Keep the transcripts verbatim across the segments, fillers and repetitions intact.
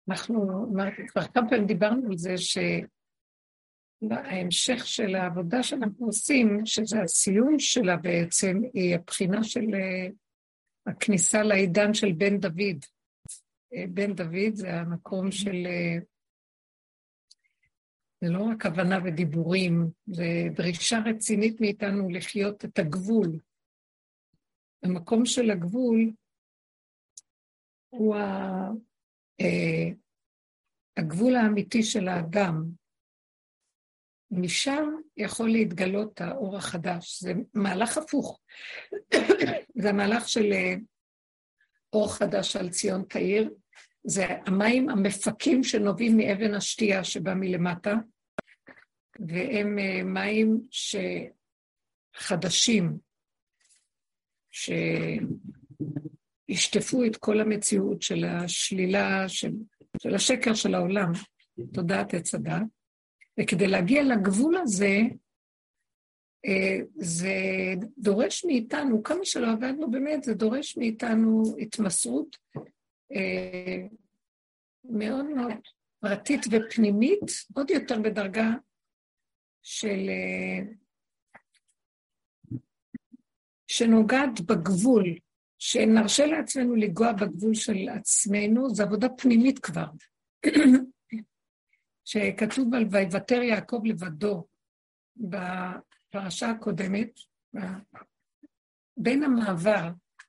אנחנו, כבר כמה פעמים דיברנו על זה שההמשך של העבודה שאנחנו עושים, שזה הסיום שלה בעצם, היא הבחינה של הכניסה לעידן של בן דוד. בן דוד זה המקום של, זה לא רק הבנה ודיבורים, זה דרישה רצינית מאיתנו לחיות את הגבול. המקום של הגבול הוא ה... הגבול האמיתי של האדם. משם יכול להתגלות האור החדש. זה מהלך הפוך. זה המהלך של אור חדש על ציון תאיר. זה המים המפקים שנובעים מאבן השתייה שבא מלמטה, והם מים שחדשים, שישטפו את כל המציאות של השלילה, של, של השקר של העולם, תודעת עץ הדת. וכדי להגיע לגבול הזה, זה דורש מאיתנו, כמה שלא עבדנו באמת, זה דורש מאיתנו התמסרות מאוד מאוד פרטית ופנימית, עוד יותר בדרגה של, שנוגעת בגבול, שנרשה לעצמנו לגוע בגבול של עצמנו, זה עבודה פנימית כבר. שכתוב על ויוותר יעקב לבדו בפרשה הקודמת, בין המעבר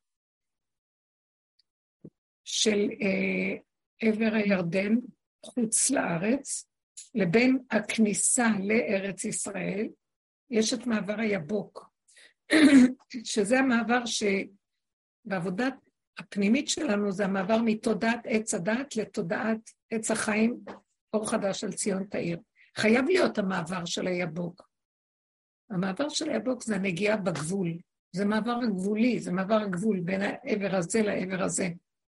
של אה, עבר הירדן חוץ לארץ, לבין הכניסה לארץ ישראל, יש את מעבר היבוק, שזה המעבר שבעבודת הפנימית שלנו, זה המעבר מתודעת עץ הדת לתודעת עץ החיים, אור חדש על ציון תאיר. חייב להיות המעבר של היבוק. המעבר של היבוק זה הנגיעה בגבול. זה מעבר הגבולי, זה מעבר הגבול בין העבר הזה לעבר הזה.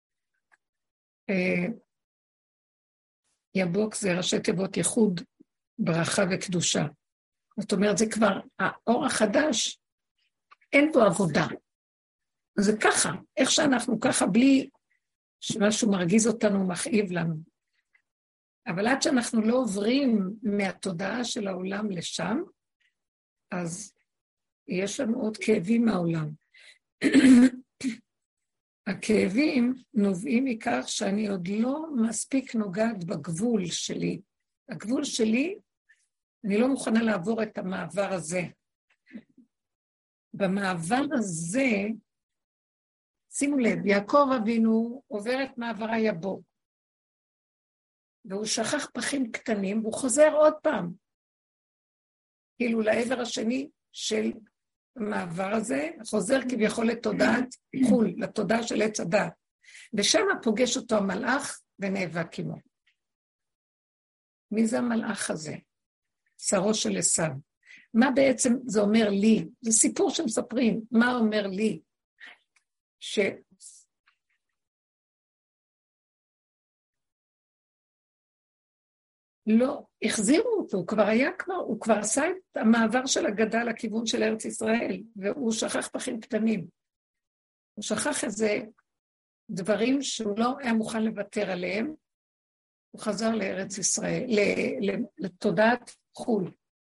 יבוק זה ראשי תיבות ייחוד, ברכה וקדושה. זאת אומרת, זה כבר, האור החדש, אין בו עבודה. זה ככה, איך שאנחנו ככה, בלי שמשהו מרגיז אותנו, מכאיב לנו. אבל עד שאנחנו לא עוברים מהתודעה של העולם לשם, אז יש לנו עוד כאבים מהעולם. הכאבים נובעים מכך שאני עוד לא מספיק נוגעת בגבול שלי. הגבול שלי, אני לא מוכנה לעבור את המעבר הזה. במעבר הזה, שימו לב, יעקב אבינו עובר את מעבר היבוק. והוא שכח פחים קטנים, והוא חוזר עוד פעם, כאילו לעבר השני של המעבר הזה, חוזר כביכול לתודעת חול, לתודעה של עץ הדת, ושם פוגש אותו המלאך ונאבק עמו. מי זה המלאך הזה? שרו של עשיו. מה בעצם זה אומר לי? זה סיפור שמספרים, מה אומר לי? ש... לא, החזירו אותו, הוא כבר היה כבר, הוא כבר עשה את המעבר של הגדה לכיוון של ארץ ישראל, והוא שכח פחים קטנים. הוא שכח איזה דברים שהוא לא היה מוכן לוותר עליהם, הוא חזר לארץ ישראל, לתודעת חול.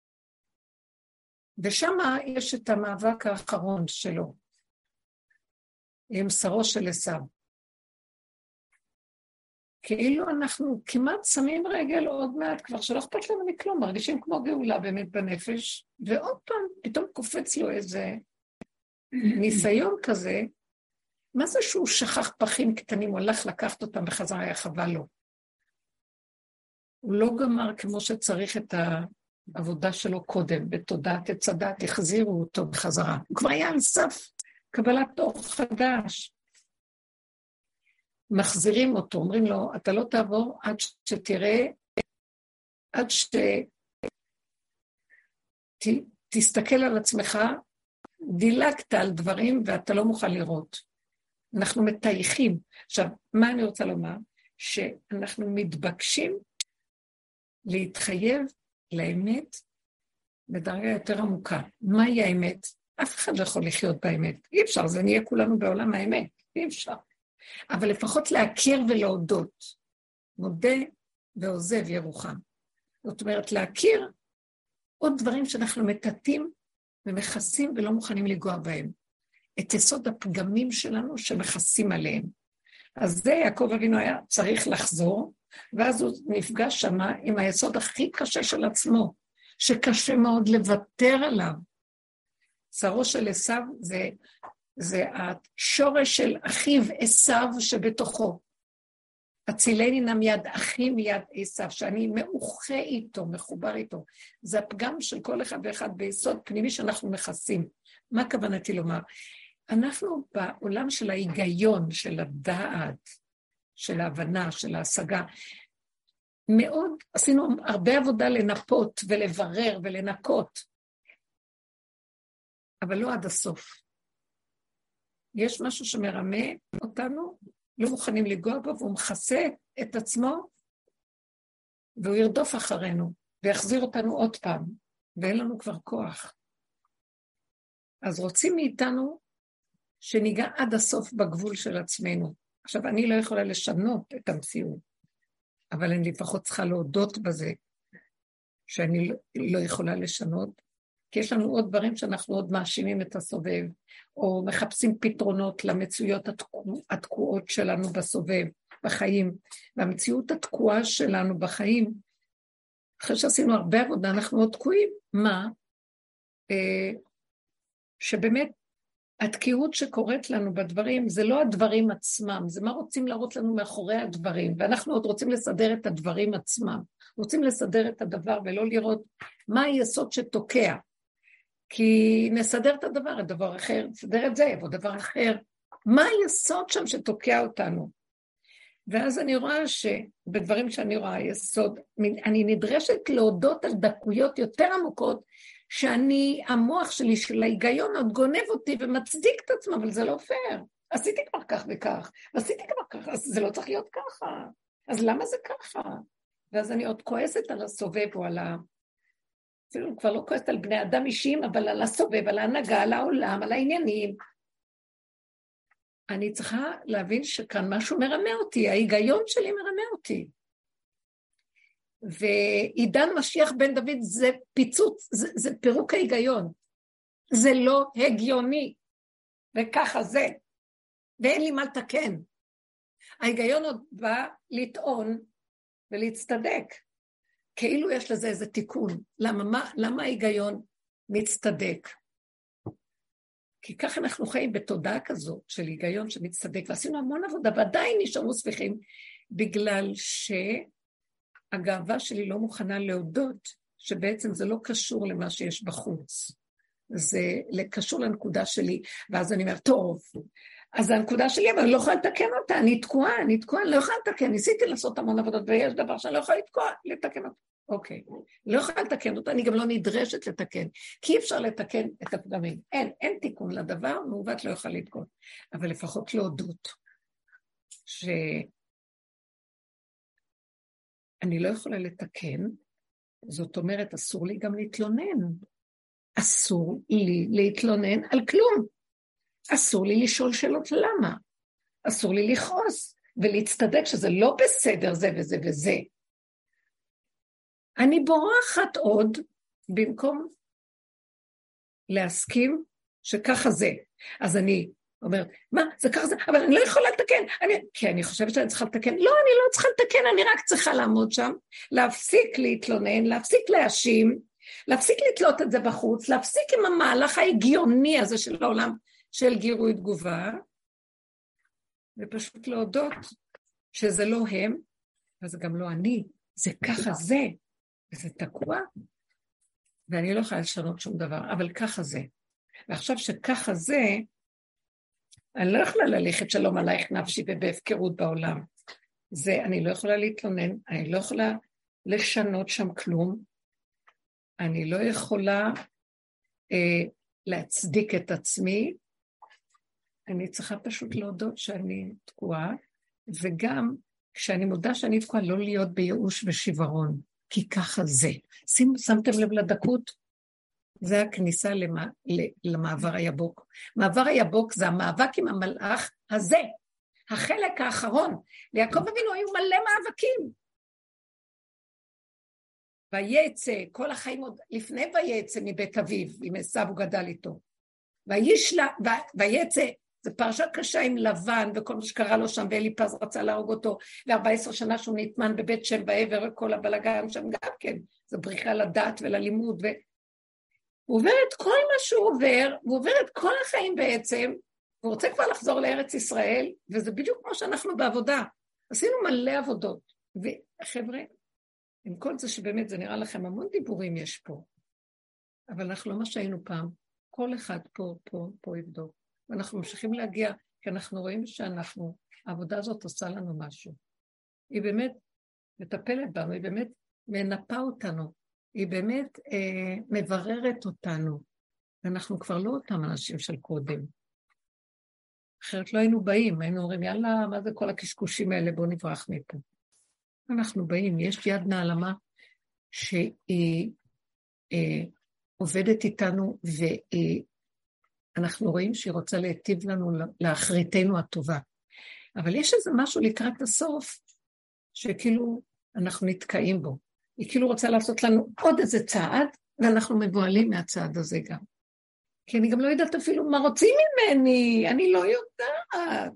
ושם יש את המאבק האחרון שלו, עם שרו של עשיו. כאילו אנחנו כמעט שמים רגל עוד מעט, כבר שלא אכפת לנו מכלום, מרגישים כמו גאולה באמת בנפש, ועוד פעם פתאום קופץ לו איזה ניסיון כזה, מה זה שהוא שכח פחים קטנים, הוא הלך לקחת אותם בחזרה, היה חבל לו. הוא לא גמר כמו שצריך את העבודה שלו קודם, בתודעת עץ הדת, החזירו אותו בחזרה. הוא כבר היה על סף קבלת אור חדש. מחזירים אותו, אומרים לו, אתה לא תעבור עד שתראה, עד שתסתכל על עצמך, דילגת על דברים ואתה לא מוכן לראות. אנחנו מתייחים. עכשיו, מה אני רוצה לומר? שאנחנו מתבקשים להתחייב לאמת בדרגה יותר עמוקה. מהי האמת? אף אחד לא יכול לחיות באמת. אי אפשר, זה נהיה כולנו בעולם האמת. אי אפשר. אבל לפחות להכיר ולהודות. מודה ועוזב ירוחם. זאת אומרת, להכיר עוד דברים שאנחנו מטאטים ומכסים ולא מוכנים לגוע בהם. את יסוד הפגמים שלנו שמכסים עליהם. אז זה יעקב אבינו היה צריך לחזור, ואז הוא נפגש שמה עם היסוד הכי קשה של עצמו, שקשה מאוד לוותר עליו. שרו של עשיו זה, זה השורש של אחיו עשיו שבתוכו. הצילני נא מיד אחי מיד עשיו, שאני מאוחה איתו, מחובר איתו. זה הפגם של כל אחד ואחד ביסוד פנימי שאנחנו מכסים. מה כוונתי לומר? אנחנו בעולם של ההיגיון, של הדעת, של ההבנה, של ההשגה, מאוד עשינו הרבה עבודה לנפות ולברר ולנקות, אבל לא עד הסוף. יש משהו שמרמה אותנו, לא מוכנים לגוע בו, והוא מכסה את עצמו, והוא ירדוף אחרינו, ויחזיר אותנו עוד פעם, ואין לנו כבר כוח. אז רוצים מאיתנו שניגע עד הסוף בגבול של עצמנו. עכשיו, אני לא יכולה לשנות את המציאות, אבל אני לפחות צריכה להודות בזה, שאני לא יכולה לשנות, כי יש לנו עוד דברים שאנחנו עוד מאשימים את הסובב, או מחפשים פתרונות למצויות התקוע, התקועות שלנו בסובב, בחיים, והמציאות התקועה שלנו בחיים, אחרי שעשינו הרבה עבודה, אנחנו עוד תקועים. מה? אה, שבאמת, התקיעות שקורית לנו בדברים, זה לא הדברים עצמם, זה מה רוצים להראות לנו מאחורי הדברים, ואנחנו עוד רוצים לסדר את הדברים עצמם, רוצים לסדר את הדבר ולא לראות מה היסוד שתוקע, כי נסדר את הדבר, הדבר אחר, נסדר את זה, יבוא דבר אחר, מה היסוד שם שתוקע אותנו? ואז אני רואה שבדברים שאני רואה יסוד, אני נדרשת להודות על דקויות יותר עמוקות, שאני, המוח שלי של ההיגיון עוד גונב אותי ומצדיק את עצמו, אבל זה לא פייר. עשיתי כבר כך וכך, עשיתי כבר כך, אז זה לא צריך להיות ככה. אז למה זה ככה? ואז אני עוד כועסת על הסובב או על ה... אפילו כבר לא כועסת על בני אדם אישיים, אבל על הסובב, על ההנהגה, על העולם, על העניינים. אני צריכה להבין שכאן משהו מרמה אותי, ההיגיון שלי מרמה אותי. ועידן משיח בן דוד זה פיצוץ, זה, זה פירוק ההיגיון. זה לא הגיוני, וככה זה. ואין לי מה לתקן. ההיגיון עוד בא לטעון ולהצטדק. כאילו יש לזה איזה תיקון. למה, מה, למה ההיגיון מצטדק? כי ככה אנחנו חיים בתודעה כזאת של היגיון שמצטדק, ועשינו המון עבודה, ועדיין נשארו ספיחים, בגלל שהגאווה שלי לא מוכנה להודות, שבעצם זה לא קשור למה שיש בחוץ. זה קשור לנקודה שלי, ואז אני אומר, טוב, אז הנקודה שלי, אבל אני לא יכולה לתקן אותה, אני תקועה, אני תקועה, אני לא יכולה לתקן, ניסיתי לעשות המון עבודות, ויש דבר שאני לא יכולה לתקוע, לתקן אותה. אוקיי, לא יכולה לתקן אותה, אני גם לא נדרשת לתקן, כי אי אפשר לתקן את הפגמים. אין, אין תיקון לדבר, מעוות לא יוכל לתקון. אבל לפחות להודות, שאני לא יכולה לתקן, זאת אומרת, אסור לי גם להתלונן. אסור לי להתלונן על כלום. אסור לי לשאול שאלות למה. אסור לי לכעוס ולהצטדק שזה לא בסדר זה וזה וזה. אני בורחת עוד במקום להסכים שככה זה. אז אני אומרת, מה, זה ככה זה, אבל אני לא יכולה לתקן. אני, כי אני חושבת שאני צריכה לתקן. לא, אני לא צריכה לתקן, אני רק צריכה לעמוד שם, להפסיק להתלונן, להפסיק להאשים, להפסיק לתלות את זה בחוץ, להפסיק עם המהלך ההגיוני הזה של העולם, של גירוי תגובה, ופשוט להודות שזה לא הם, וזה גם לא אני, זה ככה זה. וזה תקוע, ואני לא יכולה לשנות שום דבר, אבל ככה זה. ועכשיו שככה זה, אני לא יכולה ללכת שלום עלייך נפשי ובהפקרות בעולם. זה, אני לא יכולה להתלונן, אני לא יכולה לשנות שם כלום, אני לא יכולה אה, להצדיק את עצמי, אני צריכה פשוט להודות שאני תקועה, וגם כשאני מודה שאני תקועה, לא להיות בייאוש ושברון. כי ככה זה. שימו, שמתם לב לדקות? זה הכניסה למה, למעבר היבוק. מעבר היבוק זה המאבק עם המלאך הזה, החלק האחרון, ליעקב אבינו היו מלא מאבקים. ויצא, כל החיים עוד לפני ויצא מבית אביו, עם עשיו הוא גדל איתו. וישלה, ויצא, זה פרשה קשה עם לבן, וכל מה שקרה לו שם, ואליפז רצה להרוג אותו, ו-ארבע עשרה שנה שהוא נטמן בבית שם בעבר, וכל הבלגן שם גם כן, זה בריחה לדת וללימוד, ו... הוא עובר את כל מה שהוא עובר, הוא עובר את כל החיים בעצם, הוא רוצה כבר לחזור לארץ ישראל, וזה בדיוק כמו שאנחנו בעבודה, עשינו מלא עבודות, וחבר'ה, עם כל זה שבאמת זה נראה לכם המון דיבורים יש פה, אבל אנחנו לא מה שהיינו פעם, כל אחד פה, פה, פה יבדוק, ואנחנו ממשיכים להגיע, כי אנחנו רואים שאנחנו, העבודה הזאת עושה לנו משהו, היא באמת מטפלת בנו, היא באמת מנפה אותנו, היא באמת אה, מבררת אותנו, ואנחנו כבר לא אותם אנשים של קודם, אחרת לא היינו באים, היינו אומרים, יאללה, מה זה כל הקשקושים האלה, בואו נברח מפה. אנחנו באים, יש יד נעלמה שהיא אה, עובדת איתנו, ואנחנו רואים שהיא רוצה להיטיב לנו לאחריתנו הטובה. אבל יש איזה משהו לקראת הסוף, שכאילו אנחנו נתקעים בו. היא כאילו רוצה לעשות לנו עוד איזה צעד, ואנחנו מבועלים מהצעד הזה גם. כי אני גם לא יודעת אפילו מה רוצים ממני, אני לא יודעת.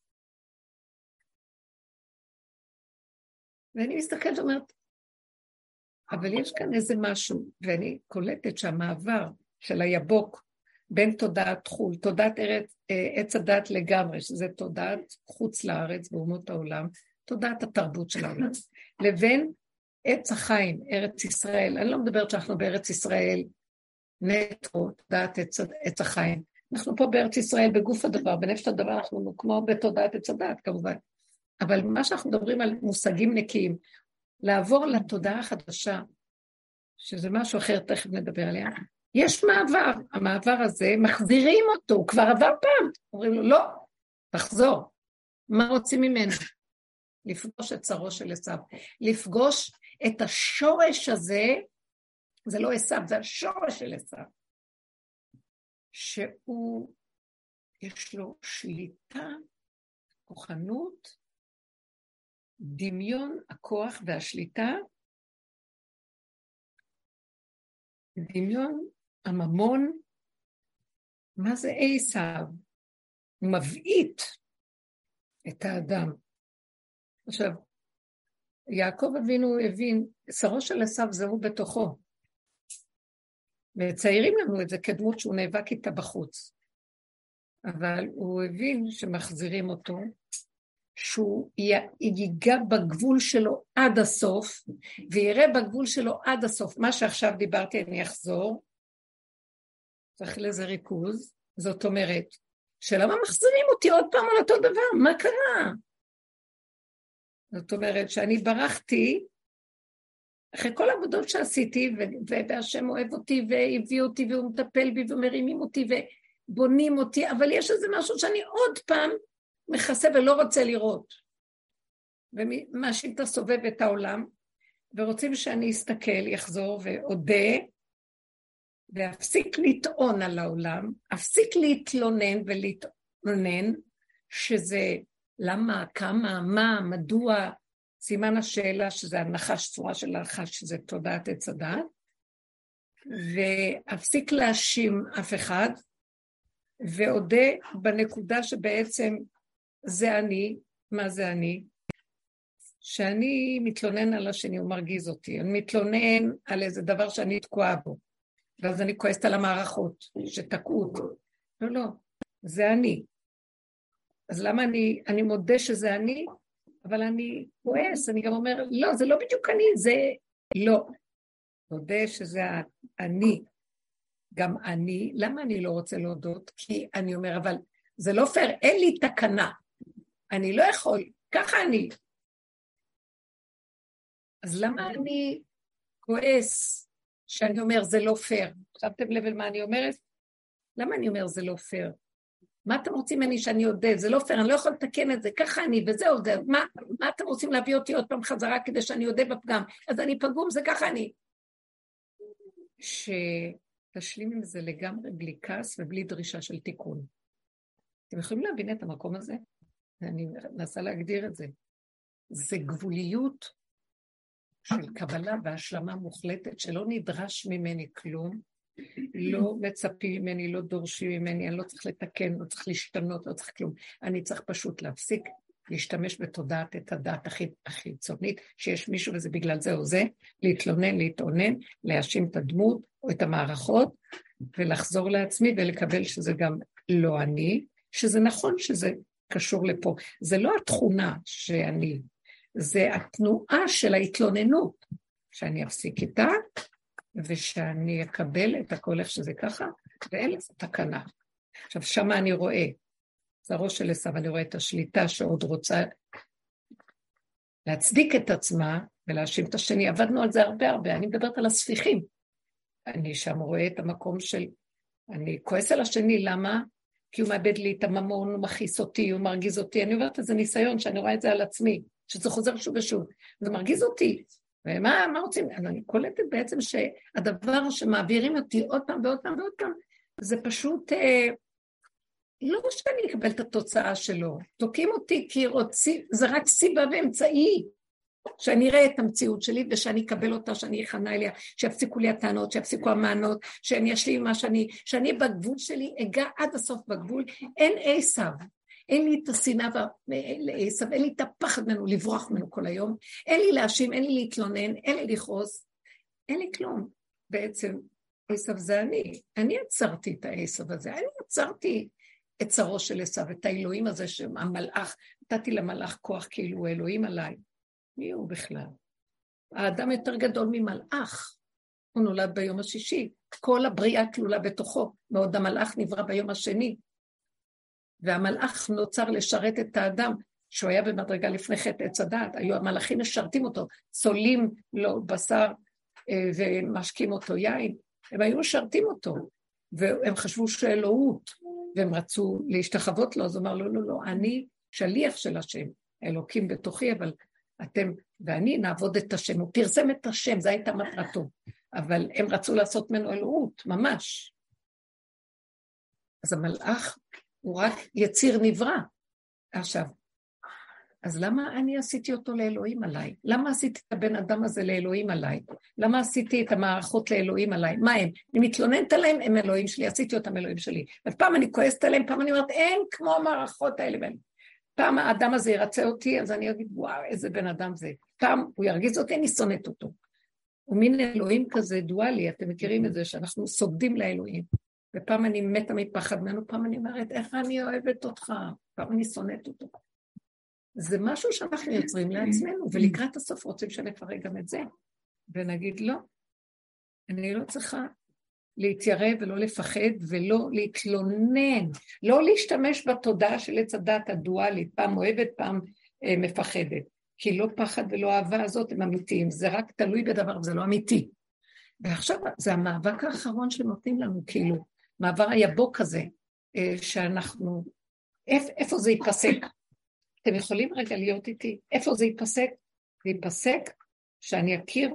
ואני מסתכלת ואומרת, אבל יש כאן איזה משהו, ואני קולטת שהמעבר של היבוק בין תודעת חול, תודעת ארץ, עץ הדת לגמרי, שזה תודעת חוץ לארץ באומות העולם, תודעת התרבות של העולם, לבין עץ החיים, ארץ ישראל. אני לא מדברת שאנחנו בארץ ישראל נטו, תודעת עץ, עץ החיים. אנחנו פה בארץ ישראל בגוף הדבר, בנפש הדבר אנחנו כמו בתודעת עץ הדת כמובן. אבל מה שאנחנו מדברים על מושגים נקיים, לעבור לתודעה החדשה, שזה משהו אחר, תכף נדבר עליה, יש מעבר, המעבר הזה, מחזירים אותו, הוא כבר עבר פעם, אומרים לו, לא, תחזור, מה רוצים ממנו? לפגוש את צרו של עשיו, לפגוש את השורש הזה, זה לא עשיו, זה השורש של עשיו, שהוא, יש לו שליטה, כוחנות, דמיון הכוח והשליטה, דמיון הממון, מה זה עשיו? הוא מבעית את האדם. עכשיו, יעקב אבינו הבין, שרו של עשיו זהו בתוכו, וציירים לנו את זה כדמות שהוא נאבק איתה בחוץ, אבל הוא הבין שמחזירים אותו, שהוא ייגע בגבול שלו עד הסוף, ויראה בגבול שלו עד הסוף. מה שעכשיו דיברתי, אני אחזור, צריך לזה ריכוז, זאת אומרת, שלמה מחזירים אותי עוד פעם על אותו דבר? מה קרה? זאת אומרת, שאני ברחתי, אחרי כל העבודות שעשיתי, והשם אוהב אותי, והביא אותי, והוא מטפל בי, ומרימים אותי, ובונים אותי, אבל יש איזה משהו שאני עוד פעם, מכסה ולא רוצה לראות. ומאשים את הסובב את העולם, ורוצים שאני אסתכל, יחזור ועודה, ואפסיק לטעון על העולם, אפסיק להתלונן ולהתלונן, שזה למה, כמה, מה, מדוע, סימן השאלה שזה הנחש, צורה של הנחש, שזה תודעת עץ הדעת, ואפסיק להאשים אף אחד, ועודה בנקודה שבעצם זה אני, מה זה אני? שאני מתלונן על השני, הוא מרגיז אותי, אני מתלונן על איזה דבר שאני תקועה בו, ואז אני כועסת על המערכות שתקעו אותי. לא, לא, זה אני. אז למה אני, אני מודה שזה אני, אבל אני כועס, אני גם אומר, לא, זה לא בדיוק אני, זה לא. מודה שזה אני, גם אני, למה אני לא רוצה להודות? כי אני אומר, אבל זה לא פייר, אין לי תקנה. אני לא יכול, ככה אני. אז למה אני כועס שאני אומר זה לא פייר? שמתם לב על מה אני אומרת? למה אני אומר זה לא פייר? מה אתם רוצים ממני שאני יודע? זה לא פייר, אני לא יכול לתקן את זה, ככה אני, וזהו זה. מה, מה אתם רוצים להביא אותי עוד פעם חזרה כדי שאני יודע בפגם? אז אני פגום, זה ככה אני. שתשלים עם זה לגמרי בלי כעס ובלי דרישה של תיקון. אתם יכולים להבין את המקום הזה? אני מנסה להגדיר את זה. זה גבוליות של קבלה והשלמה מוחלטת, שלא נדרש ממני כלום, לא מצפים ממני, לא דורשים ממני, אני לא צריך לתקן, לא צריך להשתנות, לא צריך כלום. אני צריך פשוט להפסיק, להשתמש בתודעת את הדעת החיצונית, שיש מישהו וזה בגלל זה או זה, להתלונן, להתעונן, להאשים את הדמות או את המערכות, ולחזור לעצמי ולקבל שזה גם לא אני, שזה נכון שזה קשור לפה. זה לא התכונה שאני, זה התנועה של ההתלוננות, שאני אפסיק איתה, ושאני אקבל את הכל איך שזה ככה, ואין לזה תקנה. עכשיו, שמה אני רואה, זה הראש של עשיו, אני רואה את השליטה שעוד רוצה להצדיק את עצמה, ולהאשים את השני. עבדנו על זה הרבה הרבה, אני מדברת על הספיחים. אני שם רואה את המקום של, אני כועס על השני, למה? כי הוא מאבד לי את הממון, הוא מכעיס אותי, הוא מרגיז אותי. אני אומרת, זה ניסיון שאני רואה את זה על עצמי, שזה חוזר שוב ושוב. זה מרגיז אותי. ומה מה רוצים? אני קולטת בעצם שהדבר שמעבירים אותי עוד פעם ועוד פעם ועוד פעם, זה פשוט, אה, לא שאני אקבל את התוצאה שלו. תוקעים אותי כי רוצים, זה רק סיבה ואמצעי. שאני אראה את המציאות שלי, ושאני אקבל אותה, שאני אכנה אליה, שיפסיקו לי הטענות, שיפסיקו המענות, שאני אשלים מה שאני, שאני בגבול שלי, אגע עד הסוף בגבול, אין עשיו, אין לי את השנאה לעשיו, אין לי את הפחד ממנו, לברוח ממנו כל היום, אין לי להאשים, אין לי להתלונן, אין לי לכעוס, אין לי כלום. בעצם עשיו זה אני, אני עצרתי את העשיו הזה, אני עצרתי את צרו של עשיו, את האלוהים הזה, שהמלאך, נתתי למלאך כוח כאילו הוא אלוהים עליי. מי הוא בכלל? האדם יותר גדול ממלאך, הוא נולד ביום השישי, כל הבריאה כלולה בתוכו, בעוד המלאך נברא ביום השני, והמלאך נוצר לשרת את האדם, שהוא היה במדרגה לפני חטא עץ הדעת, היו המלאכים משרתים אותו, צולים לו בשר ומשקים אותו יין, הם היו משרתים אותו, והם חשבו שאלוהות, והם רצו להשתחוות לו, אז הוא אמר, לא, לא, לא, אני שליח של השם, אלוקים בתוכי, אבל אתם ואני נעבוד את השם, הוא פרסם את השם, זו הייתה מטרתו, אבל הם רצו לעשות ממנו אלוהות, ממש. אז המלאך הוא רק יציר נברא. עכשיו, אז למה אני עשיתי אותו לאלוהים עליי? למה עשיתי את הבן אדם הזה לאלוהים עליי? למה עשיתי את המערכות לאלוהים עליי? מה הם? אני מתלוננת עליהם, הם אלוהים שלי, עשיתי אותם אלוהים שלי. ופעם אני כועסת עליהם, פעם אני אומרת, אין כמו המערכות האלה. פעם האדם הזה ירצה אותי, אז אני אגיד, וואו, איזה בן אדם זה. פעם הוא ירגיז אותי, אני שונאת אותו. הוא מין אלוהים כזה דואלי, אתם מכירים את זה, שאנחנו סוגדים לאלוהים. ופעם אני מתה מפחד ממנו, פעם אני אומרת, איך אני אוהבת אותך? פעם אני שונאת אותו. זה משהו שאנחנו יוצרים לעצמנו, ולקראת הסוף רוצים שנפרק גם את זה. ונגיד, לא, אני לא צריכה להתיירב ולא לפחד ולא להתלונן, לא להשתמש בתודעה של עץ הדת הדואלית, פעם אוהבת, פעם אה, מפחדת, כי לא פחד ולא אהבה הזאת הם אמיתיים, זה רק תלוי בדבר, זה לא אמיתי. ועכשיו זה המאבק האחרון שנותנים לנו, כאילו, מעבר היבוק הזה, אה, שאנחנו, איפ, איפה זה ייפסק? אתם יכולים רגע להיות איתי, איפה זה ייפסק? זה ייפסק שאני אכיר,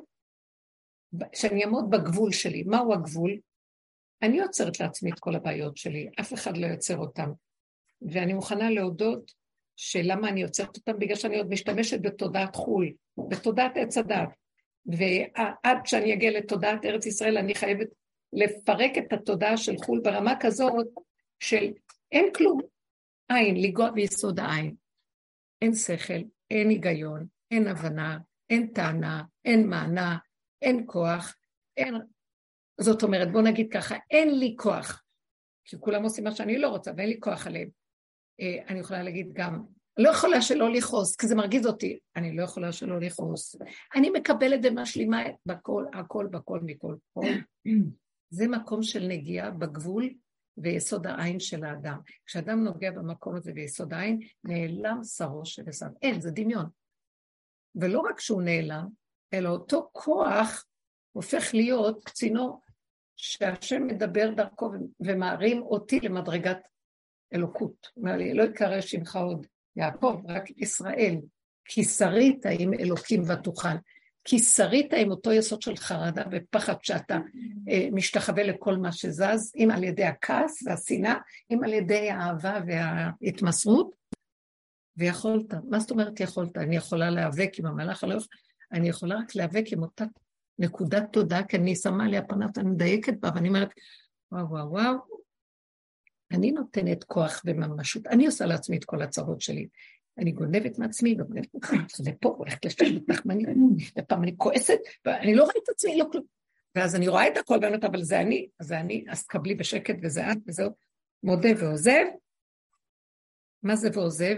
שאני אעמוד בגבול שלי. מהו הגבול? אני יוצרת לעצמי את כל הבעיות שלי, אף אחד לא יוצר אותם. ואני מוכנה להודות שלמה אני יוצרת אותם, בגלל שאני עוד משתמשת בתודעת חול, בתודעת עץ הדת. ועד שאני אגיע לתודעת ארץ ישראל, אני חייבת לפרק את התודעה של חול ברמה כזאת של אין כלום, עין, לגוע ביסוד העין. אין שכל, אין היגיון, אין הבנה, אין טענה, אין מענה, אין כוח, אין... זאת אומרת, בוא נגיד ככה, אין לי כוח, כי כולם עושים מה שאני לא רוצה, ואין לי כוח עליהם. אני יכולה להגיד גם, לא יכולה שלא לכעוס, כי זה מרגיז אותי, אני לא יכולה שלא לכעוס. אני מקבלת ומשלימה בכל, הכל, בכל, מכל, כל. זה מקום של נגיעה בגבול ויסוד העין של האדם. כשאדם נוגע במקום הזה ויסוד העין, נעלם שרו של עשיו. אין, זה דמיון. ולא רק שהוא נעלם, אלא אותו כוח הופך להיות צינור שהשם מדבר דרכו ומערים אותי למדרגת אלוקות. אומר לי, לא יקרא שמך עוד יעקב, רק ישראל, כי שרית עם אלוקים ותוכל. כי שרית עם אותו יסוד של חרדה ופחד שאתה אה, משתחווה לכל מה שזז, אם על ידי הכעס והשנאה, אם על ידי האהבה וההתמסרות, ויכולת. מה זאת אומרת יכולת? אני יכולה להיאבק עם המלאך, אני יכולה רק להיאבק עם אותה נקודת תודעה, כי אני שמה לי הפנת, אני מדייקת בה, ואני אומרת, וואו, וואו, וואו, אני נותנת כוח וממשות, אני עושה לעצמי את כל הצרות שלי, אני גונבת מעצמי, ופה הולכת לשם בתחמנית, ופעם אני כועסת, ואני לא רואה את עצמי, לא כלום. ואז אני רואה את הכל, ואומרת, אבל זה אני, אז זה אני, אז תקבלי בשקט, וזה את, וזהו, מודה ועוזב. מה זה ועוזב?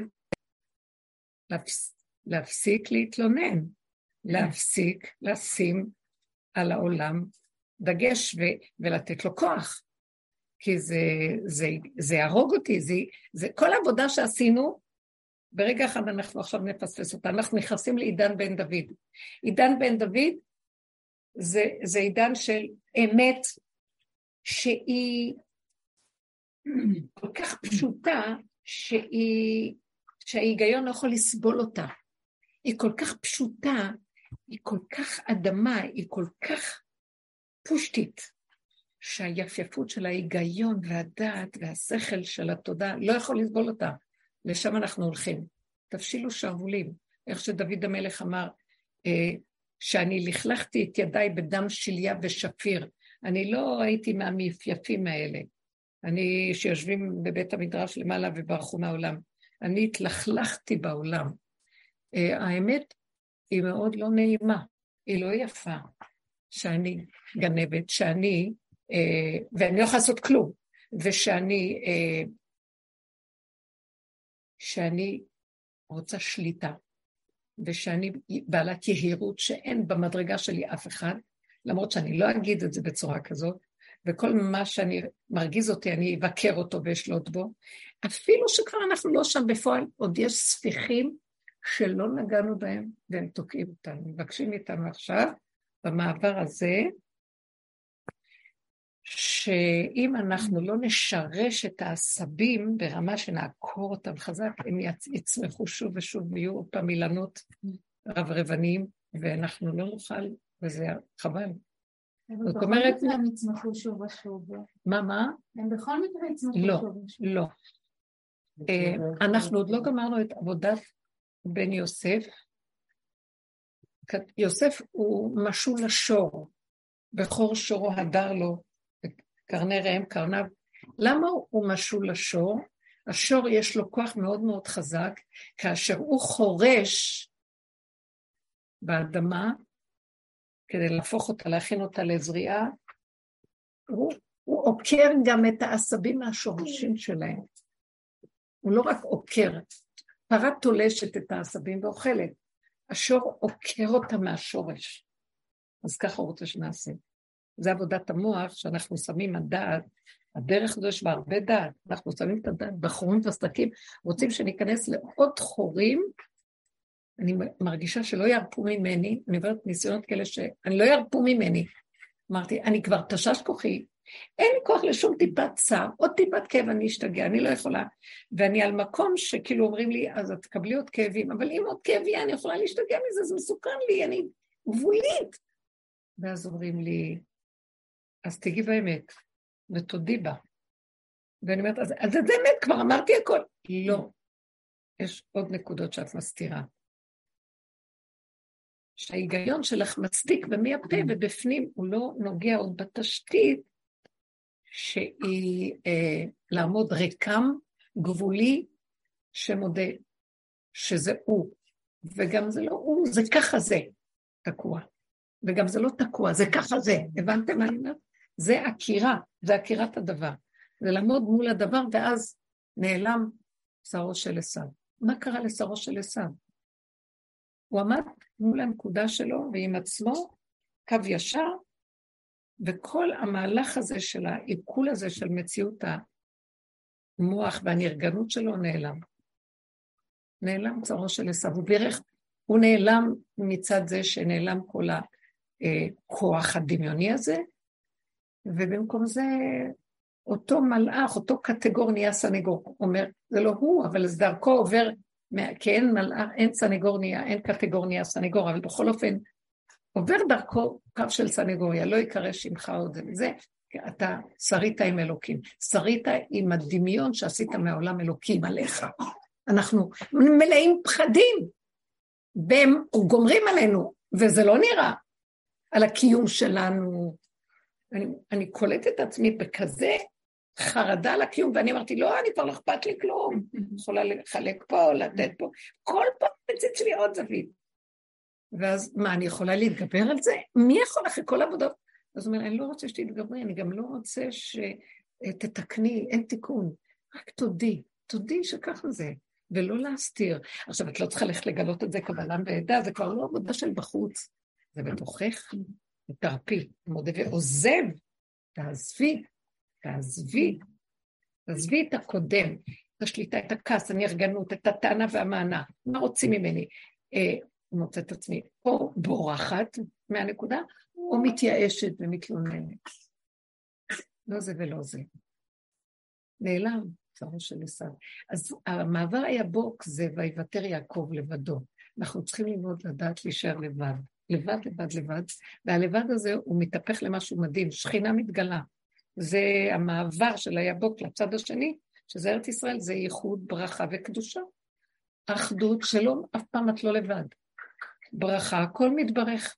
להפסיק להתלונן, להפסיק לשים על העולם דגש ו- ולתת לו כוח, כי זה, זה, זה יהרוג אותי, זה, זה כל העבודה שעשינו, ברגע אחד אנחנו עכשיו נפספס אותה, אנחנו נכנסים לעידן בן דוד. עידן בן דוד זה, זה עידן של אמת שהיא כל כך פשוטה, שהיא, שההיגיון לא יכול לסבול אותה. היא כל כך פשוטה, היא כל כך אדמה, היא כל כך פושטית, שהיפייפות של ההיגיון והדעת והשכל של התודעה לא יכול לסבול אותה. לשם אנחנו הולכים. תפשילו שרבולים, איך שדוד המלך אמר, אה, שאני לכלכתי את ידיי בדם שליה ושפיר. אני לא הייתי מהמייפייפים האלה. אני שיושבים בבית המדרש למעלה וברחו מהעולם. אני התלכלכתי בעולם. אה, האמת היא מאוד לא נעימה, היא לא יפה. שאני גנבת, שאני, אה, ואני לא יכולה לעשות כלום, ושאני, אה, שאני רוצה שליטה, ושאני בעלת יהירות שאין במדרגה שלי אף אחד, למרות שאני לא אגיד את זה בצורה כזאת, וכל מה שאני מרגיז אותי, אני אבקר אותו ואשלוט בו, אפילו שכבר אנחנו לא שם בפועל, עוד יש ספיחים שלא נגענו בהם, והם תוקעים אותנו, מבקשים איתנו עכשיו, במעבר הזה, שאם אנחנו לא נשרש את העשבים ברמה שנעקור אותם חזק, הם יצמחו שוב ושוב, ויהיו עוד פעם אילנות רברבניים, ואנחנו לא נוכל, וזה חבל. זאת אומרת, הם יצמחו שוב ושוב. מה, מה? הם בכל מקרה יצמחו לא, שוב ושוב. לא. אנחנו עוד לא גמרנו את עבודת בן יוסף. יוסף הוא משול לשור, בחור שורו הדר לו, קרני רעם קרניו. למה הוא משול לשור? השור יש לו כוח מאוד מאוד חזק, כאשר הוא חורש באדמה, כדי להפוך אותה, להכין אותה לזריעה, הוא, הוא עוקר גם את העשבים מהשורשים שלהם. הוא לא רק עוקר, פרה תולשת את העשבים ואוכלת, השור עוקר אותה מהשורש. אז ככה הוא רוצה שנעשה. זה עבודת המוח שאנחנו שמים הדעת, הדרך הזו יש בה הרבה דעת, אנחנו שמים את הדעת בחורים וסדקים, רוצים שניכנס לעוד חורים, אני מרגישה שלא ירפו ממני, אני עוברת ניסיונות כאלה שאני לא ירפו ממני. אמרתי, אני כבר תשש כוחי, אין לי כוח לשום טיפת צער, עוד טיפת כאב אני אשתגע, אני לא יכולה. ואני על מקום שכאילו אומרים לי, אז את תקבלי עוד כאבים, אבל אם עוד כאבי אני יכולה להשתגע מזה, זה מסוכן לי, אני גבולית. ואז אומרים לי, אז תגיעי באמת, ותודי בה. ואני אומרת, אז, אז זה באמת, כבר אמרתי הכל. לא, יש עוד נקודות שאת מסתירה. שההיגיון שלך מצדיק במייפה, ובפנים הוא לא נוגע עוד בתשתית, שהיא אה, לעמוד רקם, גבולי, שמודה שזה הוא. וגם זה לא הוא, זה ככה זה תקוע. וגם זה לא תקוע, זה ככה זה. הבנתם מה אני אומרת? זה עקירה, זה עקירת הדבר. זה לעמוד מול הדבר, ואז נעלם שרו של עשיו. מה קרה לשרו של עשיו? הוא עמד מול הנקודה שלו, ועם עצמו, קו ישר, וכל המהלך הזה של העיכול הזה של מציאות המוח והנרגנות שלו נעלם. נעלם שרו של עשיו. הוא בירך, הוא נעלם מצד זה שנעלם כל הכוח הדמיוני הזה, ובמקום זה אותו מלאך, אותו קטגור נהיה סנגור. הוא אומר, זה לא הוא, אבל זה דרכו עובר, כי אין מלאך, אין סנגור נהיה, אין קטגור נהיה סנגור, אבל בכל אופן, עובר דרכו קו של סנגוריה, לא יקרא שמך עוד זה וזה, אתה שרית עם אלוקים, שרית עם הדמיון שעשית מהעולם אלוקים עליך. אנחנו מלאים פחדים, והם גומרים עלינו, וזה לא נראה על הקיום שלנו. אני, אני קולטת את עצמי בכזה חרדה על הקיום, ואני אמרתי, לא, אני כבר לא אכפת לי כלום, יכולה לחלק פה, לתת פה, כל פעם מציץ לי עוד זווית. ואז מה, אני יכולה להתגבר על זה? מי יכול אחרי כל עבודות? אז הוא אומר, אני לא רוצה שתתגברי, אני גם לא רוצה שתתקני, אין תיקון, רק תודי, תודי שככה זה, ולא להסתיר. עכשיו, את לא צריכה ללכת לגלות את זה קבלם ועדה, זה כבר לא עבודה של בחוץ, זה בתוכך, תרפי, מודה ועוזב, תעזבי, תעזבי, תעזבי את הקודם, את השליטה, את הכעס, הנרגנות, את הטענה והמענה, מה רוצים ממני? אה, מוצא את עצמי, או בורחת מהנקודה, או מתייאשת ומתלוננת. לא זה ולא זה. נעלם, צרו של עשיו. אז המעבר היבוק זה, ויוותר יעקב לבדו. אנחנו צריכים ללמוד לדעת להישאר לבד. לבד, לבד, לבד. והלבד הזה הוא מתהפך למשהו מדהים. שכינה מתגלה. זה המעבר של היבוק לצד השני, שזה ארץ ישראל, זה ייחוד, ברכה וקדושה. אחדות שלום, אף פעם את לא לבד. ברכה, הכל מתברך.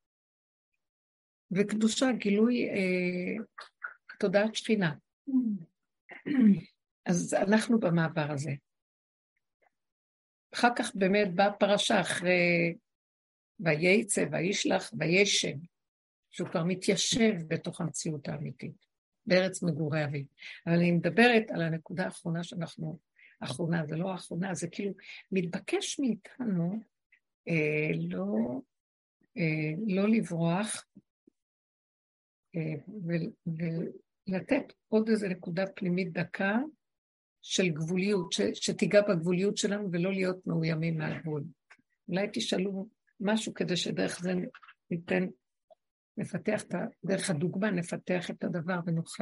וקדושה, גילוי אה, תודעת שכינה. אז אנחנו במעבר הזה. אחר כך באמת באה פרשה אחרי וייצא, וישלח, וישם, שהוא כבר מתיישב בתוך המציאות האמיתית, בארץ מגורי אביו. אבל אני מדברת על הנקודה האחרונה שאנחנו, האחרונה, זה לא האחרונה, זה כאילו מתבקש מאיתנו אה, לא, אה, לא לברוח, אה, ולתת עוד איזו נקודה פנימית דקה של גבוליות, ש, שתיגע בגבוליות שלנו ולא להיות מאוימים מהגבול. אולי תשאלו משהו כדי שדרך זה ניתן, נפתח את ה... דרך הדוגמה, נפתח את הדבר ונוכל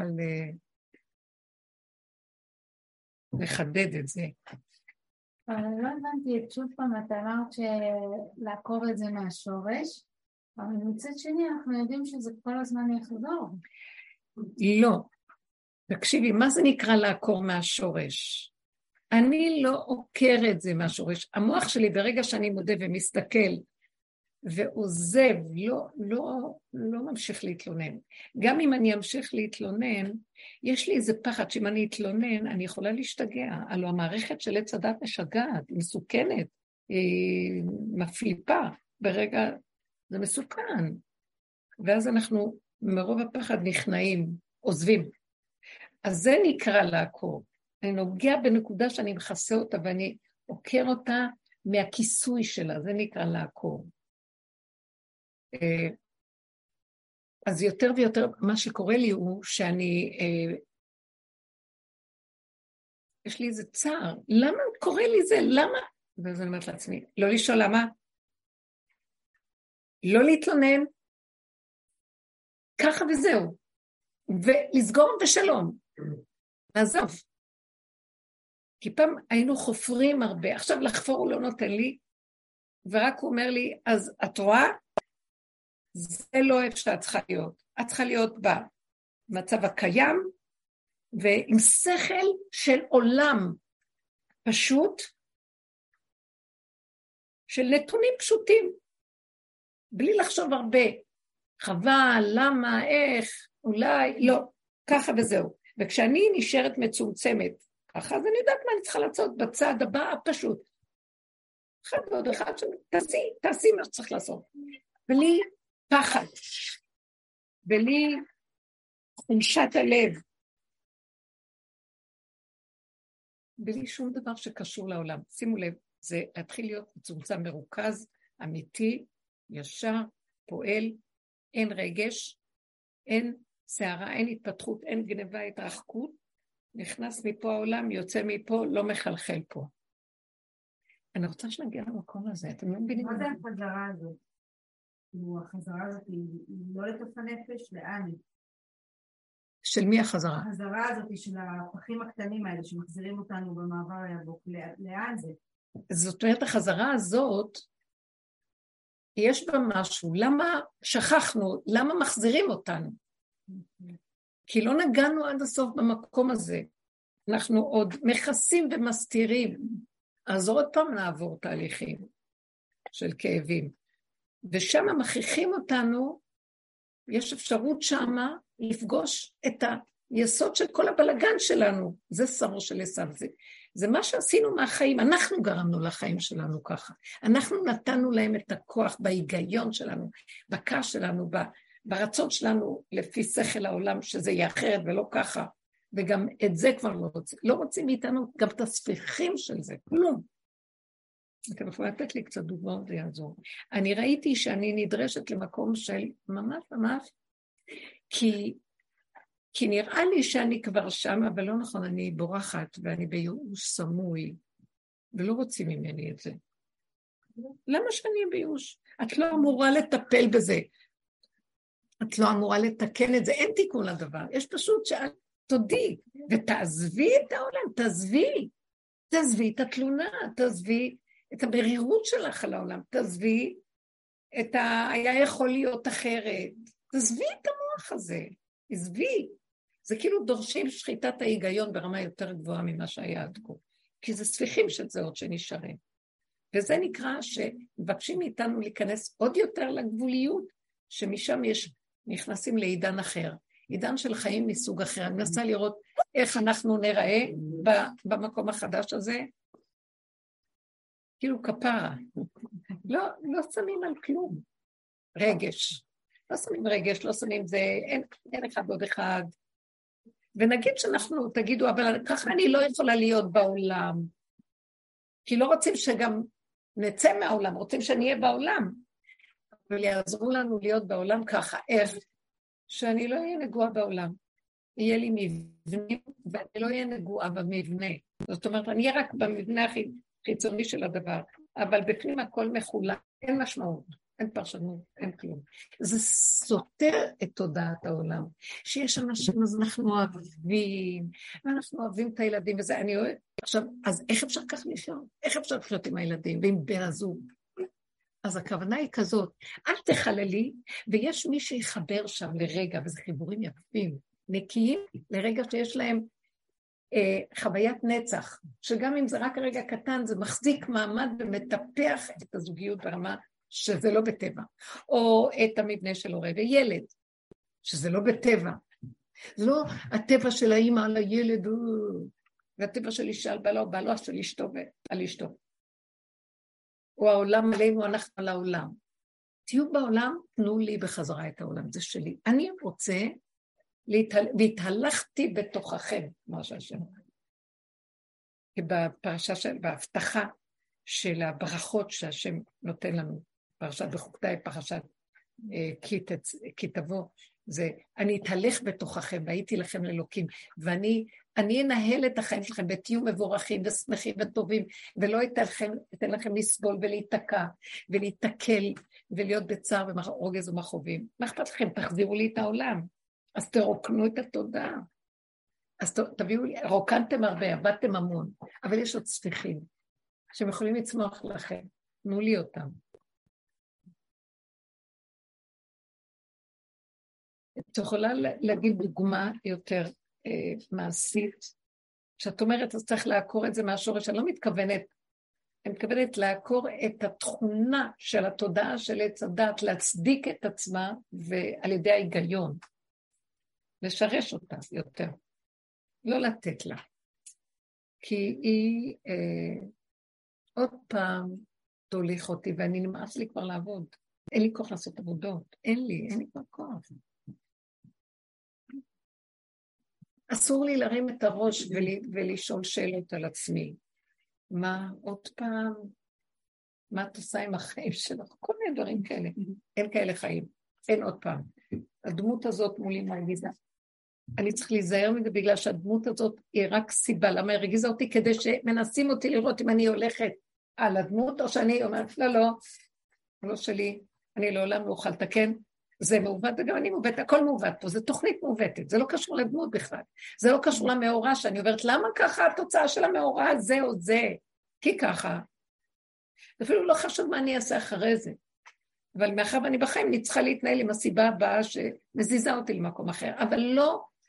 לחדד את זה. אבל לא הבנתי, שוב פעם, אתה אמרת שלעקור את זה מהשורש, אבל מצד שני אנחנו יודעים שזה כל הזמן יחזור. לא. תקשיבי, מה זה נקרא לעקור מהשורש? אני לא עוקר את זה מהשורש. המוח שלי ברגע שאני מודה ומסתכל ועוזב, לא, לא, לא ממשיך להתלונן. גם אם אני אמשיך להתלונן, יש לי איזה פחד שאם אני אתלונן, אני יכולה להשתגע. הלוא המערכת של עץ הדת משגעת, היא מסוכנת, היא מפליפה, ברגע זה מסוכן. ואז אנחנו מרוב הפחד נכנעים, עוזבים. אז זה נקרא לעקור. אני נוגע בנקודה שאני מכסה אותה, ואני עוקר אותה מהכיסוי שלה, זה נקרא לעקור. אז יותר ויותר, מה שקורה לי הוא שאני, יש לי איזה צער, למה קורה לי זה? למה? ואז אני אומרת לעצמי, לא לשאול למה, לא להתלונן, ככה וזהו, ולסגור ושלום, לעזוב. כי פעם היינו חופרים הרבה, עכשיו לחפור הוא לא נותן לי, ורק הוא אומר לי, אז את רואה? זה לא איפה שאת צריכה להיות. את צריכה להיות במצב הקיים, ועם שכל של עולם פשוט, של נתונים פשוטים, בלי לחשוב הרבה. חבל, למה, איך, אולי, לא, ככה וזהו. וכשאני נשארת מצומצמת, ככה, אז אני יודעת מה אני צריכה לעשות בצד הבא הפשוט. אחד ועוד אחד, תעשי, תעשי מה שצריך לעשות. בלי פחד, בלי חולשת הלב, בלי שום דבר שקשור לעולם. שימו לב, זה להתחיל להיות מצומצם מרוכז, אמיתי, ישר, פועל, אין רגש, אין שערה, אין התפתחות, אין גניבה, התרחקות, נכנס מפה העולם, יוצא מפה, לא מחלחל פה. אני רוצה שנגיע למקום הזה, אתם לא מבינים? מה זה החזרה הזאת? החזרה הזאת היא לא לתוך הנפש, לאן? של מי החזרה? החזרה הזאת של הפחים הקטנים האלה שמחזירים אותנו במעבר היבוק, לאן זה? זאת אומרת, החזרה הזאת, יש בה משהו, למה שכחנו, למה מחזירים אותנו? כי לא נגענו עד הסוף במקום הזה. אנחנו עוד מכסים ומסתירים, אז עוד פעם נעבור תהליכים של כאבים, ושם מכריחים אותנו, יש אפשרות שמה לפגוש את היסוד של כל הבלגן שלנו, זה שרו של עשיו, זה, זה מה שעשינו מהחיים, אנחנו גרמנו לחיים שלנו ככה, אנחנו נתנו להם את הכוח בהיגיון שלנו, בכעס שלנו, ברצון שלנו לפי שכל העולם, שזה יהיה אחרת ולא ככה, וגם את זה כבר לא רוצים, לא רוצים מאיתנו גם את הספיחים של זה, כלום. אתם יכולים לתת לי קצת דוגמאות, זה יעזור. אני ראיתי שאני נדרשת למקום של ממש ממש, כי, כי נראה לי שאני כבר שם, אבל לא נכון, אני בורחת ואני בייאוש סמוי, ולא רוצים ממני את זה. למה שאני אהיה בייאוש? את לא אמורה לטפל בזה. את לא אמורה לתקן את זה, אין תיקון לדבר. יש פשוט שאת תודי, ותעזבי את העולם, תעזבי. תעזבי את התלונה, תעזבי את המרירות שלך על העולם, תעזבי את ה... היה יכול להיות אחרת, תעזבי את המוח הזה, עזבי. זה כאילו דורשים שחיטת ההיגיון ברמה יותר גבוהה ממה שהיה עד כה, כי זה ספיחים של זה עוד שנשארים. וזה נקרא שמבקשים מאיתנו להיכנס עוד יותר לגבוליות, שמשם יש, נכנסים לעידן אחר, עידן של חיים מסוג אחר. אני מנסה לראות איך אנחנו נראה במקום החדש הזה, כאילו כפרה, לא, לא שמים על כלום, רגש, לא שמים רגש, לא שמים זה, אין, אין אחד עוד אחד, ונגיד שאנחנו, תגידו, אבל ככה אני לא יכולה להיות בעולם, כי לא רוצים שגם נצא מהעולם, רוצים שנהיה בעולם, אבל יעזרו לנו להיות בעולם ככה, איך? שאני לא אהיה נגועה בעולם, יהיה לי מבנים, ואני לא אהיה נגועה במבנה, זאת אומרת, אני אהיה רק במבנה הכי חיצוני של הדבר, אבל בפנים הכל מחולק, אין משמעות, אין פרשנות, אין כלום. זה סותר את תודעת העולם, שיש אנשים, אז אנחנו אוהבים, ואנחנו אוהבים את הילדים, וזה אני אוהב, עכשיו, אז איך אפשר כך לחיות? איך אפשר לחיות עם הילדים, ועם בן הזוג? אז הכוונה היא כזאת, אל תחללי, ויש מי שיחבר שם לרגע, וזה חיבורים יפים, נקיים, לרגע שיש להם, חוויית נצח, שגם אם זה רק רגע קטן, זה מחזיק מעמד ומטפח את הזוגיות ברמה שזה לא בטבע, או את המבנה של הורה וילד, שזה לא בטבע, זה לא הטבע של האמא על הילד, והטבע של אישה על בעלה, או בעלה של אשתו ועל אשתו, או העולם עלינו, אנחנו על העולם. תהיו בעולם, תנו לי בחזרה את העולם, זה שלי. אני רוצה והתהלכתי בתוככם, כמו שהשם. בפרשה של, בהבטחה של הברכות שהשם נותן לנו, פרשת בחוקותיי, פרשת כי תבוא, זה, אני אתהלך בתוככם, והייתי לכם לאלוקים, ואני אני אנהל את החיים שלכם, ותהיו מבורכים ושמחים וטובים, ולא אתן לכם, אתן לכם לסבול ולהתקע, ולהתקל, ולהיות בצער ורוגז ומחובים. מה אכפת לכם? תחזירו לי את העולם. אז תרוקנו את התודעה. אז תביאו לי, רוקנתם הרבה, עבדתם המון, אבל יש עוד ספיחים, שהם יכולים לצמוח לכם. תנו לי אותם. את יכולה להגיד דוגמה יותר אה, מעשית, שאת אומרת, אז צריך לעקור את זה מהשורש, אני לא מתכוונת, אני מתכוונת לעקור את התכונה של התודעה של עץ הדת, להצדיק את עצמה ועל ידי ההיגיון, לשרש אותה יותר, לא לתת לה, כי היא אה, עוד פעם תוליך אותי, ואני נמאס לי כבר לעבוד, אין לי כוח לעשות עבודות, אין לי, אין לי כבר כוח. אסור לי להרים את הראש ולשאול שאלות על עצמי. מה עוד פעם? מה את עושה עם החיים שלך? כל מיני דברים כאלה. אין כאלה חיים. אין עוד פעם. הדמות הזאת מולי מרגיזה. אני צריך להיזהר מזה בגלל שהדמות הזאת היא רק סיבה. למה היא הרגיזה אותי? כדי שמנסים אותי לראות אם אני הולכת על הדמות, או שאני אומרת, לא, לא, לא שלי, אני לעולם לא אוכל לתקן. זה מעוות וגם אני מעוות, הכל מעוות פה, זה תוכנית מעוותת, זה לא קשור לדמות בכלל, זה לא קשור למאורע שאני עוברת, למה ככה התוצאה של המאורע זה או זה, כי ככה, אפילו לא חשוב מה אני אעשה אחרי זה, אבל מאחר ואני בחיים אני צריכה להתנהל עם הסיבה הבאה שמזיזה אותי למקום אחר, אבל לא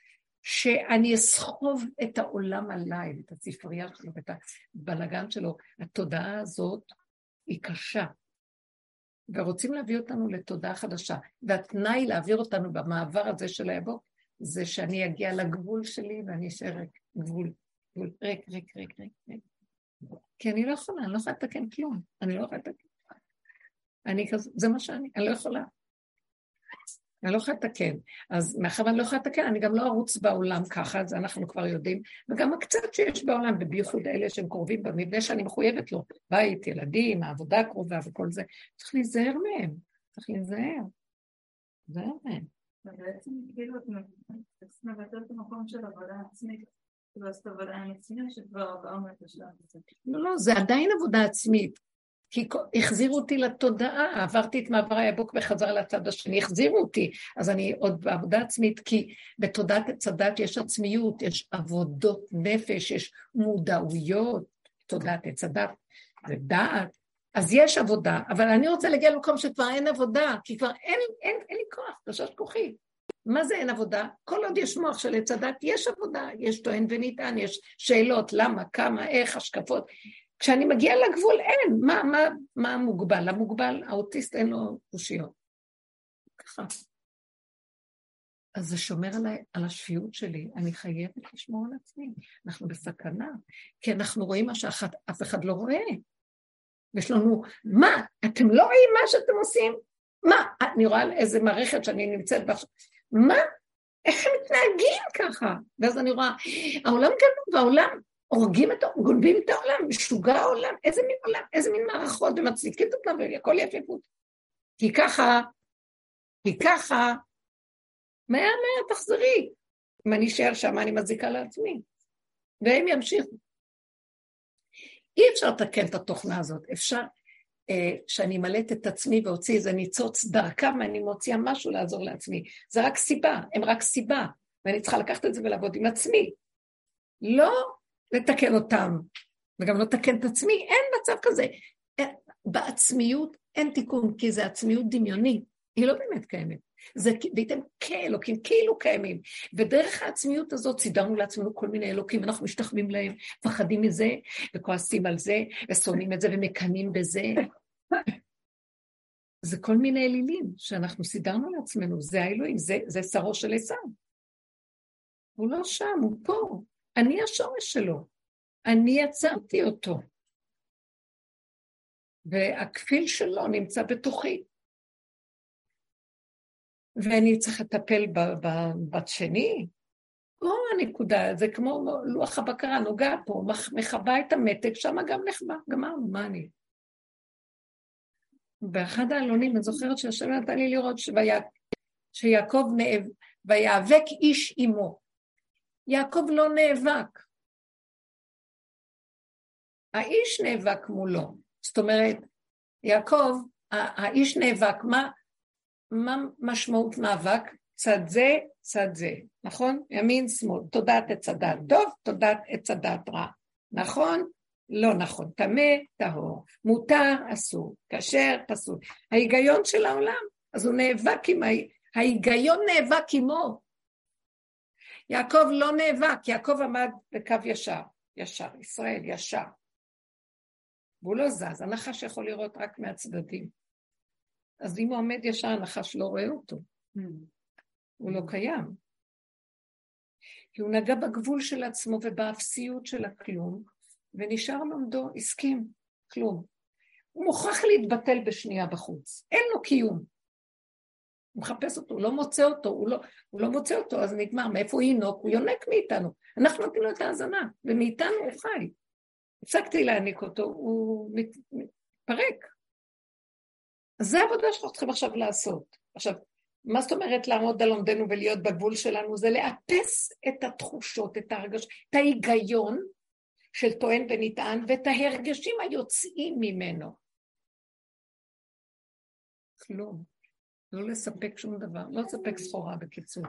שאני אסחוב את העולם עליי, את הספרייה שלו, את הבלגן שלו. התודעה הזאת היא קשה, ורוצים להביא אותנו לתודעה חדשה, והתנאי להעביר אותנו במעבר הזה של היבוק, זה שאני אגיע לגבול שלי, ואני אשאר גבול, גבול, ריק, ריק, ריק, ריק, ריק. כי אני לא יכולה, אני לא יכולה לתקן כלום, אני לא יכולה לתקן. אני כזה, זה מה שאני, אני לא יכולה. אני לא יכולה לתקן. אז מאחר ואני לא יכולה לתקן, אני גם לא ארוץ בעולם ככה, זה אנחנו כבר יודעים, וגם הקצת שיש בעולם, ובייחוד אלה שהם קרובים במבנה שאני מחויבת לו, בית, ילדים, העבודה הקרובה וכל זה, צריך להיזהר מהם, צריך להיזהר. להיזהר מהם. ובעצם כאילו, אתם מבטל את המקום של עבודה עצמית, כאילו עשת עבודה עצמית שכבר עברנו את השלב הזה. לא, לא, זה עדיין עבודה עצמית, כי החזירו אותי לתודעה, עברתי את מעבר היבוק וחזר לצד השני, החזירו אותי, אז אני עוד בעבודה עצמית, כי בתודעת הצדת יש עצמיות, יש עבודות נפש, יש מודעויות, תודעת הצדת ודעת, אז יש עבודה, אבל אני רוצה להגיע למקום שכבר אין עבודה, כי כבר אין, אין, אין לי כוח, תשש כוחי. מה זה אין עבודה? כל עוד יש מוח של הצדת, יש עבודה, יש טוען וניתן, יש שאלות, למה, כמה, איך, השקפות, כשאני מגיעה לגבול, אין. מה, מה, מה המוגבל? המוגבל, האוטיסט אין לו קושיות. ככה. אז זה שומר עליי, על השפיות שלי. אני חייבת לשמור על עצמי. אנחנו בסכנה, כי אנחנו רואים מה שאף אחד לא רואה. ויש לנו, מה? אתם לא רואים מה שאתם עושים? מה? אני רואה איזה מערכת שאני נמצאת בה. מה? איך הם מתנהגים ככה? ואז אני רואה, העולם גנוב, והעולם הורגים את העולם, גונבים את העולם, משוגע העולם, איזה מין עולם, איזה מין מערכות, ומצליקים אותם, והכל יפיפות. כי ככה, כי ככה, מהר מהר תחזרי. אם אני אשאר שם, אני מזיקה לעצמי. והם ימשיכו. אי אפשר לתקן את התוכנה הזאת, אפשר אה, שאני מלאת את עצמי והוציא איזה ניצוץ דרכה, ואני מוציאה משהו לעזור לעצמי. זה רק סיבה, הם רק סיבה, ואני צריכה לקחת את זה ולעבוד עם עצמי. לא לתקן אותם, וגם לא לתקן את עצמי, אין מצב כזה. בעצמיות אין תיקון, כי זה עצמיות דמיונית, היא לא באמת קיימת. זה, ואיתם כאלוקים, כאילו קיימים. ודרך העצמיות הזאת סידרנו לעצמנו כל מיני אלוקים, אנחנו משתחווים להם, פחדים מזה, וכועסים על זה, ושונאים את זה, ומקנים בזה. זה כל מיני אלילים שאנחנו סידרנו לעצמנו, זה האלוהים, זה, זה שרו של עשיו. הוא לא שם, הוא פה. אני השורש שלו. אני יצרתי אותו. והכפיל שלו נמצא בתוכי. ואני צריך לטפל בבת שני. או הנקודה, זה כמו לוח הבקרה, נוגע פה, מחבה את המתק, שם גם נחבא, גמרנו, מה אני? באחד העלונים, אני זוכרת שהשם נתן לי לראות שהיה, שיעקב נאב, ויאבק איש עמו. יעקב לא נאבק. האיש נאבק מולו. זאת אומרת, יעקב, האיש נאבק, מה, מה משמעות מאבק? צד זה, צד זה, נכון? ימין, שמאל, תודעת את צדת טוב, תודעת את צדת רע. נכון? לא נכון. טמא, טהור. מותר, אסור. כשר, פסול. ההיגיון של העולם, אז הוא נאבק עם, ההיגיון נאבק עמו. יעקב לא נאבק, יעקב עמד בקו ישר, ישר, ישראל, ישר. והוא לא זז, הנחש יכול לראות רק מהצדדים. אז אם הוא עומד ישר, הנחש לא רואה אותו. הוא לא קיים. כי הוא נגע בגבול של עצמו ובאפסיות של הכלום, ונשאר לומדו, הסכים, כלום. הוא מוכרח להתבטל בשנייה בחוץ. אין לו קיום. הוא מחפש אותו, הוא לא מוצא אותו, הוא לא, הוא לא מוצא אותו, אז נגמר. מאיפה הוא ינוק? הוא יונק מאיתנו. אנחנו נותנים לו את ההזנה, ומאיתנו הוא חי. הפסקתי להעניק אותו, הוא מת, מתפרק. אז זה העבודה שאנחנו צריכים עכשיו לעשות. עכשיו, מה זאת אומרת לעמוד על עומדנו ולהיות בגבול שלנו? זה לאפס את התחושות, את ההרגש, את ההיגיון של טוען ונטען, ואת ההרגשים היוצאים ממנו. כלום. לא לספק שום דבר, לא לספק סחורה בקיצור.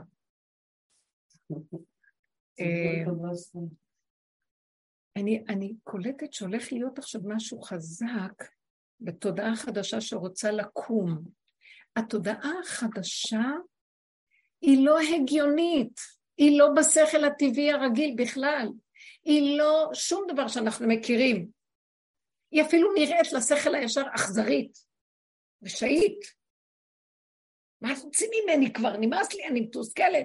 אני, אני קולטת שהולך להיות עכשיו משהו חזק בתודעה החדשה שרוצה לקום. התודעה החדשה היא לא הגיונית, היא לא בשכל הטבעי הרגיל בכלל. היא לא שום דבר שאנחנו מכירים. היא אפילו נראית לשכל הישר אכזרית, ושאית. מה רוצים ממני כבר? נמאס לי, אני מתוסכלת.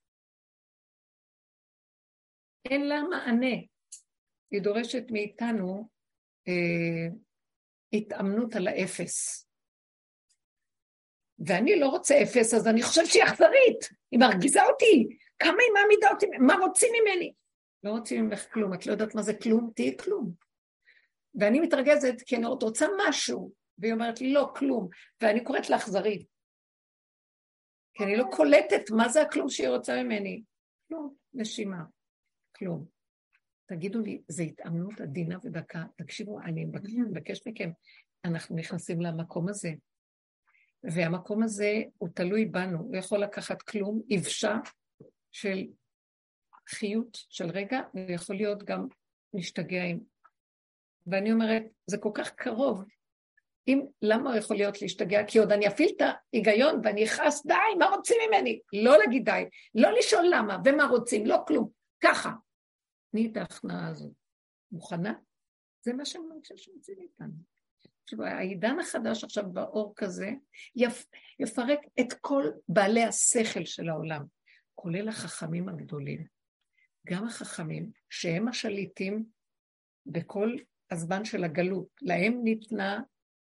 אין לה מענה. היא דורשת מאיתנו אה, התאמנות על האפס. ואני לא רוצה אפס, אז אני חושב שהיא אכזרית. היא מרגיזה אותי. כמה היא מעמידה אותי? מה רוצים ממני? לא רוצים ממך כלום. את לא יודעת מה זה כלום? תהי כלום. ואני מתרגזת כי אני רוצה משהו. והיא אומרת לי, לא, כלום. ואני קוראת לה אכזרית. כי אני לא קולטת מה זה הכלום שהיא רוצה ממני. כלום, נשימה. כלום. תגידו לי, זה התאמנות עדינה ודקה. תקשיבו, אני מבקש מכם. אנחנו נכנסים למקום הזה. והמקום הזה הוא תלוי בנו. הוא יכול לקחת כלום, יבשה של חיות של רגע, ויכול להיות גם משתגע עם. ואני אומרת, זה כל כך קרוב. אם, למה הוא יכול להיות להשתגע? כי עוד אני אפעיל את ההיגיון ואני אכעס, די, מה רוצים ממני? לא להגיד די, לא לשאול למה, ומה רוצים, לא כלום. ככה. תני את ההכנעה הזאת. מוכנה? זה מה שאני חושב שרוצים איתנו. עכשיו, העידן החדש עכשיו באור כזה, יפ, יפרק את כל בעלי השכל של העולם, כולל החכמים הגדולים. גם החכמים, שהם השליטים בכל הזמן של הגלות, להם ניתנה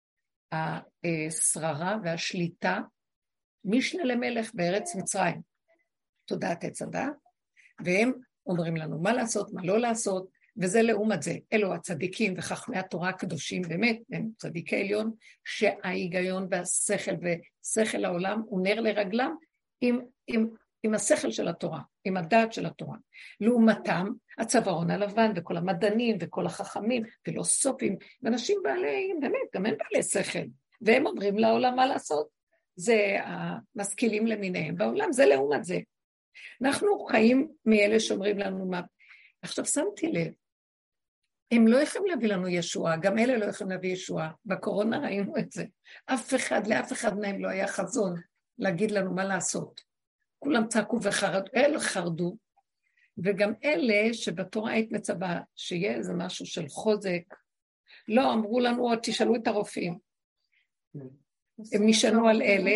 השררה והשליטה, משנה למלך בארץ מצרים, תודעת עץ הדת, והם אומרים לנו מה לעשות, מה לא לעשות, וזה לעומת זה, אלו הצדיקים וחכמי התורה הקדושים, באמת, הם צדיקי עליון, שההיגיון והשכל ושכל העולם הוא נר לרגלם, עם, עם, עם השכל של התורה, עם הדעת של התורה. לעומתם, הצווארון הלבן וכל המדענים וכל החכמים, פילוסופים, ואנשים בעלי, באמת, גם הם בעלי שכל, והם אומרים לעולם מה לעשות. זה המשכילים למיניהם בעולם, זה לעומת זה. אנחנו חיים מאלה שאומרים לנו מה, עכשיו שמתי לב, הם לא יכולים להביא לנו ישועה, גם אלה לא יכולים להביא ישועה, בקורונה ראינו את זה, אף אחד, לאף אחד מהם לא היה חזון להגיד לנו מה לעשות, כולם צעקו וחרדו, אלה חרדו, וגם אלה שבתורה היית מצווה, שיהיה איזה משהו של חוזק, לא אמרו לנו עוד תשאלו את הרופאים, הם נשענו על אלה,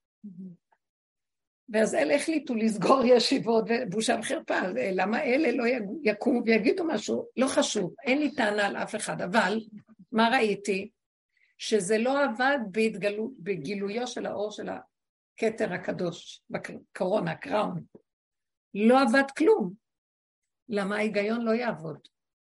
ואז אלה החליטו לסגור ישיבות, ובושה וחרפה, למה אלה לא יקומו ויגידו משהו, לא חשוב, אין לי טענה על אף אחד, אבל מה ראיתי? שזה לא עבד בהתגלו, בגילויו של האור של הכתר הקדוש, בקורונה, קראון, לא עבד כלום, למה ההיגיון לא יעבוד?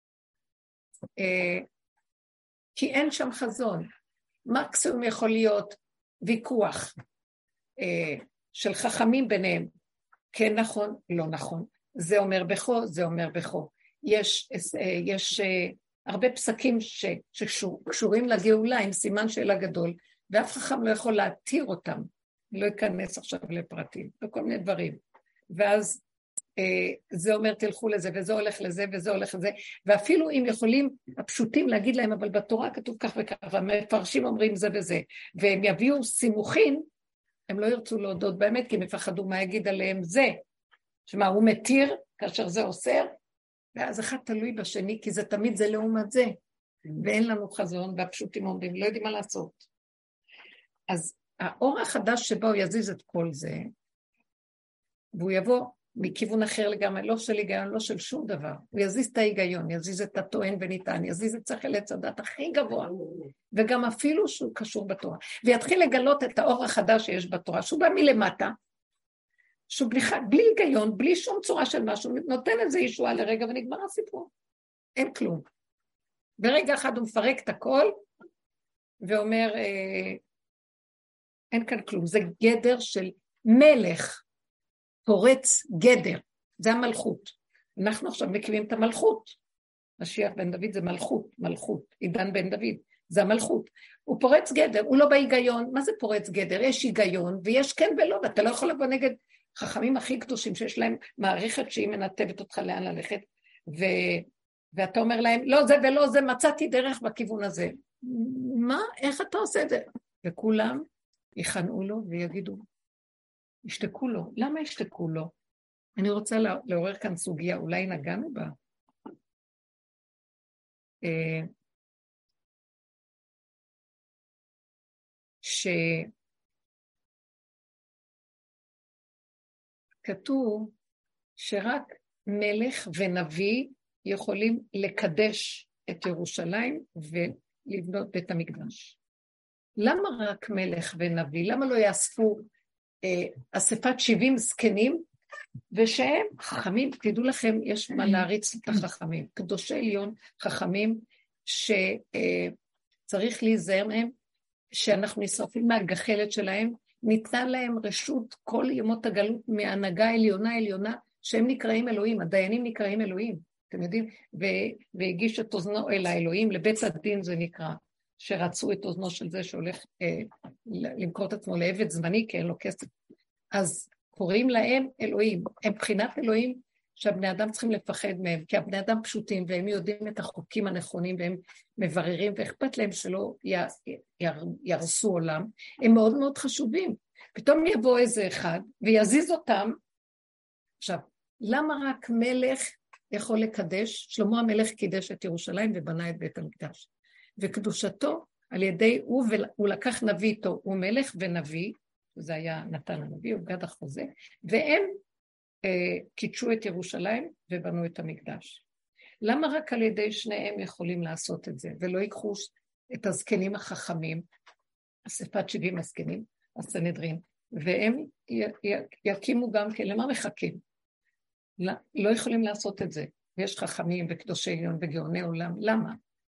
כי אין שם חזון, מקסימום יכול להיות ויכוח, של חכמים ביניהם, כן נכון, לא נכון, זה אומר בכו, זה אומר בכו. יש, יש הרבה פסקים ש, שקשורים לגאולה עם סימן שאלה גדול, ואף חכם לא יכול להתיר אותם, לא ייכנס עכשיו לפרטים, וכל מיני דברים. ואז זה אומר תלכו לזה, וזה הולך לזה, וזה הולך לזה, ואפילו אם יכולים הפשוטים להגיד להם, אבל בתורה כתוב כך וכך, והמפרשים אומרים זה וזה, והם יביאו סימוכין, הם לא ירצו להודות באמת, כי הם יפחדו מה יגיד עליהם זה. שמה, הוא מתיר כאשר זה אוסר, ואז אחד תלוי בשני, כי זה תמיד זה לעומת זה. ואין לנו חזון, והפשוטים אומרים, לא יודעים מה לעשות. אז האור החדש שבו הוא יזיז את כל זה, והוא יבוא מכיוון אחר לגמרי, לא של היגיון, לא של שום דבר. הוא יזיז את ההיגיון, יזיז את הטוען וניתן, יזיז את שכל עץ הדת הכי גבוה, וגם אפילו שהוא קשור בתורה. ויתחיל לגלות את האור החדש שיש בתורה, שהוא בא מלמטה, שהוא בלי, בלי היגיון, בלי שום צורה של משהו, נותן איזה ישועה לרגע ונגמר הסיפור. אין כלום. ברגע אחד הוא מפרק את הכל, ואומר, אה, אין כאן כלום. זה גדר של מלך, פורץ גדר, זה המלכות. אנחנו עכשיו מקימים את המלכות. משיח בן דוד זה מלכות, מלכות. עידן בן דוד, זה המלכות. הוא פורץ גדר, הוא לא בהיגיון. מה זה פורץ גדר? יש היגיון ויש כן ולא, ואתה לא יכול לבוא נגד חכמים הכי קדושים שיש להם מערכת שהיא מנתבת אותך לאן ללכת, ו... ואתה אומר להם, לא זה ולא זה, מצאתי דרך בכיוון הזה. מה? איך אתה עושה את זה? וכולם יכנעו לו ויגידו, ישתקו לו. למה ישתקו לו? אני רוצה לעורר כאן סוגיה, אולי נגענו בה. שכתוב שרק מלך ונביא יכולים לקדש את ירושלים ולבנות בית המקדש. למה רק מלך ונביא? למה לא יאספו אה, אספת שבעים זקנים, ושהם חכמים? תדעו לכם, יש מה להריץ את החכמים, קדושי עליון חכמים, שצריך להיזהר מהם, שאנחנו נשרפים מהגחלת שלהם, ניתנה להם רשות כל ימות הגלות מהנהגה עליונה עליונה, שהם נקראים אלוהים, הדיינים נקראים אלוהים, אתם יודעים, והגיש את אוזנו אל האלוהים, לבית הדין זה נקרא, שרצו את אוזנו של זה שהולך אה, למכור את עצמו לעבד זמני, כי אין לו כסף. אז קוראים להם אלוהים, הם בחינת אלוהים שהבני אדם צריכים לפחד מהם, כי הבני אדם פשוטים, והם יודעים את החוקים הנכונים, והם מבררים, ואכפת להם שלא י, י, ירסו עולם, הם מאוד מאוד חשובים. פתאום יבוא איזה אחד, ויזיז אותם. עכשיו, למה רק מלך יכול לקדש? שלמה המלך קידש את ירושלים, ובנה את בית המקדש. וקדושתו, על ידי, הוא, הוא לקח נביא איתו, הוא מלך ונביא, זה היה נתן הנביא, הוא גד החוזה, והם אה, קידשו את ירושלים ובנו את המקדש. למה רק על ידי שניהם יכולים לעשות את זה, ולא ייקחו את הזקנים החכמים, אספת שבעים הזקנים, הסנהדרין, והם י, י, יקימו גם כן, למה מחכים? לא, לא יכולים לעשות את זה, ויש חכמים וקדושי עליון וגאוני עולם, למה?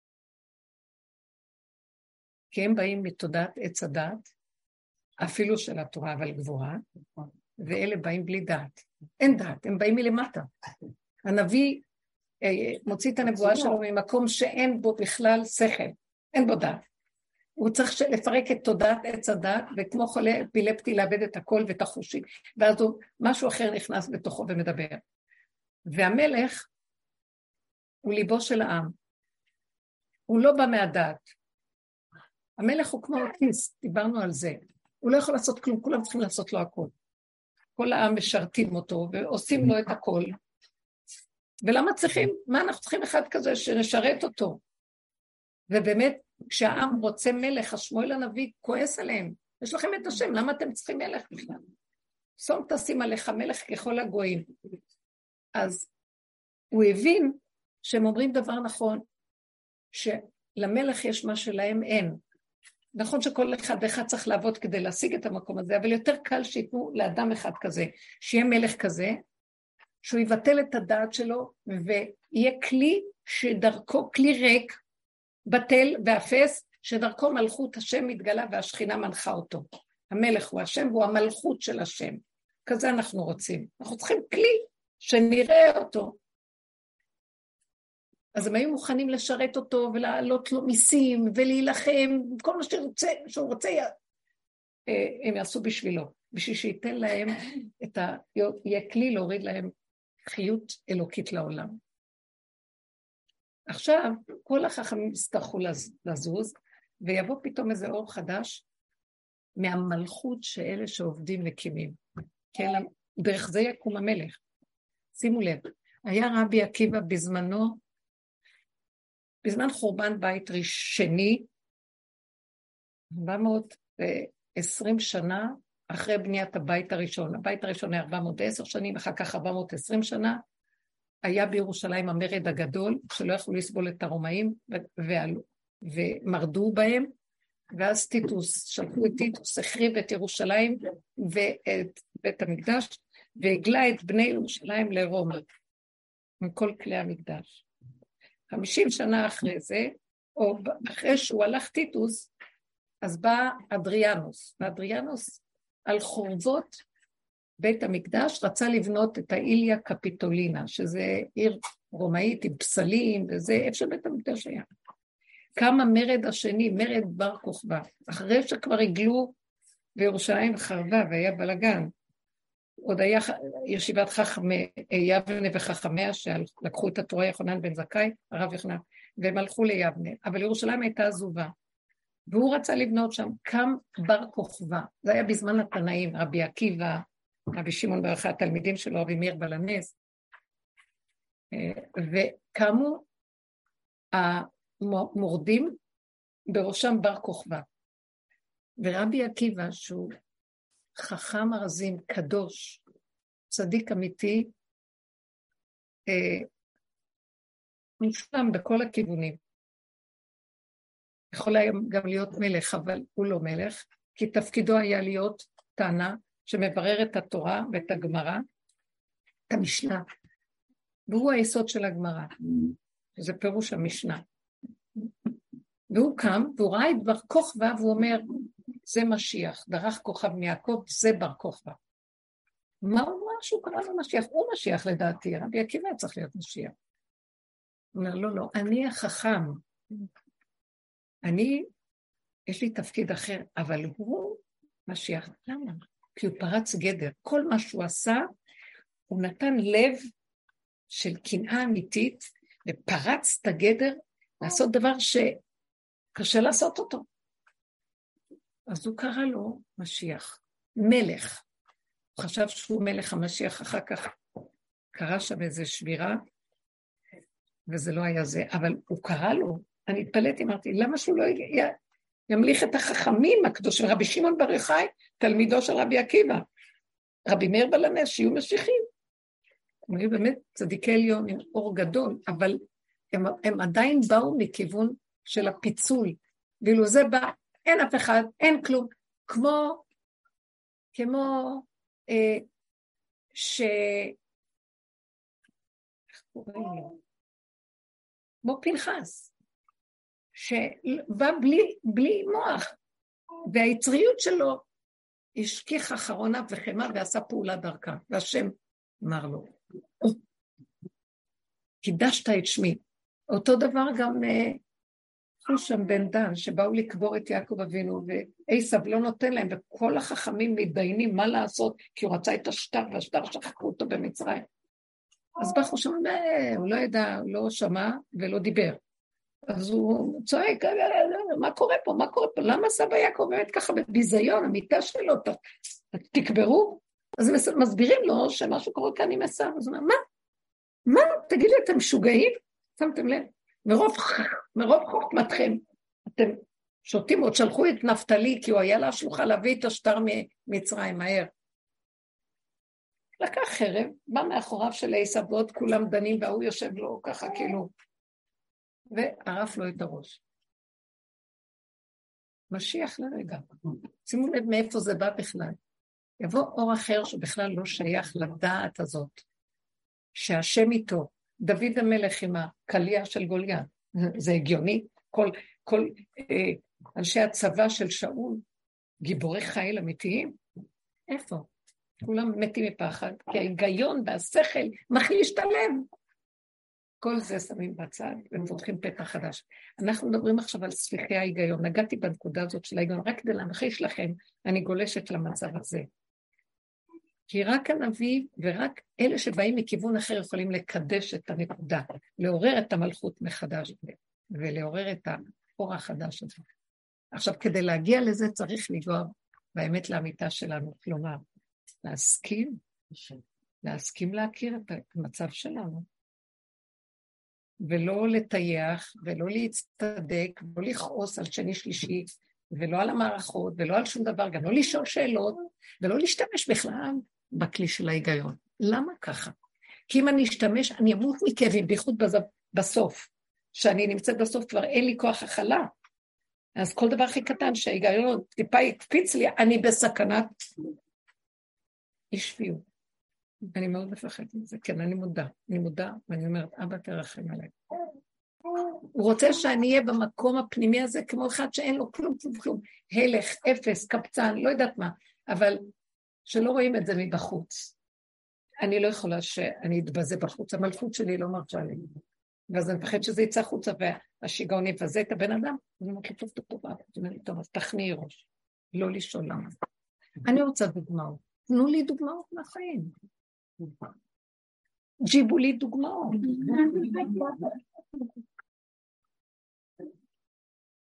כי הם באים מתודעת עץ הדעת, אפילו של התורה, אבל גבוהה, ואלה באים בלי דעת. אין דעת, הם באים מלמטה. הנביא מוציא את הנבואה שלו ממקום שאין בו בכלל שכל, אין בו דעת. הוא צריך לפרק את תודעת עץ הדעת, וכמו חולה אפילפטי לאבד את הכל ואת החושים, ואז הוא, משהו אחר נכנס בתוכו ומדבר. והמלך הוא ליבו של העם. הוא לא בא מהדעת. המלך הוא כמו אוטיסט, דיברנו על זה. הוא לא יכול לעשות כלום, כולם צריכים לעשות לו הכל. כל העם משרתים אותו ועושים לו את הכל. ולמה צריכים? מה אנחנו צריכים אחד כזה שנשרת אותו? ובאמת, כשהעם רוצה מלך, השמואל הנביא כועס עליהם. יש לכם את השם, למה אתם צריכים מלך בכלל? שום תשים עליך מלך ככל הגויים. אז הוא הבין שהם אומרים דבר נכון, שלמלך יש מה שלהם אין. נכון שכל אחד ואחד צריך לעבוד כדי להשיג את המקום הזה, אבל יותר קל שיתנו לאדם אחד כזה, שיהיה מלך כזה, שהוא יבטל את הדעת שלו, ויהיה כלי שדרכו, כלי ריק, בטל ואפס, שדרכו מלכות השם מתגלה והשכינה מנחה אותו. המלך הוא השם והוא המלכות של השם. כזה אנחנו רוצים. אנחנו צריכים כלי שנראה אותו. אז הם היו מוכנים לשרת אותו ולעלות לו מיסים ולהילחם, כל מה שרוצה, שהוא רוצה, הם יעשו בשבילו, בשביל שייתן להם את ה... יהיה כלי להוריד להם חיות אלוקית לעולם. עכשיו, כל החכמים יצטרכו לזוז, ויבוא פתאום איזה אור חדש מהמלכות שאלה שעובדים מקימים. כן, דרך זה יקום המלך. שימו לב, היה רבי עקיבא בזמנו, בזמן חורבן בית שני, ארבע מאות ועשרים שנה אחרי בניית הבית הראשון, הבית הראשון היה ארבע מאות ועשר שנים, אחר כך ארבע מאות ועשרים שנה, היה בירושלים המרד הגדול, שלא יכלו לסבול את הרומאים, ועלו, ומרדו בהם, ואז טיטוס, שלחו את טיטוס, החריב את ירושלים ואת בית המקדש, והגלה את בני ירושלים לרומא, מכל כלי המקדש. חמישים שנה אחרי זה, או אחרי שהוא הלך טיטוס, אז בא אדריאנוס, ואדריאנוס על חורבות בית המקדש רצה לבנות את האיליה קפיטולינה, שזה עיר רומאית עם פסלים, וזה איפה שבית המקדש היה. קם המרד השני, מרד בר כוכבא, אחרי שכבר הגלו בירושלים חרבה והיה בלגן, עוד היה ישיבת חכמי יבנה וחכמיה, שלקחו את התורה יוחנן בן זכאי, הרב יוחנן, והם הלכו ליבנה, אבל ירושלים הייתה עזובה, והוא רצה לבנות שם, קם בר כוכבא, זה היה בזמן התנאים, רבי עקיבא, רבי שמעון בר יוחאי, התלמידים שלו, רבי מאיר בעל הנס, וקמו המורדים בראשם בר כוכבא. ורבי עקיבא, שהוא חכם ארזים, קדוש, צדיק אמיתי, מושלם בכל הכיוונים. יכול היה גם להיות מלך, אבל הוא לא מלך, כי תפקידו היה להיות טענה שמברר את התורה ואת הגמרא, את המשנה, והוא היסוד של הגמרא, זה פירוש המשנה. והוא קם, והוא ראה את בר כוכבא, והוא אומר, זה משיח, דרך כוכב מיעקב, זה בר כוכבא. מה הוא אומר שהוא קרא לו משיח? הוא משיח לדעתי, רבי עקיבא צריך להיות משיח. הוא אומר, לא, לא, אני החכם, אני, יש לי תפקיד אחר, אבל הוא משיח. למה? כי הוא פרץ גדר. כל מה שהוא עשה, הוא נתן לב של קנאה אמיתית, ופרץ את הגדר לעשות דבר שקשה לעשות אותו. אז הוא קרא לו משיח, מלך. הוא חשב שהוא מלך המשיח, אחר כך קרא שם איזו שבירה, וזה לא היה זה, אבל הוא קרא לו, אני התפלאתי, אמרתי, למה שהוא לא י... ימליך את החכמים הקדושים, רבי שמעון בר יוחאי, תלמידו של רבי עקיבא, רבי מאיר בעל הנס, שיהיו משיחים. הם היו באמת צדיקי עליון עם אור גדול, אבל הם, הם עדיין באו מכיוון של הפיצול, ואילו זה בא, אין אף אחד, אין כלום, כמו, כמו אה, ש... איך קוראים לו? כמו פנחס, שבא בלי, בלי מוח, והיצריות שלו השכיח אחרונה וחמה ועשה פעולה דרכה, והשם אמר לו, קידשת את שמי. אותו דבר גם חושם בן דן, שבאו לקבור את יעקב אבינו, ועשיו לא נותן להם, וכל החכמים מתדיינים מה לעשות, כי הוא רצה את השטר, והשטר שחקו אותו במצרים. אז בא חושם, הוא לא ידע, הוא לא שמע ולא דיבר. אז הוא צועק, מה קורה פה, מה קורה פה? למה סבא יעקב באמת ככה בביזיון, המיטה שלו, תקברו? אז הם מסבירים לו שמשהו קורה כאן עם עשיו. אז הוא אומר, מה? מה? תגידו, אתם משוגעים? שמתם לב? מרוב, מרוב חוכמתכם, אתם שותים, עוד שלחו את נפתלי, כי הוא היה לה שלוחה להביא את השטר ממצרים מהר. לקח חרב, בא מאחוריו של עשיו, ועוד כולם דנים, והוא יושב לו ככה כאילו, וערף לו את הראש. משיח לרגע. שימו לב מאיפה זה בא בכלל. יבוא אור אחר שבכלל לא שייך לדעת הזאת, שהשם איתו, דוד המלך עם הקליה של גוליית, זה הגיוני, כל, כל אה, אנשי הצבא של שאול, גיבורי חיל אמיתיים, איפה? כולם מתים מפחד, כי ההיגיון והשכל מחליש את הלב. כל זה שמים בצד ופותחים פתח חדש. אנחנו מדברים עכשיו על ספיחי ההיגיון, נגעתי בנקודה הזאת של ההיגיון, רק כדי להמחיש לכם, אני גולשת למצב הזה. כי רק הנביא ורק אלה שבאים מכיוון אחר יכולים לקדש את הנקודה, לעורר את המלכות מחדש ולעורר את האור החדש הזה. עכשיו, כדי להגיע לזה צריך לגוע באמת לאמיתה שלנו, כלומר, להסכים, להסכים להכיר את המצב שלנו, ולא לטייח, ולא להצטדק, ולא לכעוס על שני שלישי, ולא על המערכות, ולא על שום דבר, גם לא לשאול שאלות, ולא להשתמש בכלל בכלי של ההיגיון. למה ככה? כי אם אני אשתמש, אני אמות מכאבים, בייחוד בסוף, שאני נמצאת בסוף, כבר אין לי כוח הכלה, אז כל דבר הכי קטן שההיגיון טיפה יקפיץ לי, אני בסכנת אי-שפיות. אני מאוד מפחדת מזה, כן, אני מודע, אני מודע, ואני אומרת, אבא תרחם עליי. הוא רוצה שאני אהיה במקום הפנימי הזה, כמו אחד שאין לו כלום, כלום, כלום, הלך, אפס, קפצן, לא יודעת מה, אבל שלא רואים את זה מבחוץ. אני לא יכולה שאני אתבזה בחוץ, המלכות שלי לא מרשה לי. ואז אני מפחד שזה יצא חוצה, והשיגעון יבזה את הבן אדם, אני אומרת לי, טוב, טוב, טוב, טוב, אז תכניעי ראש, לא לשאול למה. אני רוצה דוגמאות, תנו לי דוגמאות מהחיים. ג'יבו לי דוגמאות.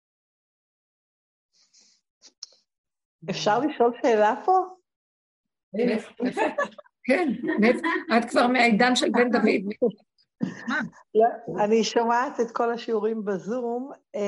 אפשר לשאול שאלה פה? כן, את כבר מהעידן של בן דוד. אני שומעת את כל השיעורים בזום.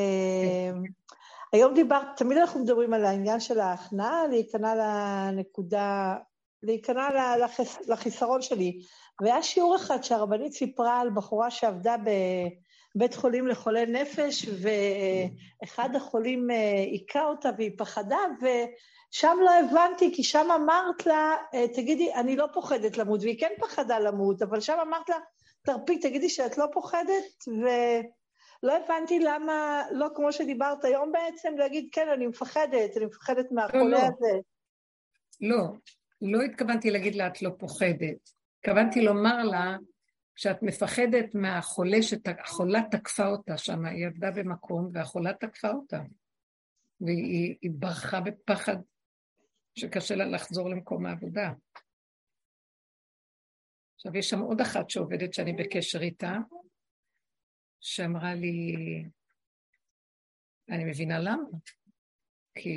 היום דיברת, תמיד אנחנו מדברים על העניין של ההכנעה, להיכנע לנקודה, להיכנע לחיסרון שלי. והיה שיעור אחד שהרבנית סיפרה על בחורה שעבדה בבית חולים לחולי נפש, ואחד החולים עיקה אותה והיא פחדה, ושם לא הבנתי, כי שם אמרת לה, תגידי, אני לא פוחדת למות, והיא כן פחדה למות, אבל שם אמרת לה, תרפי, תגידי שאת לא פוחדת, ולא הבנתי למה, לא כמו שדיברת היום בעצם, להגיד, כן, אני מפחדת, אני מפחדת מהחולה לא, לא. הזה. לא, לא התכוונתי להגיד לה, את לא פוחדת. התכוונתי לומר לה, כשאת מפחדת מהחולה, שהחולה תקפה אותה שם, היא עבדה במקום, והחולה תקפה אותה. והיא היא ברחה בפחד, שקשה לה לחזור למקום העבודה. עכשיו, יש שם עוד אחת שעובדת שאני בקשר איתה, שאמרה לי, אני מבינה למה, כי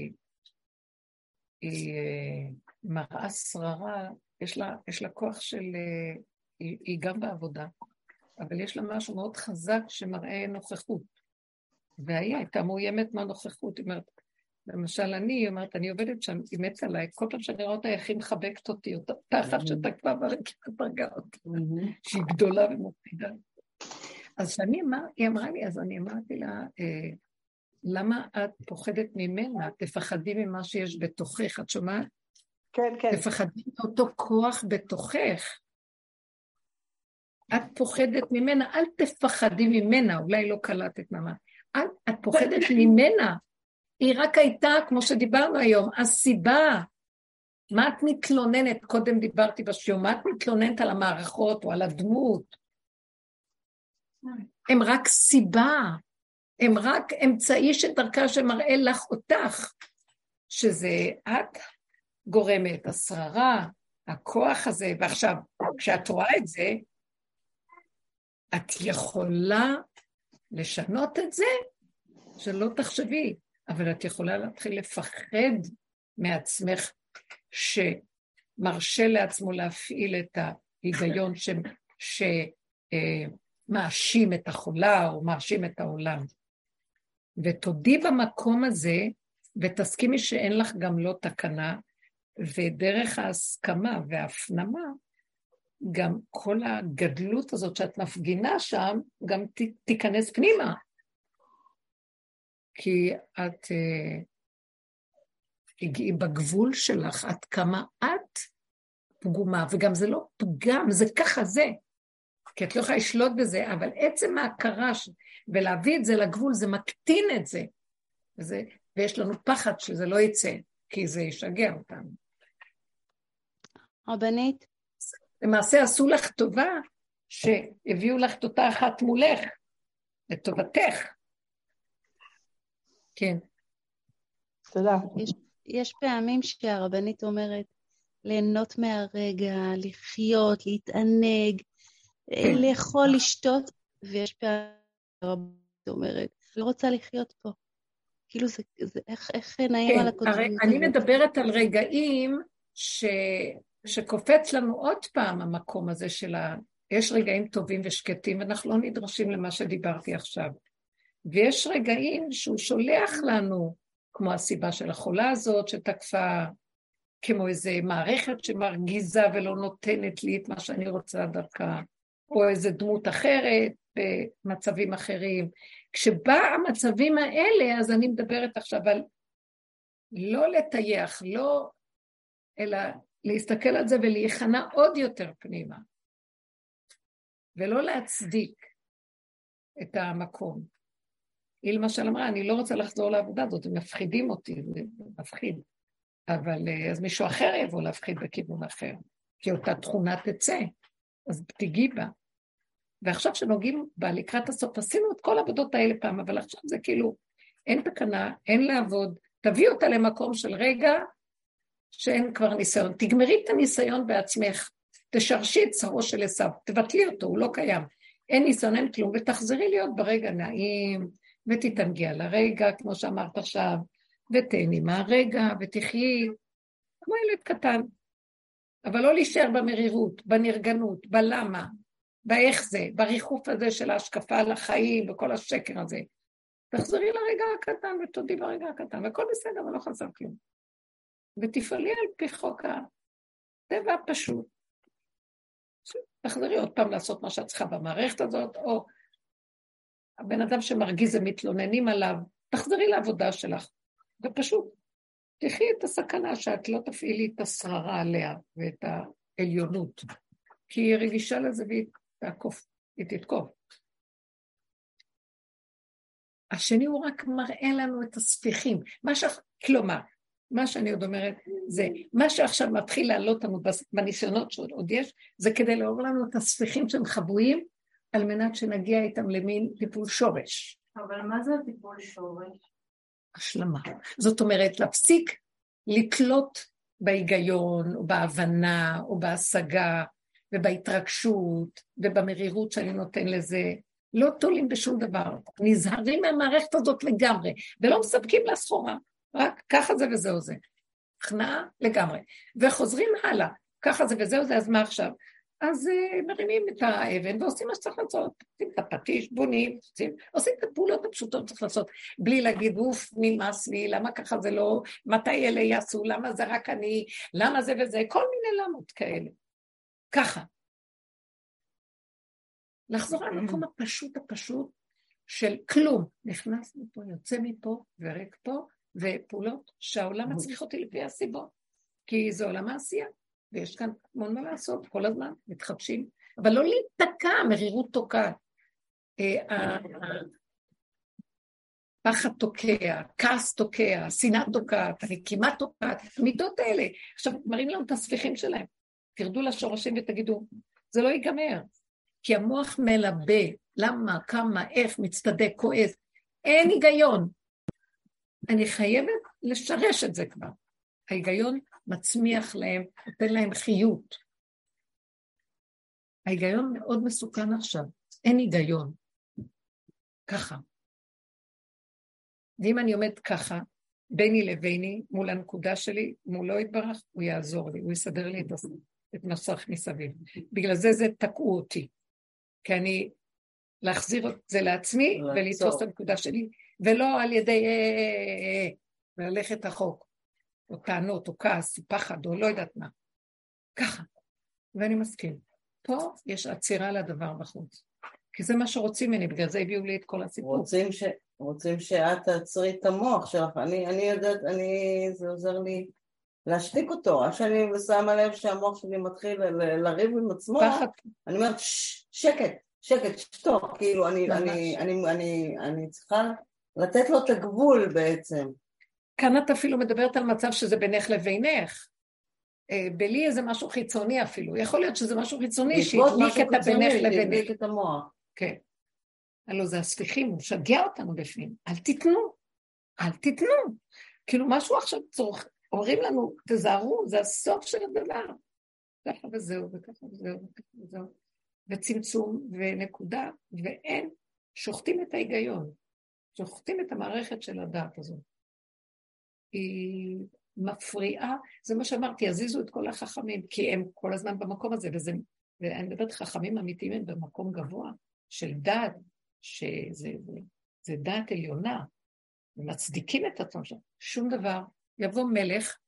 היא מראה שררה, יש לה, יש לה כוח של, היא, היא גם בעבודה, אבל יש לה משהו מאוד חזק שמראה נוכחות, והיא הייתה מאוימת מהנוכחות, היא אומרת, למשל אני, היא אומרת, אני עובדת שם, היא מתה עליי, כל פעם שאני רואה אותה, היא הכי מחבקת אותי, אותה פחד שאתה כבר ברקת פרגע אותי, שהיא גדולה ומופידה. אז שאני אמר, היא אמרה לי, אז אני אמרתי לה, אה, למה את פוחדת ממנה? תפחדי ממה שיש בתוכך, את שומעת? כן, כן. תפחדי מאותו כוח בתוכך. את פוחדת ממנה, אל תפחדי ממנה, אולי לא קלטת ממש. את פוחדת ממנה. היא רק הייתה, כמו שדיברנו היום, הסיבה. מה את מתלוננת? קודם דיברתי בשיעור, מה את מתלוננת על המערכות או על הדמות? הם רק סיבה. הם רק אמצעי שדרכה שמראה לך אותך, שזה את גורמת, השררה, הכוח הזה, ועכשיו, כשאת רואה את זה, את יכולה לשנות את זה, שלא תחשבי, אבל את יכולה להתחיל לפחד מעצמך, שמרשה לעצמו להפעיל את ההיגיון שמאשים את החולה, או מאשים את העולם. ותודי במקום הזה, ותסכימי שאין לך גם לא תקנה, ודרך ההסכמה וההפנמה, גם כל הגדלות הזאת שאת מפגינה שם, גם ת, תיכנס פנימה. כי את תגיעי uh, בגבול שלך, עד כמה את פגומה, וגם זה לא פגם, זה ככה זה. כי את לא יכולה לשלוט בזה, אבל עצם ההכרה ש... ולהביא את זה לגבול, זה מקטין את זה. וזה... ויש לנו פחד שזה לא יצא, כי זה ישגע אותנו. רבנית? למעשה עשו לך טובה, שהביאו לך את אותה אחת מולך, לטובתך. כן. תודה. יש, יש פעמים שהרבנית אומרת, ליהנות מהרגע, לחיות, להתענג, כן. לאכול, לשתות, ויש פעמים שהרבנית אומרת, לא רוצה לחיות פה. כאילו זה, זה איך, איך נעים כן, על הקודמות. אני מדברת על רגעים ש, שקופץ לנו עוד פעם המקום הזה של ה... יש רגעים טובים ושקטים, ואנחנו לא נדרשים למה שדיברתי עכשיו. ויש רגעים שהוא שולח לנו, כמו הסיבה של החולה הזאת, שתקפה כמו איזו מערכת שמרגיזה ולא נותנת לי את מה שאני רוצה דרכה, או איזו דמות אחרת במצבים אחרים. כשבא המצבים האלה, אז אני מדברת עכשיו על לא לטייח, לא, אלא להסתכל על זה ולהיכנע עוד יותר פנימה, ולא להצדיק את המקום. היא למשל אמרה, אני לא רוצה לחזור לעבודה הזאת, הם מפחידים אותי, זה מפחיד. אבל אז מישהו אחר יבוא להפחיד בכיוון אחר, כי אותה תכונה תצא, אז תגיעי בה. ועכשיו שנוגעים בה לקראת הסוף, עשינו את כל העבודות האלה פעם, אבל עכשיו זה כאילו, אין תקנה, אין לעבוד, תביא אותה למקום של רגע, שאין כבר ניסיון. תגמרי את הניסיון בעצמך, תשרשי את שרו של עשיו, תבטלי אותו, הוא לא קיים. אין ניסיון, אין כלום, ותחזרי להיות ברגע נעים, ותתנגיע לרגע, כמו שאמרת עכשיו, ותהני מהרגע, ותחיי, כמו ילד קטן. אבל לא להישאר במרירות, בנרגנות, בלמה, באיך זה, בריחוף הזה של ההשקפה על החיים וכל השקר הזה. תחזרי לרגע הקטן ותודי ברגע הקטן, וכל בסדר, ולא חסר כלום. ותפעלי על פי חוק הטבע הפשוט. תחזרי עוד פעם לעשות מה שאת צריכה במערכת הזאת, או הבן אדם שמרגיז ומתלוננים עליו, תחזרי לעבודה שלך, ופשוט תחי את הסכנה שאת לא תפעילי את השררה עליה ואת העליונות, כי היא רגישה לזה והיא תעקוף, היא תתקוף. השני הוא רק מראה לנו את הספיחים, מה ש... כלומר, מה שאני עוד אומרת זה, מה שעכשיו מתחיל לעלות לנו בניסיונות שעוד יש, זה כדי להראות לנו את הספיחים שהם חבויים, על מנת שנגיע איתם למין טיפול שורש. אבל מה זה טיפול שורש? השלמה. זאת אומרת, להפסיק לתלות בהיגיון, או בהבנה, או בהשגה, ובהתרגשות, ובמרירות שאני נותן לזה, לא תולים בשום דבר. נזהרים מהמערכת הזאת לגמרי, ולא מספקים לה סחורה. רק ככה זה וזהו זה. הכנעה לגמרי. וחוזרים הלאה, ככה זה וזהו זה, אז מה עכשיו? אז uh, מרימים את האבן ועושים מה שצריך לעשות. עושים את הפטיש, בונים, עושים, עושים את הפעולות הפשוטות שצריך לעשות, בלי להגיד, אוף, נמאס לי, למה ככה זה לא, מתי אלה יעשו, למה זה רק אני, למה זה וזה, כל מיני למות כאלה. ככה. לחזור למקום הפשוט הפשוט של כלום. נכנס מפה, יוצא מפה, ורק פה, ופעולות שהעולם מצריך אותי לפי הסיבות. כי זה עולם העשייה. ויש כאן המון מה לעשות, כל הזמן מתחדשים, אבל לא להתקע, מרירות תוקעת. הפחד תוקע, כעס תוקע, שנאה תוקעת, אני כמעט תוקעת, המידות האלה. עכשיו, מראים לנו את הספיחים שלהם. תרדו לשורשים ותגידו, זה לא ייגמר, כי המוח מלבה, למה, כמה, איך, מצטדק, כועס, אין היגיון. אני חייבת לשרש את זה כבר. ההיגיון מצמיח להם, נותן להם חיות. ההיגיון מאוד מסוכן עכשיו, אין היגיון. ככה. ואם אני עומד ככה, ביני לביני, מול הנקודה שלי, מולו יתברך, הוא יעזור לי, הוא יסדר לי את, את מסך מסביב. בגלל זה זה תקעו אותי. כי אני להחזיר את זה לעצמי, ולתפוס את הנקודה שלי, ולא על ידי ללכת רחוק. או טענות, או כעס, או פחד, או לא יודעת מה. ככה. ואני מסכים. פה יש עצירה לדבר בחוץ. כי זה מה שרוצים ממני, בגלל זה הביאו לי את כל הסיפור. רוצים, ש... רוצים שאת תעצרי את המוח שלך. אני, אני יודעת, אני, זה עוזר לי להשתיק אותו. עד שאני שמה לב שהמוח שלי מתחיל ל... לריב עם עצמו, פחד. אני אומרת, ש... שקט, שקט, שתוק. כאילו, אני, אני, אני, אני, אני צריכה לתת לו את הגבול בעצם. כאן את אפילו מדברת על מצב שזה בינך לבינך. בלי איזה משהו חיצוני אפילו. יכול להיות שזה משהו חיצוני שידליק את הבינך לבינך. שידליק את המוח. כן. הלוא זה הספיחים, הוא משגע אותנו בפנים. אל תיתנו. אל תיתנו. כאילו משהו עכשיו צורך. אומרים לנו, תזהרו, זה הסוף של הדבר. ככה וזהו, וככה וזהו, וככה וזהו. וצמצום ונקודה, ואין, שוחטים את ההיגיון. שוחטים את המערכת של הדעת הזאת. היא מפריעה, זה מה שאמרתי, יזיזו את כל החכמים, כי הם כל הזמן במקום הזה, וזה, ואני מדברת חכמים אמיתיים הם במקום גבוה, של דעת, שזה זה, זה דעת עליונה, ומצדיקים את עצמם שם, שום דבר, יבוא מלך,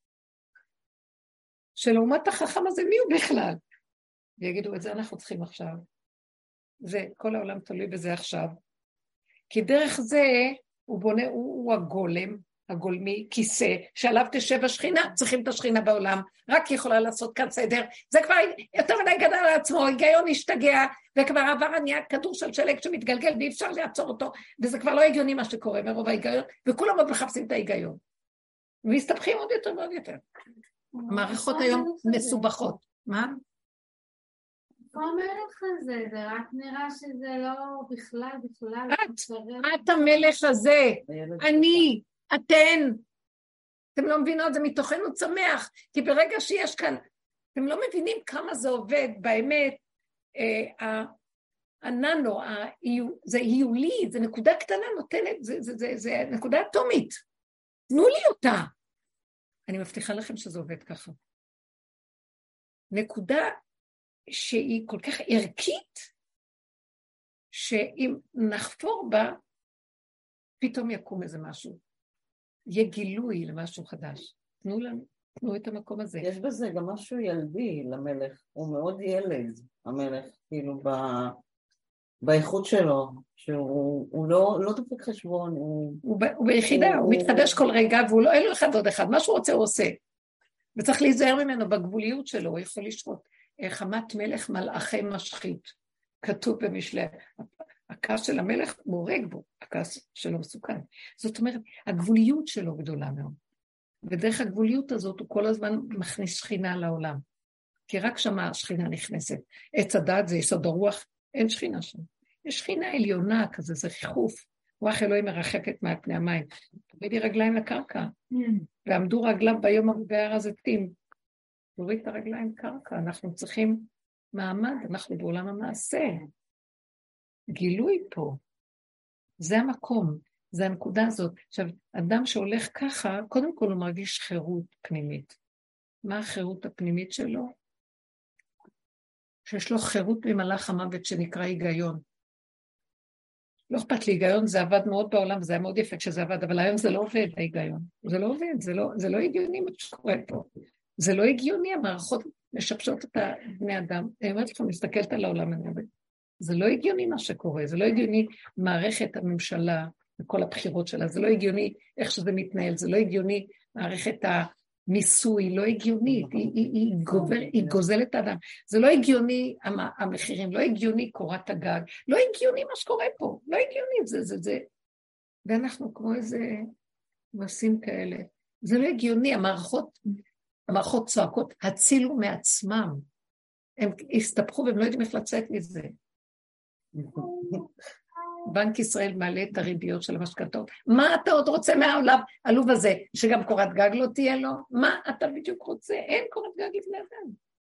שלעומת החכם הזה, מי הוא בכלל? ויגידו, את זה אנחנו צריכים עכשיו, וכל העולם תלוי בזה עכשיו, כי דרך זה, הוא בונה, הוא, הוא הגולם, הגולמי, כיסא, שעליו תשב השכינה, צריכים את השכינה בעולם, רק יכולה לעשות כאן סדר, זה כבר יותר מדי גדל על עצמו, היגיון השתגע, וכבר עבר נהיה כדור של שלג שמתגלגל, ואי אפשר לעצור אותו, וזה כבר לא הגיוני מה שקורה מרוב ההיגיון, וכולם עוד מחפשים את ההיגיון, ומסתבכים עוד יותר ועוד יותר. המערכות היום מסובכות. מה? פה המלך הזה, זה רק נראה שזה לא בכלל, בכלל. את, את המלך הזה, אני, אתן, אתם לא מבינות, זה מתוכנו צמח, כי ברגע שיש כאן, אתם לא מבינים כמה זה עובד, באמת, אה, הננו, זה היולי, זה נקודה קטנה נותנת, זה, זה, זה, זה נקודה אטומית, תנו לי אותה. אני מבטיחה לכם שזה עובד ככה. נקודה שהיא כל כך ערכית, שאם נחפור בה, פתאום יקום איזה משהו. יהיה גילוי למשהו חדש. תנו לנו, תנו את המקום הזה. יש בזה גם משהו ילדי למלך. הוא מאוד ילד, המלך, כאילו ב... באיכות שלו, שהוא הוא לא, לא דופק חשבון. הוא, הוא, ב, הוא ביחידה, הוא, הוא מתחדש כל רגע, והוא לא, אין לו אחד עוד אחד. מה שהוא רוצה הוא עושה. וצריך להיזהר ממנו בגבוליות שלו, הוא יכול לשחוט. חמת מלך מלאכי משחית. כתוב במשלי. הכעס של המלך מורג בו, הכעס שלו מסוכן. זאת אומרת, הגבוליות שלו גדולה מאוד. ודרך הגבוליות הזאת הוא כל הזמן מכניס שכינה לעולם. כי רק שמה השכינה נכנסת. עץ הדת זה יסוד הרוח, אין שכינה שם. יש שכינה עליונה כזה, זה חיכוך. רוח אלוהים מרחפת מעל פני המים. תורידי רגליים לקרקע. ועמדו רגליו ביום ההוא בהר הזיתים. תוריד את הרגליים קרקע. אנחנו צריכים מעמד, אנחנו בעולם המעשה. גילוי פה, זה המקום, זה הנקודה הזאת. עכשיו, אדם שהולך ככה, קודם כל הוא מרגיש חירות פנימית. מה החירות הפנימית שלו? שיש לו חירות ממלאך המוות שנקרא היגיון. לא אכפת לי, היגיון זה עבד מאוד בעולם, זה היה מאוד יפה כשזה עבד, אבל היום זה לא עובד, ההיגיון. זה לא עובד, זה לא, זה לא הגיוני מה שקורה פה. זה לא הגיוני, המערכות משפשות את בני אדם. אני אומרת לכם, מסתכלת על העולם, אני אומרת, זה לא הגיוני מה שקורה, זה לא הגיוני מערכת הממשלה וכל הבחירות שלה, זה לא הגיוני איך שזה מתנהל, זה לא הגיוני מערכת המיסוי, לא הגיוני, היא, היא, היא, גובר, היא גוזלת האדם, זה לא הגיוני המחירים, לא הגיוני קורת הגג, לא הגיוני מה שקורה פה, לא הגיוני, זה, זה, זה, ואנחנו כמו איזה מסים כאלה, זה לא הגיוני, המערכות, המערכות צועקות, הצילו מעצמם, הם הסתפחו והם לא יודעים איך לצאת מזה. בנק ישראל מעלה את הריביות של המשכנתאות. מה אתה עוד רוצה מהעולם עלוב הזה? שגם קורת גג לא תהיה לו? מה אתה בדיוק רוצה? אין קורת גג לבני אדם.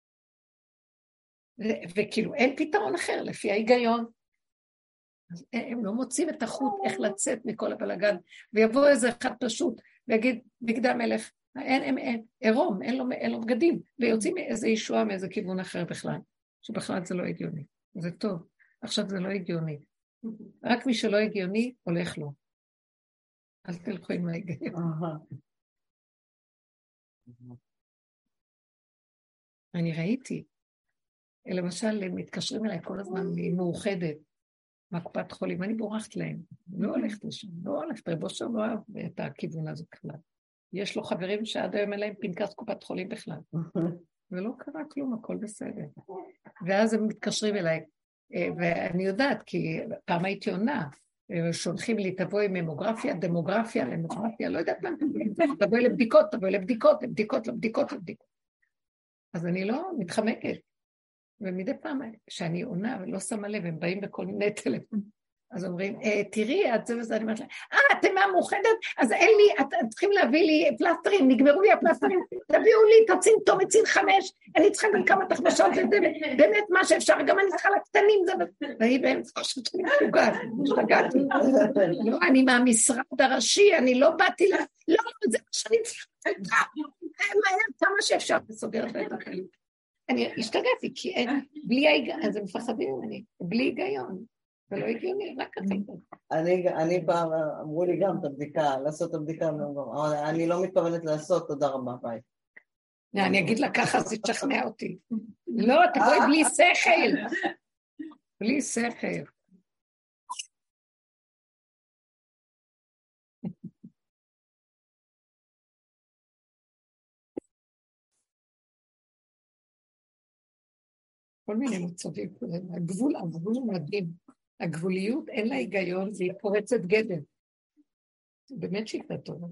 וכאילו אין פתרון אחר לפי ההיגיון. אז הם לא מוצאים את החוט איך לצאת מכל הבלגן, ויבוא איזה אחד פשוט ויגיד, בגדי המלך, אין, אין, אין, עירום, אין לו, אין לו בגדים, ויוצאים איזה ישועה מאיזה כיוון אחר בכלל, שבכלל זה לא הגיוני. זה טוב. עכשיו זה לא הגיוני. רק מי שלא הגיוני, הולך לו. אל תלכו עם ההיגיון. אני ראיתי, למשל, הם מתקשרים אליי כל הזמן ממאוחדת, מהקופת חולים, אני בורחת להם. לא הולכת לשם, לא הולכת, רבו שם לא אוהב את הכיוון הזה בכלל. יש לו חברים שעד היום אליהם פנקס קופת חולים בכלל. ולא קרה כלום, הכל בסדר. ואז הם מתקשרים אליי, ואני יודעת, כי פעם הייתי עונה, שולחים לי, תבואי ממוגרפיה, דמוגרפיה, למוגרפיה, לא יודעת מה, תבואי לבדיקות, תבואי לבדיקות, לבדיקות, לבדיקות, לבדיקות. אז אני לא מתחמקת. ומדי פעם, שאני עונה ולא שמה לב, הם באים בכל מיני טלפון. אז אומרים, תראי, את זה וזה, אני אומרת לה, אה, אתם מהמאוחדת, אז אין לי, אתם צריכים להביא לי פלסטרים, נגמרו לי הפלסטרים, תביאו לי, תוצאים תומצין חמש, אני צריכה גם כמה תחמשות לזה, באמת מה שאפשר, גם אני צריכה לקטנים, והיא באמצע חושבת שאני משוגעת, משתגעתי. לא, אני מהמשרד הראשי, אני לא באתי לה, לא, זה מה שאני צריכה, מהר כמה שאפשר, וסוגרת את החיים. אני השתגעתי, כי בלי ההיגיון, אז הם מפחדים ממני, בלי היגיון. זה לא הגיוני, רק ככה. אני פעם, אמרו לי גם את הבדיקה, לעשות את הבדיקה, אני לא מתכוונת לעשות, תודה רבה, ביי. אני אגיד לה ככה, זה תשכנע אותי. לא, תבואי בלי שכל. בלי שכל. כל מיני מצבים, הגבול, הגבול מדהים. הגבוליות אין לה היגיון, והיא פורצת גדר. זה באמת שיטה טובה.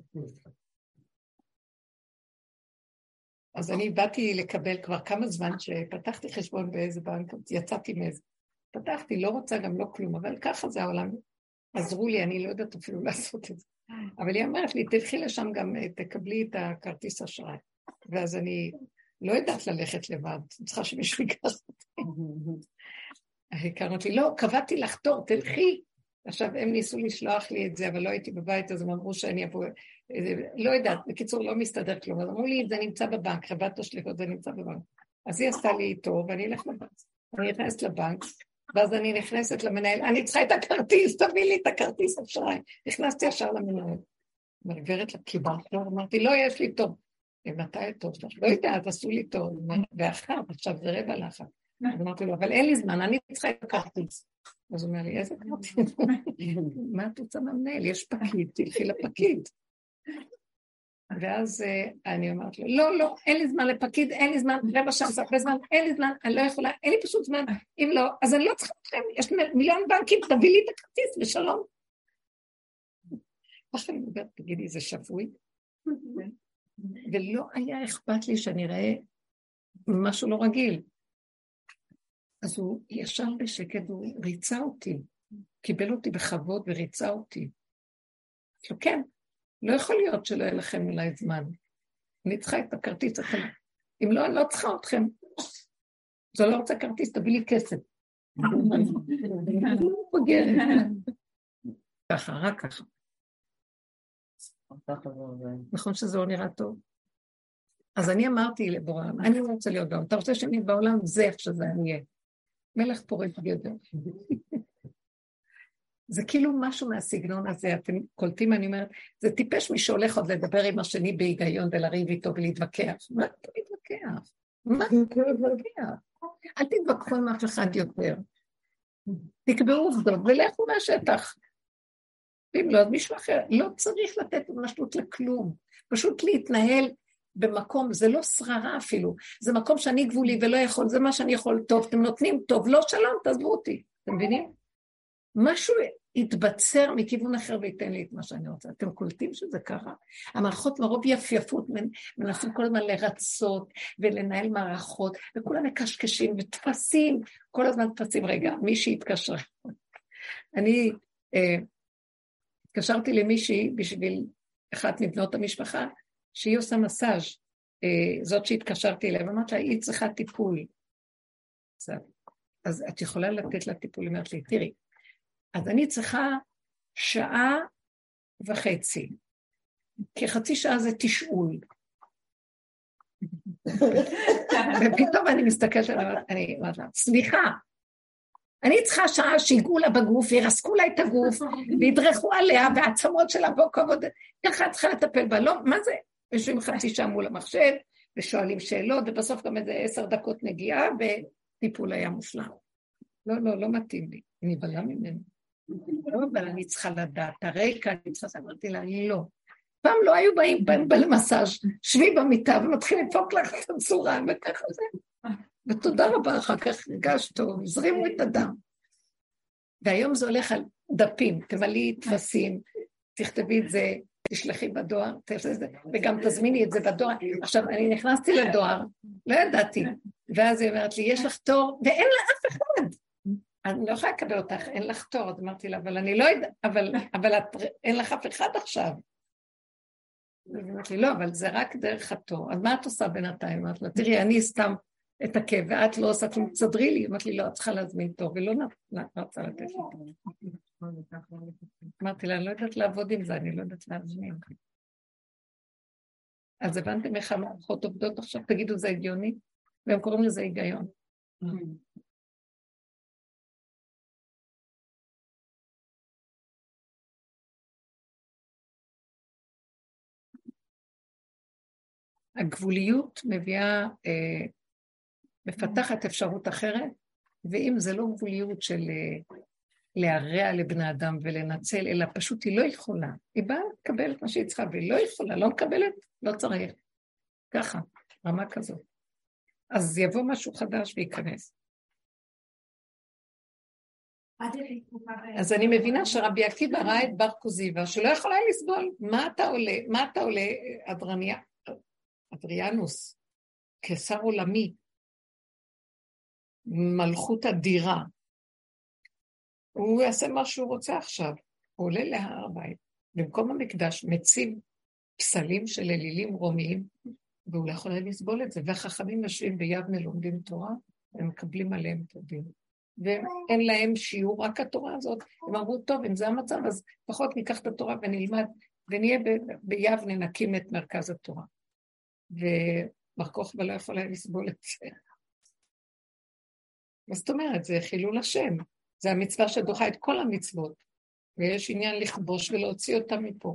אז אני באתי לקבל כבר כמה זמן שפתחתי חשבון באיזה בנק, יצאתי מאיזה. פתחתי, לא רוצה גם לא כלום, אבל ככה זה העולם. עזרו לי, אני לא יודעת אפילו לעשות את זה. אבל היא אמרת לי, תלכי לשם גם, תקבלי את הכרטיס אשראי. ואז אני לא יודעת ללכת לבד, צריכה שמישהו ייקח אותי. הכרנו לי, לא, קבעתי לחתור, תלכי. עכשיו, הם ניסו לשלוח לי את זה, אבל לא הייתי בבית, אז הם אמרו שאני אבוא, לא יודעת, בקיצור, לא מסתדר כלום. אז אמרו לי, זה נמצא בבנק, חברת השליחות, זה נמצא בבנק. אז היא עשתה לי איתו, ואני אלך לבנק. אני נכנסת לבנק, ואז אני נכנסת למנהל, אני צריכה את הכרטיס, תביא לי את הכרטיס אשראי. נכנסתי ישר למנהל. מגברת לקיבלת לו, אמרתי, לא, יש לי טוב. מתי טוב? לא יודע, אז עשו לי טוב. ואחר, עכשיו זה רבע לאחר. אז אמרתי לו, אבל אין לי זמן, אני צריכה את הכרטיס. אז הוא אומר לי, איזה כרטיס? מה את רוצה מהמנהל? יש פקיד, תלכי לפקיד. ואז אני אומרת לו, לא, לא, אין לי זמן לפקיד, אין לי זמן, רבע שעה, הרבה זמן, אין לי זמן, אני לא יכולה, אין לי פשוט זמן, אם לא, אז אני לא צריכה אתכם, יש מיליון בנקים, תביא לי את הכרטיס ושלום. איך אני אומרת, תגידי, זה שבוי? ולא היה אכפת לי שאני אראה משהו לא רגיל. אז הוא ישר בשקט, הוא ריצה אותי, קיבל אותי בכבוד וריצה אותי. אז לא, כן, לא יכול להיות שלא יהיה לכם אליי זמן. אני צריכה את הכרטיס, אתם... אם לא, אני לא צריכה אתכם. זו לא רוצה כרטיס, תביא לי כסף. ככה, רק ככה. נכון שזה לא נראה טוב. אז אני אמרתי לבורם, אני לא רוצה להיות בעולם, אתה רוצה שאני בעולם, זה איך שזה אני אהיה. מלך פורץ גדר. זה כאילו משהו מהסגנון הזה, אתם קולטים, אני אומרת, זה טיפש מי שהולך עוד לדבר עם השני בהיגיון ולריב איתו ולהתווכח. מה אתה מתווכח? מה אתה מתווכח? אל תתווכחו עם אף אחד יותר. תקבעו עובדות ולכו מהשטח. ואם לא, אז מישהו אחר. לא צריך לתת משלות לכלום. פשוט להתנהל במקום, זה לא שררה אפילו. זה מקום שאני גבולי ולא יכול, זה מה שאני יכול טוב. אתם נותנים טוב, לא שלום, תעזבו אותי. אתם מבינים? משהו יתבצר מכיוון אחר וייתן לי את מה שאני רוצה. אתם קולטים שזה ככה? המערכות מרוב יפייפות מנסים כל הזמן לרצות ולנהל מערכות, וכולם מקשקשים ותפסים, כל הזמן תפסים. רגע, מישהי התקשרה. אני אה, התקשרתי למישהי בשביל אחת מבנות המשפחה, שהיא עושה מסאז', אה, זאת שהתקשרתי אליה, ואמרת לה, היא צריכה טיפול. אז את יכולה לתת לה טיפול, היא אומרת לי, תראי, אז אני צריכה שעה וחצי, כי חצי שעה זה תשאול. ופתאום אני מסתכלת עליו, אני אומרת לה, סליחה, אני צריכה שעה שיגעו לה בגוף, וירסקו לה את הגוף, וידרכו עליה, והעצמות שלה בו כבוד, ככה את צריכה לטפל בה, לא, מה זה? יושבים חצי שעה מול המחשב, ושואלים שאלות, ובסוף גם איזה עשר דקות נגיעה, וטיפול היה מושלם. לא, לא, לא מתאים לי, אני בלה ממנו. לא, אבל אני צריכה לדעת, הרקע, אני צריכה, אמרתי לה, אני לא. פעם לא היו באים, פעם בא למסאז' שבי במיטה, ומתחיל לדפוק לך את הצורה, וככה זה. ותודה רבה, אחר כך רגש טוב, זרימו את הדם. והיום זה הולך על דפים, תמלאי תפסים, תכתבי את זה, תשלחי בדואר, וגם תזמיני את זה בדואר. עכשיו, אני נכנסתי לדואר, לא ידעתי, ואז היא אומרת לי, יש לך תור, ואין לה אף אחד. אני לא יכולה לקבל אותך, אין לך תור, אז אמרתי לה, אבל אני לא יודעת, אבל, אבל את, אין לך אף אחד עכשיו. אז אמרתי לי, לא, אבל זה רק דרך התור. אז מה את עושה בינתיים? אמרתי לה, תראי, אני סתם את הכאב, ואת לא עושה, אתם תסדרי לי. אמרתי לי, לא, את צריכה להזמין תור, ולא רצה לתת לי. אמרתי לה, אני לא יודעת לעבוד עם זה, אני לא יודעת להזמין. אז הבנתם איך המערכות עובדות עכשיו, תגידו, זה הגיוני? והם קוראים לזה היגיון. הגבוליות מביאה, אה, מפתחת אפשרות אחרת, ואם זה לא גבוליות של אה, להרע לבני אדם ולנצל, אלא פשוט היא לא יכולה. היא באה לקבל את מה שהיא צריכה, והיא לא יכולה, לא מקבלת, לא צריך. ככה, רמה כזאת. אז יבוא משהו חדש וייכנס. אז אני מבינה שרבי עקיבא ראה את בר כוזיבא, שלא יכולה לסבול. מה אתה עולה? מה אתה עולה, אדרניה? אדריאנוס, כשר עולמי, מלכות אדירה, הוא יעשה מה שהוא רוצה עכשיו, הוא עולה להר הבית, במקום המקדש מציב פסלים של אלילים רומיים, והוא לא יכול לסבול את זה, והחכמים יושבים ביבנה לומדים תורה, הם מקבלים עליהם את הדין, ואין להם שיעור, רק התורה הזאת, הם אמרו, טוב, אם זה המצב, אז פחות ניקח את התורה ונלמד, ונהיה ביבנה נקים את מרכז התורה. ובר כוכבא לא יכולה לסבול את זה. מה זאת אומרת? זה חילול השם. זה המצווה שדוחה את כל המצוות. ויש עניין לכבוש ולהוציא אותה מפה.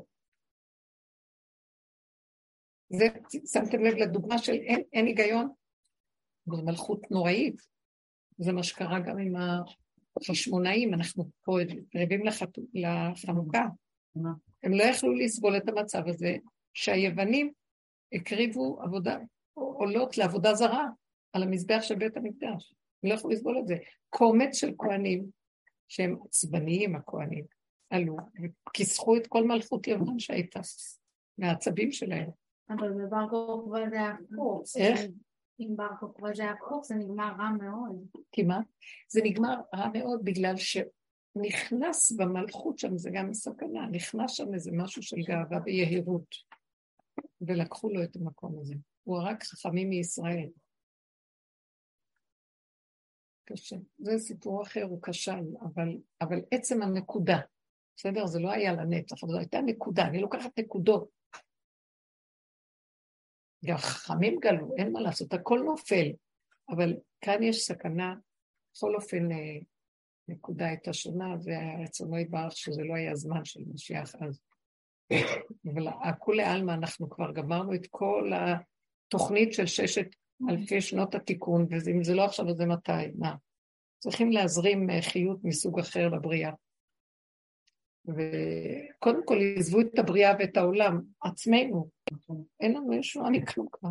זה, שמתם לב לדוגמה של אין, אין היגיון? זו מלכות נוראית. זה מה שקרה גם עם החשמונאים, אנחנו פה קרבים לחת... לחנוכה. הם לא יכלו לסבול את המצב הזה, שהיוונים הקריבו עבודה, עולות לעבודה זרה, על המזבח של בית המקדש. הם לא יכלו לסבול את זה. קומץ של כהנים, שהם עצבניים הכהנים, עלו, וכיסחו את כל מלכות יוון שהייתה, מהעצבים שלהם. אבל בבר כוכבא זה הפוך. איך? אם בר כוכבא זה הפוך, זה נגמר רע מאוד. כי מה? זה נגמר רע מאוד בגלל שנכנס במלכות שם, זה גם סכנה, נכנס שם איזה משהו של גאווה ויהירות, ולקחו לו את המקום הזה. הוא רק חכמים מישראל. קשה. זה סיפור אחר, הוא קשה, אבל, אבל עצם הנקודה, בסדר? זה לא היה לנצח, אבל זו הייתה נקודה, אני לוקחת נקודות. גם חכמים גלו, אין מה לעשות, הכל נופל, אבל כאן יש סכנה, בכל אופן נקודה הייתה שונה, והרצונו יתברך שזה לא היה זמן של משיח אז. אבל הכולי עלמא, אנחנו כבר גמרנו את כל התוכנית של ששת אלפי שנות התיקון, ואם זה לא עכשיו, אז זה מתי? מה? צריכים להזרים חיות מסוג אחר לבריאה. וקודם כל, עזבו את הבריאה ואת העולם, עצמנו. אין לנו ישוע, אני כלום כבר.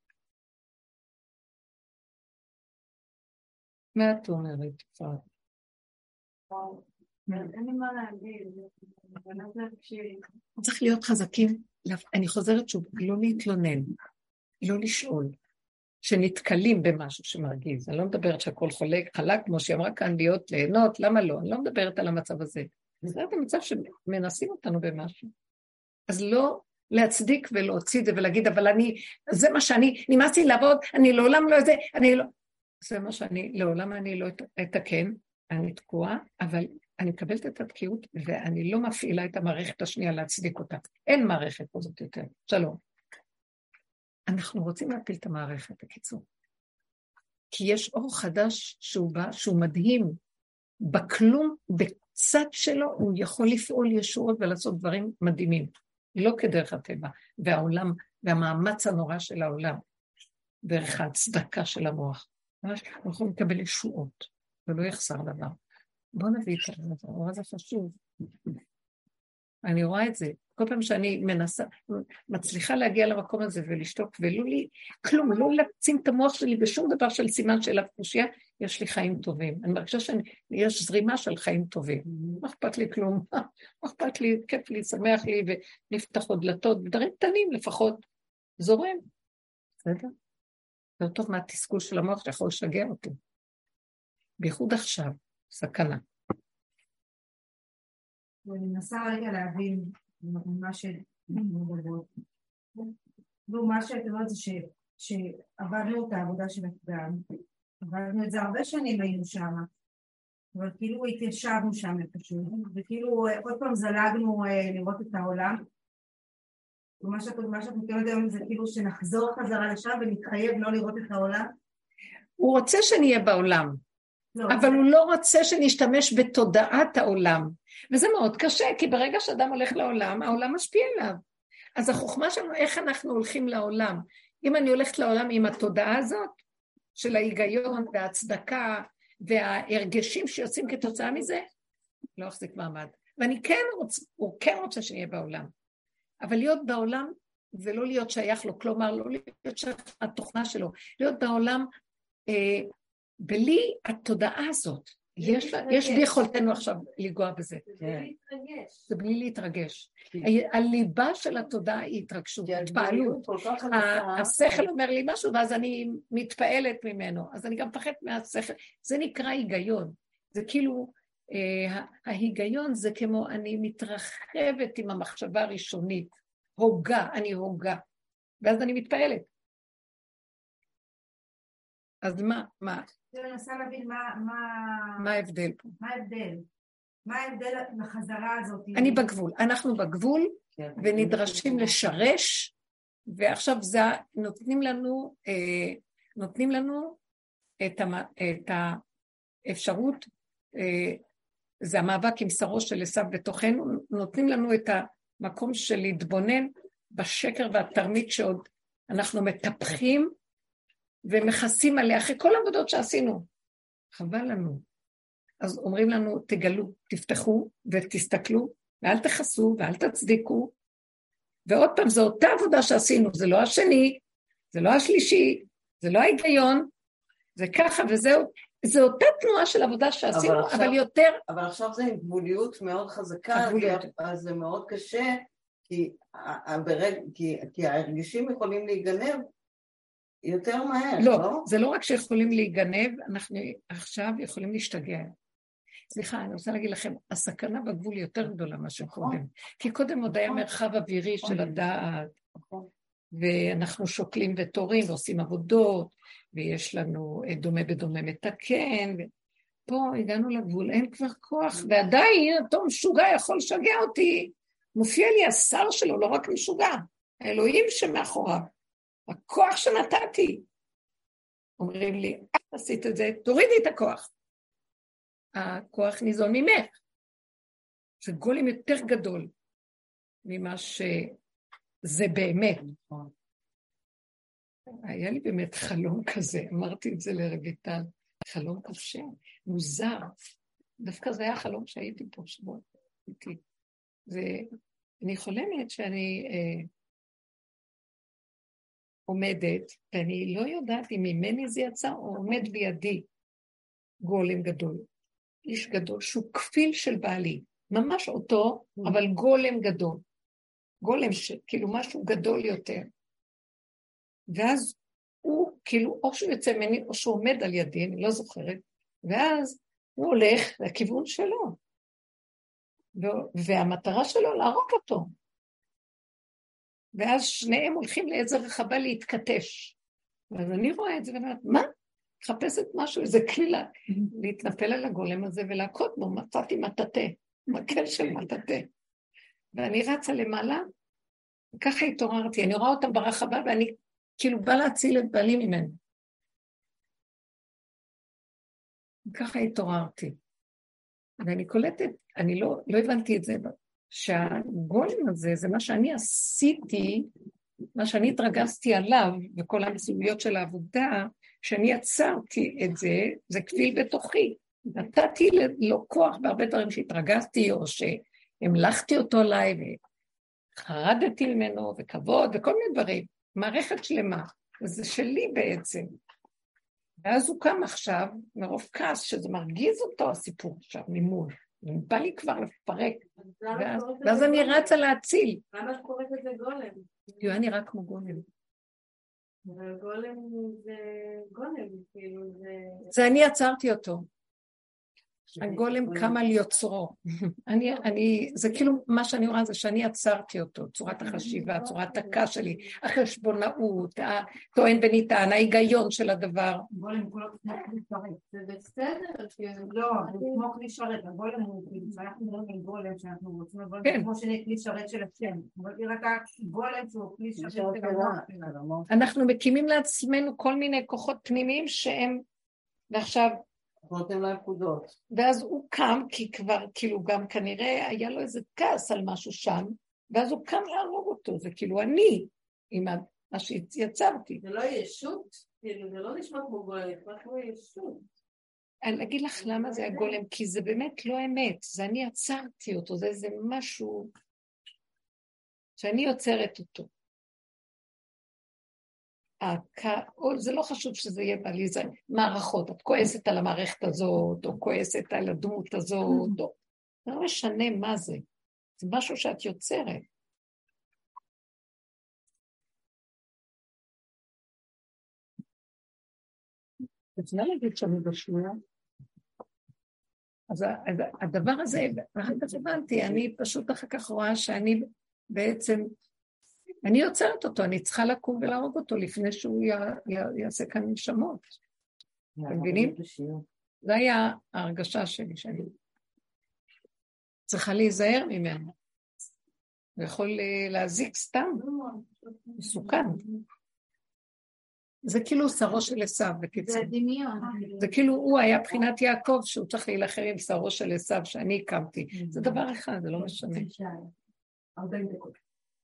מה את אומרת? אין לי מה להגיד. צריך להיות חזקים. אני חוזרת שוב, לא להתלונן, לא לשאול. שנתקלים במשהו שמרגיז. אני לא מדברת שהכל חולק, חלק, כמו שהיא אמרה כאן, להיות, ליהנות, למה לא? אני לא מדברת על המצב הזה. זה המצב שמנסים אותנו במשהו. אז לא להצדיק ולהוציא את זה ולהגיד, אבל אני, זה מה שאני, נמאסתי לעבוד, אני לעולם לא זה, אני לא... זה מה שאני, לעולם אני לא אתקן, אני תקועה, אבל אני מקבלת את התקיעות, ואני לא מפעילה את המערכת השנייה להצדיק אותה. אין מערכת כזאת יותר. שלום. אנחנו רוצים להפיל את המערכת, בקיצור. כי יש אור חדש שהוא בא, שהוא מדהים. בכלום, בצד שלו, הוא יכול לפעול ישועות ולעשות דברים מדהימים. לא כדרך הטבע. והעולם, והמאמץ הנורא של העולם, דרך ההצדקה של המוח. אנחנו יכולים לקבל ישועות, ולא יחסר דבר. בואו נביא את זה, האור הזה חשוב. אני רואה את זה. כל פעם שאני מנסה, מצליחה להגיע למקום הזה ולשתוק, ולא לי, כלום, לא להקצים את המוח שלי בשום דבר של סימן של הפושיה, יש לי חיים טובים. אני מרגישה שיש זרימה של חיים טובים. לא אכפת לי כלום, לא אכפת לי, כיף לי, שמח לי, ונפתח עוד דלתות, דברים קטנים לפחות, זורם. בסדר? זה טוב מהתסכול של המוח שיכול לשגע אותי. בייחוד עכשיו, סכנה. ואני מנסה רגע להבין מה שמדברות. מה שאת אומרת זה שעבדנו את העבודה של הפגם, עבדנו את זה הרבה שנים היינו שם, אבל כאילו התיישבנו שם פשוט, וכאילו עוד פעם זלגנו לראות את העולם, ומה שאת מתכוונת היום זה כאילו שנחזור חזרה לשם ונתחייב לא לראות את העולם. הוא רוצה שנהיה בעולם. לא, אבל זה... הוא לא רוצה שנשתמש בתודעת העולם. וזה מאוד קשה, כי ברגע שאדם הולך לעולם, העולם משפיע עליו. אז החוכמה שלנו, איך אנחנו הולכים לעולם? אם אני הולכת לעולם עם התודעה הזאת, של ההיגיון וההצדקה, וההרגשים שיוצאים כתוצאה מזה, לא אחזיק מעמד. ואני כן רוצה, הוא כן רוצה שנהיה בעולם. אבל להיות בעולם, ולא להיות שייך לו, כלומר, לא להיות שייך התוכנה שלו, להיות בעולם, אה, בלי התודעה הזאת, יש, יש ביכולתנו עכשיו לגוע בזה. זה בלי להתרגש. הליבה של התודעה היא התרגשות, התפעלות. השכל אומר לי משהו, ואז אני מתפעלת ממנו, אז אני גם פחד מהשכל. זה נקרא היגיון. זה כאילו, ההיגיון זה כמו אני מתרחבת עם המחשבה הראשונית, הוגה, אני הוגה, ואז אני מתפעלת. אז מה, מה? אני מנסה להבין מה... מה ההבדל פה? מה ההבדל? מה ההבדל לחזרה הזאת? אני בגבול, אנחנו בגבול, ונדרשים לשרש, ועכשיו זה, נותנים לנו, נותנים לנו את אפשרות, זה המאבק עם שרו של עשיו בתוכנו, נותנים לנו את המקום של להתבונן בשקר והתרמית שעוד אנחנו מטפחים ומכסים עליה אחרי כל העבודות שעשינו. חבל לנו. אז אומרים לנו, תגלו, תפתחו ותסתכלו, ואל תחסו ואל תצדיקו, ועוד פעם, זו אותה עבודה שעשינו, זה לא השני, זה לא השלישי, זה לא ההיגיון, זה ככה וזהו, זה אותה תנועה של עבודה שעשינו, אבל, עכשיו, אבל יותר... אבל עכשיו זה עם גבוליות מאוד חזקה, אז זה מאוד קשה, כי, ברג, כי, כי ההרגשים יכולים להיגנב יותר מהר, לא? לא, זה לא רק שיכולים להיגנב, אנחנו עכשיו יכולים להשתגע. סליחה, אני רוצה להגיד לכם, הסכנה בגבול יותר גדולה מה שקודם, כי קודם עוד היה מרחב אווירי של הדעת, ואנחנו שוקלים ותורים ועושים עבודות, ויש לנו דומה בדומה מתקן, פה הגענו לגבול, אין כבר כוח, ועדיין אותו משוגע יכול לשגע אותי, מופיע לי השר שלו, לא רק משוגע, האלוהים שמאחוריו, הכוח שנתתי, אומרים לי, את עשית את זה, תורידי את הכוח, הכוח ניזון ממך, זה גולם יותר גדול, ממה שזה באמת, היה לי באמת חלום כזה, אמרתי את זה לרויטל, חלום קשה, מוזר, דווקא זה היה חלום שהייתי פה שבוע, איתי, ואני חולמת שאני אה, עומדת, ואני לא יודעת אם ממני זה יצא, או עומד בידי גולם גדול, איש גדול, שהוא כפיל של בעלי, ממש אותו, אבל גולם גדול, גולם כאילו משהו גדול יותר, ואז הוא כאילו, או שהוא יוצא ממני, או שהוא עומד על ידי, אני לא זוכרת, ואז הוא הולך לכיוון שלו, והמטרה שלו להרוג אותו, ואז שניהם הולכים לאיזה רחבה להתכתש, ואז אני רואה את זה ואומרת, מה? חפשת משהו, איזה כלילה, להתנפל על הגולם הזה ולהכות בו, מצאתי מטאטה, מקל של מטאטה, ואני רצה למעלה, וככה התעוררתי, אני רואה אותם ברחבה, ואני כאילו בא להציל את בעלי ממנו. וככה התעוררתי. ואני קולטת, אני לא, לא הבנתי את זה, שהגולם הזה, זה מה שאני עשיתי, מה שאני התרגזתי עליו, וכל המסוגיות של העבודה, שאני יצרתי את זה, זה כפיל בתוכי. נתתי לו כוח בהרבה דברים שהתרגזתי, או שהמלכתי אותו עליי, וחרדתי ממנו, וכבוד, וכל מיני דברים. מערכת שלמה, וזה שלי בעצם. ואז הוא קם עכשיו, מרוב כעס, שזה מרגיז אותו הסיפור עכשיו, ממול. בא לי כבר לפרק, ואז, ואז אני רצה להציל. למה את קוראת את זה גולם? כי הוא היה נראה כמו גולם. אבל גולם זה גולם, כאילו זה... זה אני עצרתי אותו. הגולם קם על יוצרו. אני, אני, זה כאילו, מה שאני רואה זה שאני עצרתי אותו, צורת החשיבה, צורת הקה שלי, החשבונאות, הטוען וניתן, ההיגיון של הדבר. הגולם כולו כמו כלי שרת, זה בסדר? לא, זה כמו כלי שרת, הגולם הוא, אנחנו מדברים על גולם שאנחנו רוצים לבוא, כמו שאני כלי שרת של השם, אבל רק הגולם שהוא כלי שרת של המוח. אנחנו מקימים לעצמנו כל מיני כוחות פנימיים שהם, ועכשיו, נותנים להם פקודות. ואז הוא קם, כי כבר, כאילו, גם כנראה היה לו איזה כעס על משהו שם, ואז הוא קם להרוג אותו, זה כאילו אני, עם מה שיצרתי. זה לא ישות? כאילו, זה לא נשמע כמו גולם, זה כמו ישות. אני אגיד לך למה זה הגולם, כי זה באמת לא אמת, זה אני עצרתי אותו, זה איזה משהו שאני יוצרת אותו. זה לא חשוב שזה יהיה בעלי, זה מערכות, את כועסת על המערכת הזאת, או כועסת על הדמות הזאת, או... זה לא משנה מה זה, זה משהו שאת יוצרת. אפשר להגיד שאני בשנייה? אז הדבר הזה, אחר כך הבנתי, אני פשוט אחר כך רואה שאני בעצם... אני יוצרת אותו, אני צריכה לקום ולהרוג אותו לפני שהוא יעשה כאן נשמות. אתם מבינים? זה היה ההרגשה שלי, שאני צריכה להיזהר ממנו. הוא יכול להזיק סתם, מסוכן. זה כאילו שרו של עשיו בקיצור. זה דמיון. זה כאילו הוא היה בחינת יעקב, שהוא צריך להילחם עם שרו של עשיו שאני הקמתי. זה דבר אחד, זה לא משנה. ארבעים דקות.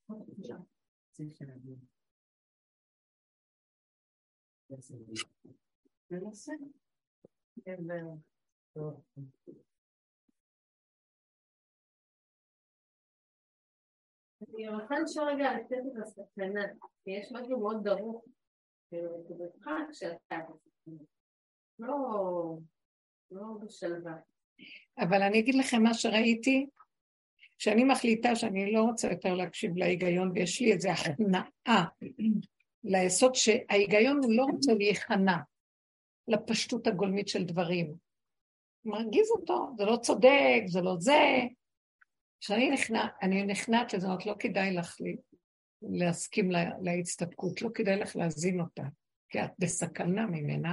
אני רוצה לשאול רגע לתת את הסכנה, כי יש משהו מאוד דרוך, ובטח כשאתה לא, לא בשלווה. אבל אני אגיד לכם מה שראיתי, שאני מחליטה שאני לא רוצה יותר להקשיב להיגיון, ויש לי איזו הכנעה ליסוד שההיגיון הוא לא רוצה להיכנע לפשטות הגולמית של דברים. מרגיז אותו, זה לא צודק, זה לא זה. כשאני נכנע, אני נכנעת לזה, לא כדאי לך להסכים לה, להצטדקות, לא כדאי לך להזין אותה, כי את בסכנה ממנה,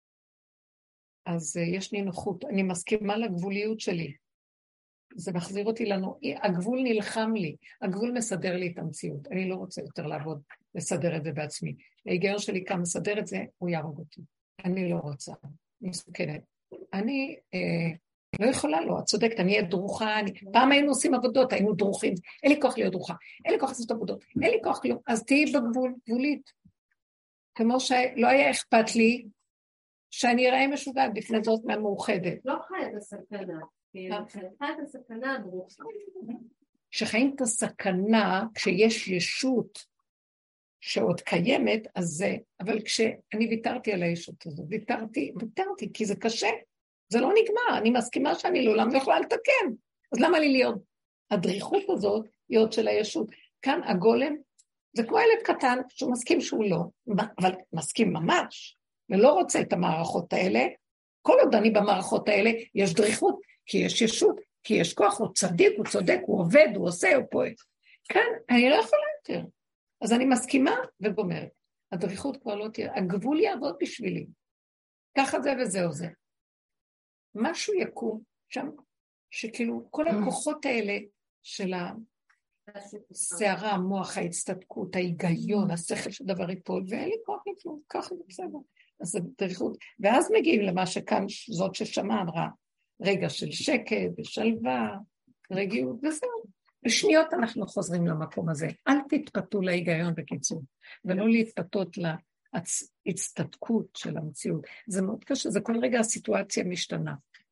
אז יש לי נוחות, אני מסכימה לגבוליות שלי. זה מחזיר אותי לנו, הגבול נלחם לי, הגבול מסדר לי את המציאות, אני לא רוצה יותר לעבוד, לסדר את זה בעצמי. ההיגיון שלי כאן מסדר את זה, הוא יהרוג אותי. אני לא רוצה, אני מסוכנת. אני אה, לא יכולה לו, את צודקת, אני אהיה דרוכה, אני... פעם היינו עושים עבודות, היינו דרוכים, אין לי כוח להיות דרוכה, אין לי כוח לעשות עבודות, אין לי כוח כלום, אז תהיי בגבול, גבולית. כמו שלא היה אכפת לי, שאני אראה משוגעת בפני זאת מהמאוחדת. לא חי את הסכנה. חי את הסכנה דרוכה. כשחיים את הסכנה, כשיש ישות שעוד קיימת, אז זה, אבל כשאני ויתרתי על הישות הזאת, ויתרתי, ויתרתי, כי זה קשה, זה לא נגמר, אני מסכימה שאני לעולם לא יכולה לתקן, אז למה לי להיות? הדריכות הזאת היא עוד של הישות. כאן הגולם, זה כמו ילד קטן, שהוא מסכים שהוא לא, אבל מסכים ממש, ולא רוצה את המערכות האלה, כל עוד אני במערכות האלה, יש דריכות, כי יש ישות, כי יש כוח, הוא צדיק, הוא צודק, הוא עובד, הוא עושה, הוא פועל. כאן אני לא יכולה יותר. אז אני מסכימה וגומרת. הדריכות כבר לא תהיה, הגבול יעבוד בשבילי. ככה זה וזהו זה. משהו יקום שם, שכאילו כל הכוחות האלה של השערה, המוח, ההצטדקות, ההיגיון, השכל של דבר ייפול, ואין לי כוח לכלום, ככה זה בסדר. אז זה דריכות. ואז מגיעים למה שכאן זאת ששמע אמרה, רגע של שקט ושלווה, רגיעות, וזהו. בשניות אנחנו חוזרים למקום הזה. אל תתפתו להיגיון בקיצור, ולא להתפתות להצטדקות של המציאות. זה מאוד קשה, זה כל רגע הסיטואציה משתנה.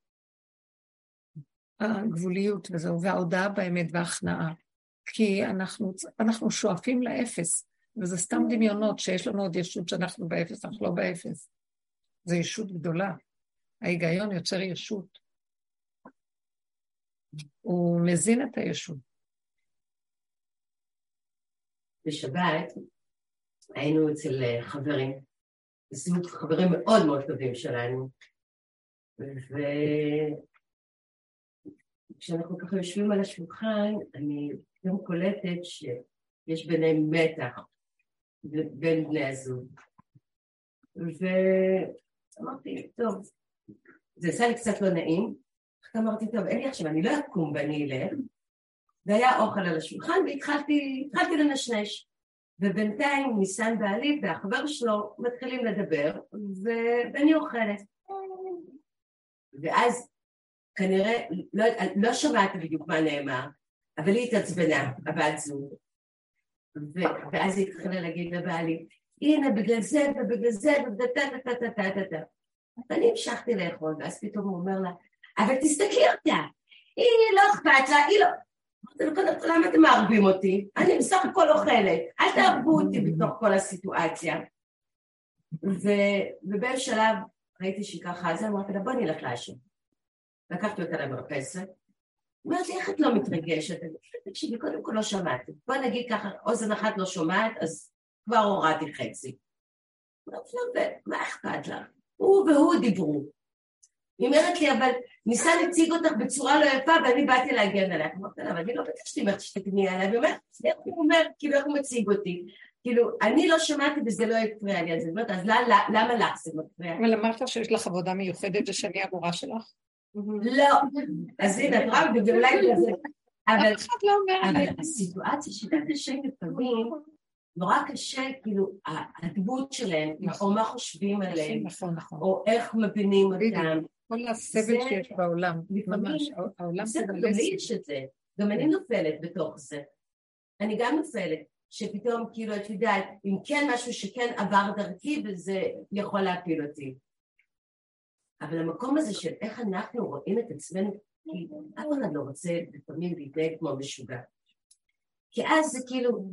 הגבוליות וזהו, וההודעה באמת וההכנעה. כי אנחנו, אנחנו שואפים לאפס, וזה סתם דמיונות שיש לנו עוד ישות שאנחנו באפס, אנחנו לא באפס. זה ישות גדולה. ההיגיון יוצר ישות. הוא מזין את הישות. בשבת היינו אצל חברים, זוג חברים מאוד מאוד טובים שלנו, וכשאנחנו ככה יושבים על השולחן, אני גם קולטת שיש ביניהם מתח בין בני הזוג. ואמרתי, טוב, זה עשה לי קצת לא נעים, אמרתי, טוב, אין לי עכשיו, אני לא אקום ואני אלך, והיה אוכל על השולחן, והתחלתי לנשנש, ובינתיים ניסן בעלי והחבר שלו מתחילים לדבר, ואני אוכלת. ואז כנראה, לא, לא שמעתי בדיוק מה נאמר, אבל היא התעצבנה, הבת זוג, ואז היא התחילה להגיד לבעלי, הנה בגלל זה ובגלל זה, ובגלל ואני המשכתי לאכול, ואז פתאום הוא אומר לה, אבל תסתכלי אותה, היא לא אכפת לה, היא לא... למה אתם מערבים אותי? אני בסך הכל אוכלת, אל תערבו אותי בתוך כל הסיטואציה. ובאיזה שלב ראיתי שהיא ככה, אז אמרתי לה, בוא נלך להשם. לקחתי אותה למרפסת, אמרתי לי, איך את לא מתרגשת? תקשיבי, קודם כל לא שמעתי. בוא נגיד ככה, אוזן אחת לא שומעת, אז כבר הורדתי חצי. מה אכפת לה? הוא והוא דיברו. היא אומרת לי, אבל ניסה להציג אותך בצורה לא יפה, ואני באתי להגן עליה. אמרתי לה, אבל אני לא ביקשתי ממך שתתגני עליה, והיא אומרת, איך הוא אומר, כאילו איך הוא מציג אותי. כאילו, אני לא שמעתי וזה לא הפריע לי, אז אני אומרת, אז למה לך זה מפריע? אבל אמרת שיש לך עבודה מיוחדת ושאני המורה שלך? לא, אז הנה, את רואה, ואולי כזה. אבל הסיטואציה של אנשים לפעמים, נורא קשה, כאילו, הדמות שלהם, או מה חושבים עליהם, נכון, נכון. או איך מבינים אותם. כל הסבל שיש בעולם, ממש, העולם זה גם לי יש את זה, גם אני נופלת בתוך זה. אני גם נופלת, שפתאום, כאילו, את יודעת, אם כן משהו שכן עבר דרכי, וזה יכול להפיל אותי. אבל המקום הזה של איך אנחנו רואים את עצמנו, כי אף אחד לא רוצה לפעמים להתנהג כמו משוגע. כי אז זה כאילו,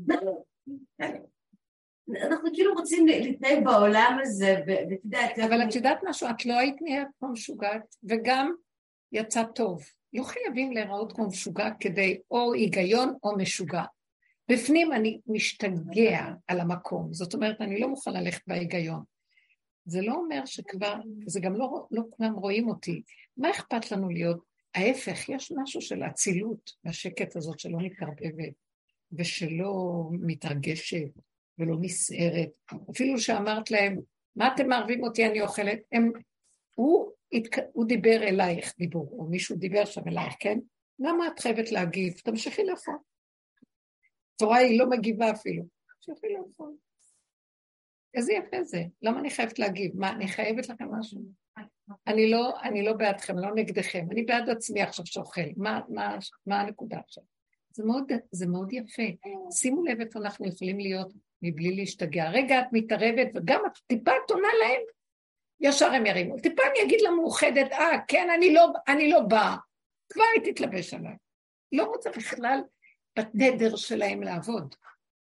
אנחנו כאילו רוצים להתנהג בעולם הזה, ואת יודעת... אבל את יודעת משהו, את לא היית נהיית כמו משוגעת, וגם יצא טוב. לא חייבים להיראות כמו משוגע כדי או היגיון או משוגע. בפנים אני משתגע על המקום, זאת אומרת, אני לא מוכן ללכת בהיגיון. זה לא אומר שכבר, זה גם לא, לא כולם רואים אותי. מה אכפת לנו להיות? ההפך, יש משהו של הצילות, והשקט הזאת שלא מתערבבת, ושלא מתרגשת, ולא נסערת. אפילו שאמרת להם, מה אתם מערבים אותי, אני אוכלת? הם, הוא, הוא דיבר אלייך, דיבור, או מישהו דיבר שם אלייך, כן? למה את חייבת להגיב? תמשיכי לאכול. תורה היא לא מגיבה אפילו. תמשיכי לאכול. איזה יפה זה. למה אני חייבת להגיב? מה, אני חייבת לכם משהו? אני לא, אני לא בעדכם, לא נגדכם. אני בעד עצמי עכשיו שאוכל. מה, מה, מה הנקודה עכשיו? זה מאוד, זה מאוד יפה. שימו לב איפה אנחנו יכולים להיות מבלי להשתגע. רגע, את מתערבת, וגם את טיפה את עונה להם, ישר הם ירימו. טיפה אני אגיד למאוחדת, אה, כן, אני לא, אני לא באה. כבר היא תתלבש עליי. לא רוצה בכלל בתדר שלהם לעבוד.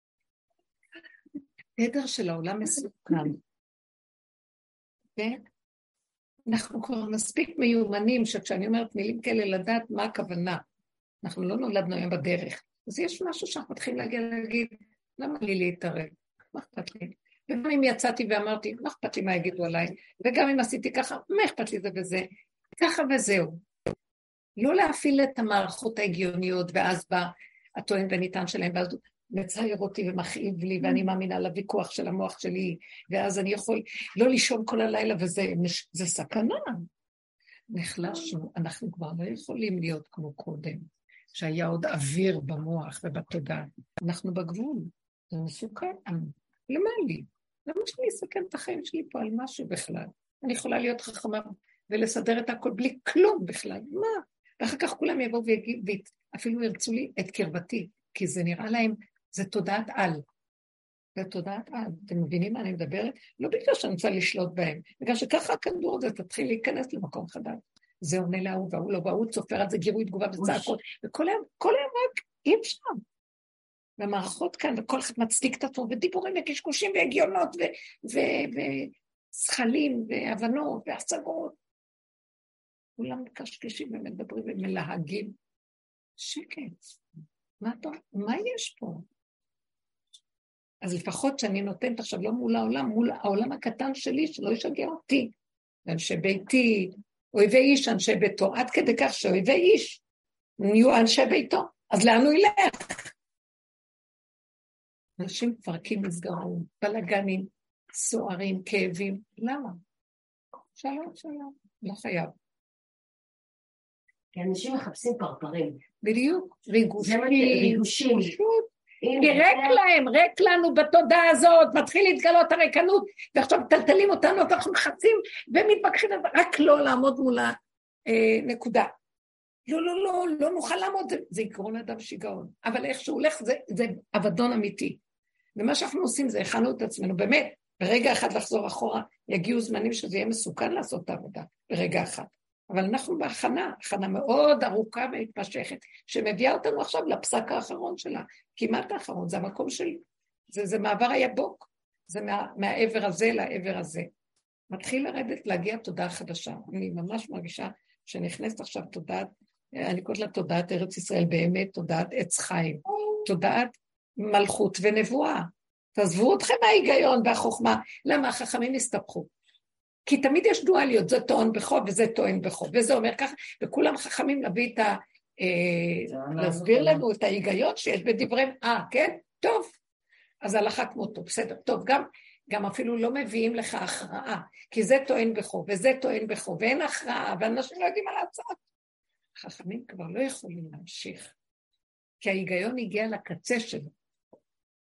התדר של העולם מסוכן. כן? אנחנו כבר מספיק מיומנים, שכשאני אומרת מילים כאלה, לדעת מה הכוונה. אנחנו לא נולדנו היום בדרך. אז יש משהו שאנחנו מתחילים להגיע להגיד, למה לי להתערב? מה אכפת לי? וגם אם יצאתי ואמרתי, מה אכפת לי מה יגידו עליי? וגם אם עשיתי ככה, מה אכפת לי זה וזה? ככה וזהו. לא להפעיל את המערכות ההגיוניות, ואז בא הטוען וניתן שלהם, ואז מצייר אותי ומכאיב לי, ואני מאמינה לוויכוח של המוח שלי, ואז אני יכול לא לישון כל הלילה, וזה זה סכנה. נחלשנו, אנחנו כבר לא יכולים להיות כמו קודם, שהיה עוד אוויר במוח ובתודעה. אנחנו בגבול, זה מסוכן. למה לי? למה שאני אסכן את החיים שלי פה על משהו בכלל? אני יכולה להיות חכמה ולסדר את הכל בלי כלום בכלל. מה? ואחר כך כולם יבואו ויגידו, אפילו ירצו לי את קרבתי, כי זה נראה להם, זה תודעת על. זה תודעת על. אתם מבינים מה אני מדברת? לא בגלל שאני רוצה לשלוט בהם, בגלל שככה הכדור הזה תתחיל להיכנס למקום חדש. זה עונה להוא והוא לא, והוא צופר על זה גירוי תגובה וצעקות, וכל היום, כל היום רק אי אפשר. והמערכות כאן, וכל אחד מצדיק את עצמו, ודיבורים וקשקושים והגיונות, ושכלים, והבנות, והשגות. כולם מקשקשים ומדברים ומלהגים. שקט. מה, מה יש פה? אז לפחות שאני נותנת עכשיו לא מול העולם, מול העולם הקטן שלי, שלא ישגע אותי. אנשי ביתי, אויבי איש, אנשי ביתו, עד כדי כך שאויבי איש נהיו אנשי ביתו. אז לאן הוא ילך? אנשים מפרקים מסגרות, בלגנים, סוערים, כאבים. למה? שלום, שלום. לא חייב. כי אנשים מחפשים פרפרים. בדיוק. ריגושים. ריגושים. כי ריק להם, ריק לנו בתודעה הזאת, מתחיל להתגלות הריקנות, ועכשיו טלטלים אותנו, ואנחנו מחפשים ומתבקשים, רק לא לעמוד מול הנקודה. לא, לא, לא, לא נוכל לעמוד, זה, זה יקרון אדם שיגעון. אבל איך שהוא הולך, זה, זה אבדון אמיתי. ומה שאנחנו עושים זה הכנו את עצמנו, באמת, ברגע אחד לחזור אחורה, יגיעו זמנים שזה יהיה מסוכן לעשות את העבודה, ברגע אחד. אבל אנחנו בהכנה, הכנה מאוד ארוכה ומתמשכת, שמביאה אותנו עכשיו לפסק האחרון שלה, כמעט האחרון, זה המקום של, זה, זה מעבר היבוק, זה מה, מהעבר הזה לעבר הזה. מתחיל לרדת להגיע תודעה חדשה, אני ממש מרגישה שנכנסת עכשיו תודעת, אני קוראת לה תודעת ארץ ישראל באמת, תודעת עץ חיים, תודעת מלכות ונבואה. תעזבו אתכם מההיגיון והחוכמה, למה החכמים הסתבכו? כי תמיד יש דואליות, זה טוען בחוב וזה טוען בחוב, וזה אומר ככה, וכולם חכמים להביא את ה... להסביר לנו את ההיגיון שיש בדבריהם, אה, כן? טוב. אז הלכה כמותו, בסדר, טוב, גם, גם אפילו לא מביאים לך הכרעה, כי זה טוען בחוב וזה טוען בחוב, ואין הכרעה, ואנשים לא יודעים מה לעשות. חכמים כבר לא יכולים להמשיך, כי ההיגיון הגיע לקצה שלו.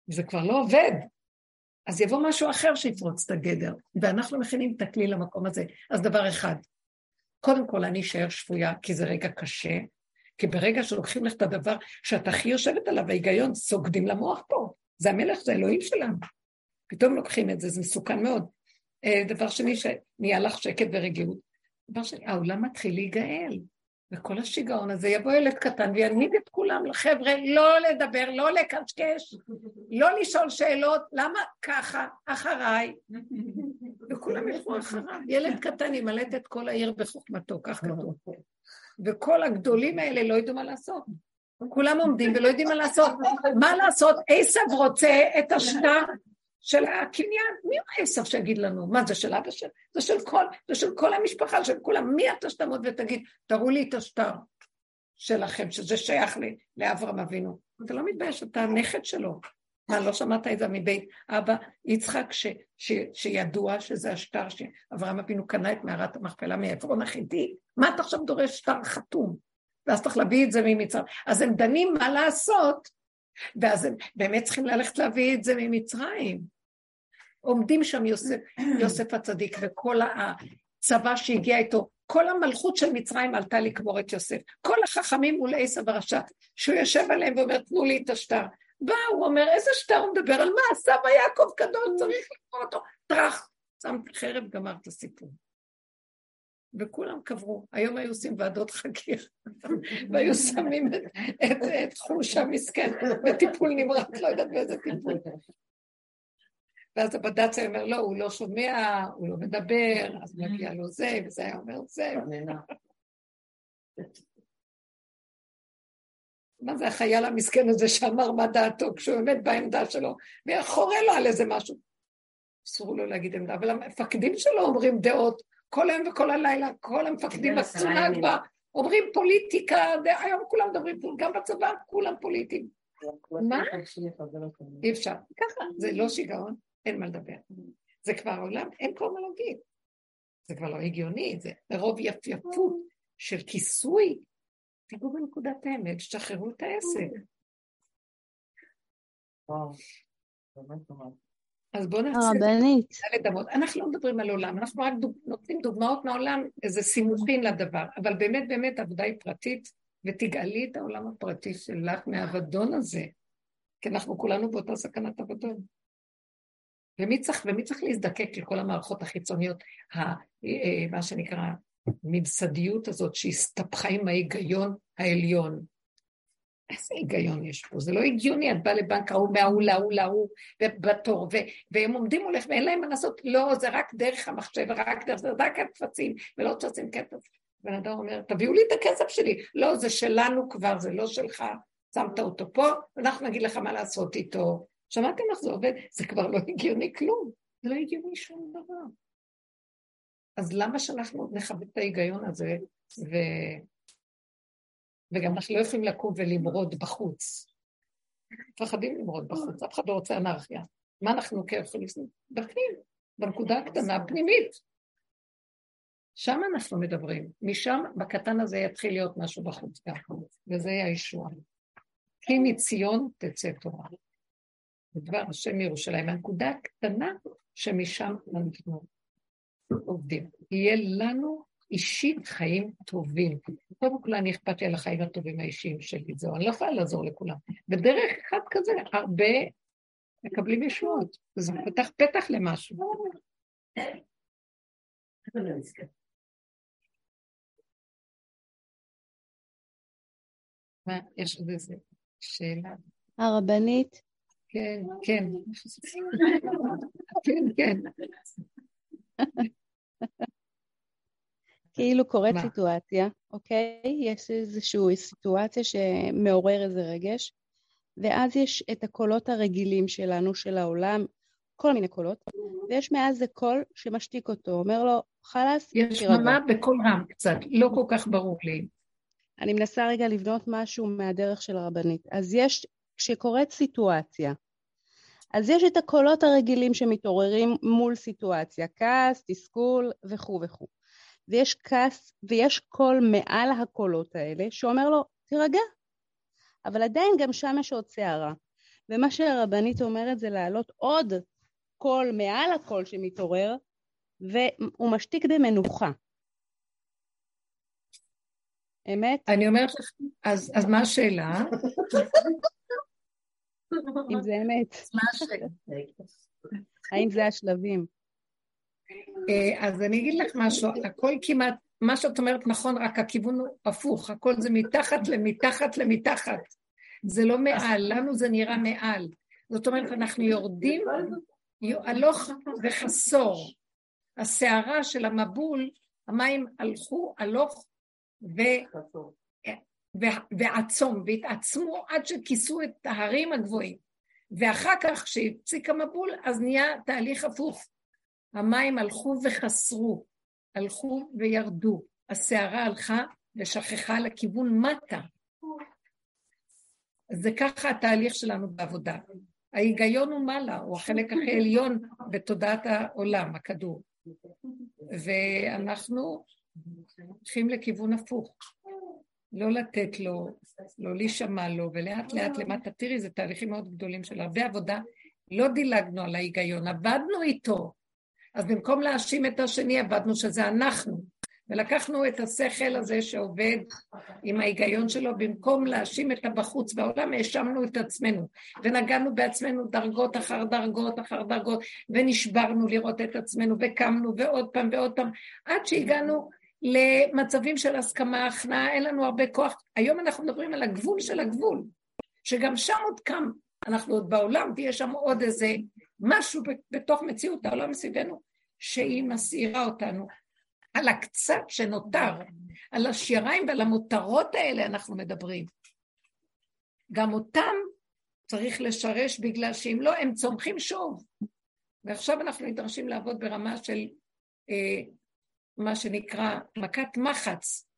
זה כבר לא עובד. אז יבוא משהו אחר שיפרוץ את הגדר, ואנחנו מכינים את הכלי למקום הזה. אז דבר אחד, קודם כל אני אשאר שפויה, כי זה רגע קשה, כי ברגע שלוקחים לך את הדבר שאתה הכי יושבת עליו, ההיגיון, סוגדים למוח פה. זה המלך, זה אלוהים שלנו. פתאום לוקחים את זה, זה מסוכן מאוד. דבר שני, שנהיה לך שקט ורגיעות. דבר שני, העולם מתחיל להיגאל. וכל השיגעון הזה יבוא ילד קטן וינהיג את כולם לחבר'ה, לא לדבר, לא לקשקש, לא לשאול שאלות, למה ככה, אחריי, וכולם ילכו אחריו. ילד קטן ימלט את כל העיר בחוכמתו, כך כתוב. וכל הגדולים האלה לא ידעו מה לעשות. כולם עומדים ולא יודעים מה לעשות. מה לעשות? עשב רוצה את השטר של הקניין. מי הוא עשב שיגיד לנו? מה זה של אבא של? זה של כל, זה של כל המשפחה, של כולם. מי אתה שתעמוד ותגיד, תראו לי את השטר שלכם, שזה שייך לי, לאברהם אבינו. אתה לא מתבייש, אתה הנכד שלו. מה, לא שמעת את זה מבית אבא יצחק, ש, ש, שידוע שזה השטר שאברהם אבינו קנה את מערת המכפלה מעפרון החיתי. מה אתה עכשיו דורש שטר חתום? ואז צריך להביא את זה ממצרים. אז הם דנים מה לעשות, ואז הם באמת צריכים ללכת להביא את זה ממצרים. עומדים שם יוסף, יוסף הצדיק, וכל הצבא שהגיע איתו, כל המלכות של מצרים עלתה לקבור את יוסף. כל החכמים מול עשב הרשע, שהוא יושב עליהם ואומר, תנו לי את השטר. בא, הוא אומר, איזה שטר הוא מדבר? על מה? סבא יעקב קדוש, צריך לקבור אותו. טרח, שם חרב, גמר את הסיפור. וכולם קברו. היום היו עושים ועדות חקיר, והיו שמים את, את, את חוש המסכן, בטיפול נמרץ, לא יודעת באיזה טיפול. ואז הבד"ץ אומר, לא, הוא לא שומע, הוא לא מדבר, אז מגיע לו זה, וזה היה אומר זה. מה זה החייל המסכן הזה שאמר מה דעתו, כשהוא עומד בעמדה שלו, וחורה לו על איזה משהו. אסור לו להגיד עמדה, אבל המפקדים שלו אומרים דעות, כל היום וכל הלילה, כל המפקדים בקצונה כבר, אומרים פוליטיקה, היום כולם מדברים, גם בצבא כולם פוליטיים. מה? אי אפשר. ככה, זה לא שיגעון, אין מה לדבר. זה כבר עולם, אין כל מה להגיד. זה כבר לא הגיוני, זה מרוב יפייפות של כיסוי. תיגעו בנקודת האמת, שחררו את העסק. אז בואו נעשה את זה. אנחנו לא מדברים על עולם, אנחנו רק נותנים דוגמאות מהעולם, איזה סימוכין לדבר, אבל באמת באמת עבודה היא פרטית, ותגאלי את העולם הפרטי שלך מהעבדון הזה, כי אנחנו כולנו באותה סכנת עבדון. ומי צריך, ומי צריך להזדקק לכל המערכות החיצוניות, מה שנקרא, ממסדיות הזאת שהסתפחה עם ההיגיון העליון. איזה היגיון יש פה? זה לא הגיוני, את באה לבנק ההוא, מההוא, להוא, להוא, ובתור, והם עומדים הולך, ואין להם מה לעשות, לא, זה רק דרך המחשב, רק דרך, זה רק הקפצים, ולא תוצאים כסף. בן אדם אומר, תביאו לי את הכסף שלי. לא, זה שלנו כבר, זה לא שלך, שמת אותו פה, ואנחנו נגיד לך מה לעשות איתו. שמעתם איך זה עובד? זה כבר לא הגיוני כלום, זה לא הגיוני שום דבר. אז למה שאנחנו נכבד את ההיגיון הזה, ו... וגם אנחנו לא יכולים לקום ולמרוד בחוץ. פחדים למרוד בחוץ, אף אחד לא רוצה אנרכיה. מה אנחנו יכולים לעשות? בפנים, בנקודה הקטנה, פנימית. שם אנחנו מדברים. משם, בקטן הזה יתחיל להיות משהו בחוץ גם, וזה יהיה הישועה. כי מציון תצא תורה. בדבר השם ירושלים, הנקודה הקטנה שמשם אנחנו עובדים. יהיה לנו אישית חיים טובים. קודם כל אני אכפת לי על החיים הטובים האישיים שלי, זהו, אני לא יכולה לעזור לכולם. בדרך אחד כזה, הרבה מקבלים ישועות, זה פתח פתח למשהו. מה, יש עוד איזה שאלה? הרבנית? כן, כן. כן, כן. כאילו קורית סיטואציה, אוקיי? יש איזושהי סיטואציה שמעורר איזה רגש, ואז יש את הקולות הרגילים שלנו, של העולם, כל מיני קולות, ויש מאז זה קול שמשתיק אותו, אומר לו, חלס, יש ממה בקול רם קצת, לא כל כך ברור לי. אני מנסה רגע לבנות משהו מהדרך של הרבנית. אז יש, כשקורית סיטואציה, אז יש את הקולות הרגילים שמתעוררים מול סיטואציה, כעס, תסכול וכו' וכו'. ויש כעס, ויש קול מעל הקולות האלה, שאומר לו, תירגע. אבל עדיין גם שם יש עוד שערה. ומה שהרבנית אומרת זה להעלות עוד קול מעל הקול שמתעורר, והוא משתיק די מנוחה. אמת? אני אומרת לך, אז, אז מה השאלה? אם זה אמת. מה השאלה? האם זה השלבים? אז אני אגיד לך משהו, הכל כמעט, מה שאת אומרת נכון, רק הכיוון הוא הפוך, הכל זה מתחת למתחת למתחת, זה לא מעל, לנו זה נראה מעל, זאת אומרת אנחנו יורדים, הלוך וחסור, השערה של המבול, המים הלכו, הלוך ו... ועצום, והתעצמו עד שכיסו את ההרים הגבוהים, ואחר כך כשהפסיק המבול, אז נהיה תהליך הפוך, המים הלכו וחסרו, הלכו וירדו, השערה הלכה ושכחה לכיוון מטה. זה ככה התהליך שלנו בעבודה. ההיגיון הוא מעלה, הוא החלק הכי עליון בתודעת העולם, הכדור. ואנחנו הולכים לכיוון הפוך. לא לתת לו, לא להישמע לו, ולאט לאט למטה, תראי, זה תהליכים מאוד גדולים של הרבה עבודה, לא דילגנו על ההיגיון, עבדנו איתו, אז במקום להאשים את השני, עבדנו שזה אנחנו, ולקחנו את השכל הזה שעובד עם ההיגיון שלו, במקום להאשים את הבחוץ בעולם, האשמנו את עצמנו, ונגענו בעצמנו דרגות אחר דרגות אחר דרגות, ונשברנו לראות את עצמנו, וקמנו ועוד פעם ועוד פעם, עד שהגענו למצבים של הסכמה, הכנעה, אין לנו הרבה כוח. היום אנחנו מדברים על הגבול של הגבול, שגם שם עוד קם, אנחנו עוד בעולם, ויש שם עוד איזה משהו בתוך מציאות העולם מסביבנו, שהיא מסעירה אותנו. על הקצת שנותר, על השיריים ועל המותרות האלה אנחנו מדברים. גם אותם צריך לשרש, בגלל שאם לא, הם צומחים שוב. ועכשיו אנחנו נדרשים לעבוד ברמה של אה, מה שנקרא מכת מחץ,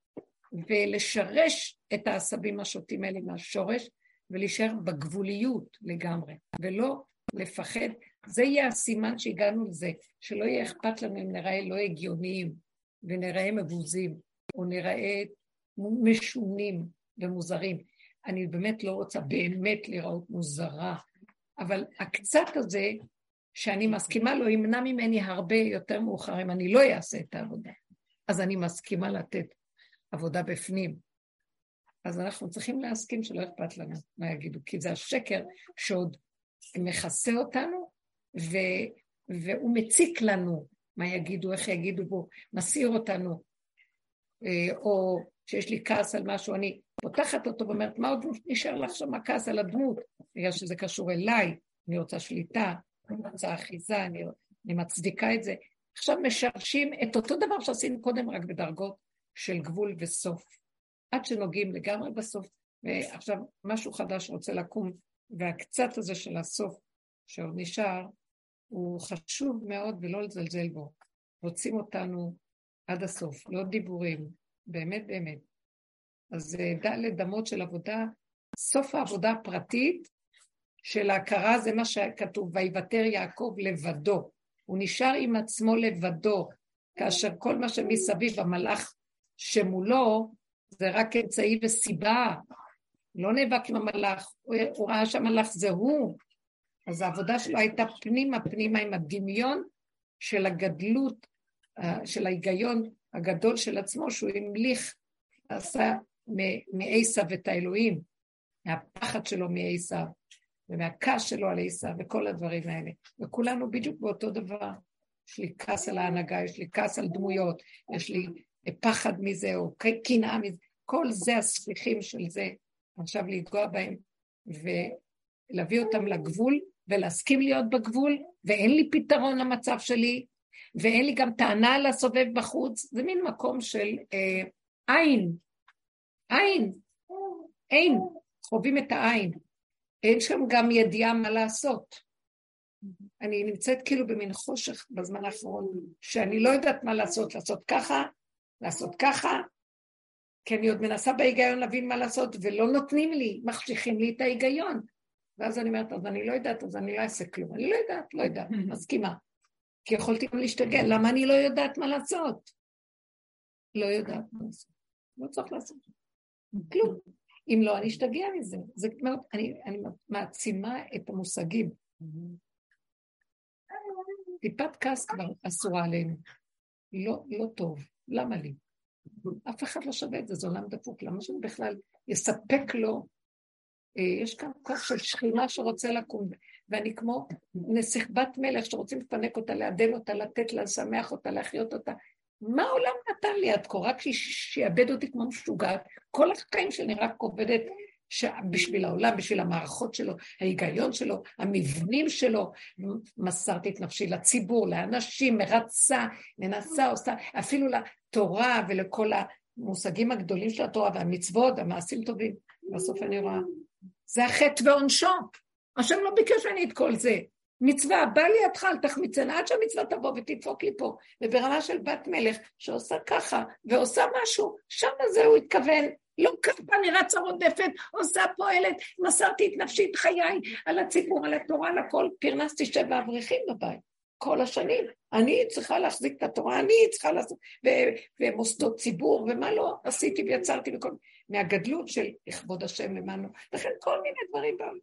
ולשרש את העשבים השוטים האלה מהשורש, ולהישאר בגבוליות לגמרי, ולא לפחד. זה יהיה הסימן שהגענו לזה, שלא יהיה אכפת לנו אם נראה לא הגיוניים, ונראה מבוזים, או נראה משונים ומוזרים. אני באמת לא רוצה באמת לראות מוזרה, אבל הקצת הזה, שאני מסכימה לו, ימנע ממני הרבה יותר מאוחר, אם אני לא אעשה את העבודה. אז אני מסכימה לתת עבודה בפנים. אז אנחנו צריכים להסכים שלא אכפת לנו מה יגידו, כי זה השקר שעוד מכסה אותנו, ו, והוא מציק לנו מה יגידו, איך יגידו בו, מסעיר אותנו, או שיש לי כעס על משהו, אני פותחת אותו ואומרת, מה עוד נשאר לך שם הכעס על הדמות? בגלל שזה קשור אליי, אני רוצה שליטה, אני רוצה אחיזה, אני, אני מצדיקה את זה. עכשיו משרשים את אותו דבר שעשינו קודם, רק בדרגות של גבול וסוף. עד שנוגעים לגמרי בסוף, ועכשיו משהו חדש רוצה לקום, והקצת הזה של הסוף שעוד נשאר, הוא חשוב מאוד ולא לזלזל בו. רוצים אותנו עד הסוף, לא דיבורים, באמת באמת. אז דע לדמות של עבודה, סוף העבודה הפרטית של ההכרה, זה מה שכתוב, ויוותר יעקב לבדו. הוא נשאר עם עצמו לבדו, כאשר כל מה שמסביב המלאך שמולו, זה רק אמצעי וסיבה, לא נאבק עם המלאך, הוא, הוא ראה שהמלאך זה הוא, אז העבודה שלו הייתה פנימה, פנימה עם הדמיון של הגדלות, של ההיגיון הגדול של עצמו, שהוא המליך, עשה מעשיו את האלוהים, מהפחד שלו מעשיו, ומהכעס שלו על עשיו, וכל הדברים האלה, וכולנו בדיוק באותו דבר, יש לי כעס על ההנהגה, יש לי כעס על דמויות, יש לי פחד מזה, או קנאה מזה, כל זה הספיחים של זה, עכשיו להיגוע בהם, ולהביא אותם לגבול, ולהסכים להיות בגבול, ואין לי פתרון למצב שלי, ואין לי גם טענה לסובב בחוץ, זה מין מקום של אה, עין, עין, אין, חווים את העין, אין שם גם ידיעה מה לעשות, אני נמצאת כאילו במין חושך בזמן האחרון, שאני לא יודעת מה לעשות, לעשות ככה, לעשות ככה, כי אני עוד מנסה בהיגיון להבין מה לעשות, ולא נותנים לי, מחשיכים לי את ההיגיון, ואז אני אומרת, אז אני לא יודעת, אז אני לא אעשה כלום, אני לא יודעת, לא יודעת, מסכימה, כי יכולתי גם להשתגע, למה אני לא יודעת מה לעשות? לא יודעת מה לעשות, לא צריך לעשות, כלום. אם לא, אני אשתגע מזה. זה מאוד, אני, אני מעצימה את המושגים. טיפת כעס כבר אסורה עלינו. לא, לא טוב. למה לי? אף אחד לא שווה את זה, זה עולם דפוק. למה שאני בכלל יספק לו? יש כאן כוח של שכינה שרוצה לקום, ואני כמו נסיך בת מלך שרוצים לפנק אותה, לעדן אותה, לתת לה, לשמח אותה, להחיות אותה. מה העולם נתן לי עד כה? רק שיאבד אותי כמו משוגעת. כל החיים שלי רק עובדת בשביל העולם, בשביל המערכות שלו, ההיגיון שלו, המבנים שלו. מסרתי את נפשי לציבור, לאנשים, מרצה, מנסה, עושה, אפילו לתורה ולכל המושגים הגדולים של התורה והמצוות, המעשים טובים. בסוף אני רואה, זה החטא ועונשו. השם לא ביקש אני את כל זה. מצווה, בא לי התחל, תחמיצנה, עד שהמצווה תבוא ותדפוק לי פה. וברמה של בת מלך שעושה ככה, ועושה משהו, שם זה הוא התכוון. לא ככה אני רצה רודפת, עושה פועלת, מסרתי את נפשי, את חיי, על הציבור, על התורה, על הכל, פרנסתי שבע אברכים בבית. כל השנים, אני צריכה להחזיק את התורה, אני צריכה לעשות, ו- ומוסדות ציבור, ומה לא עשיתי ויצרתי וכל, מהגדלות של לכבוד השם למענו, לכן כל מיני דברים בעולם.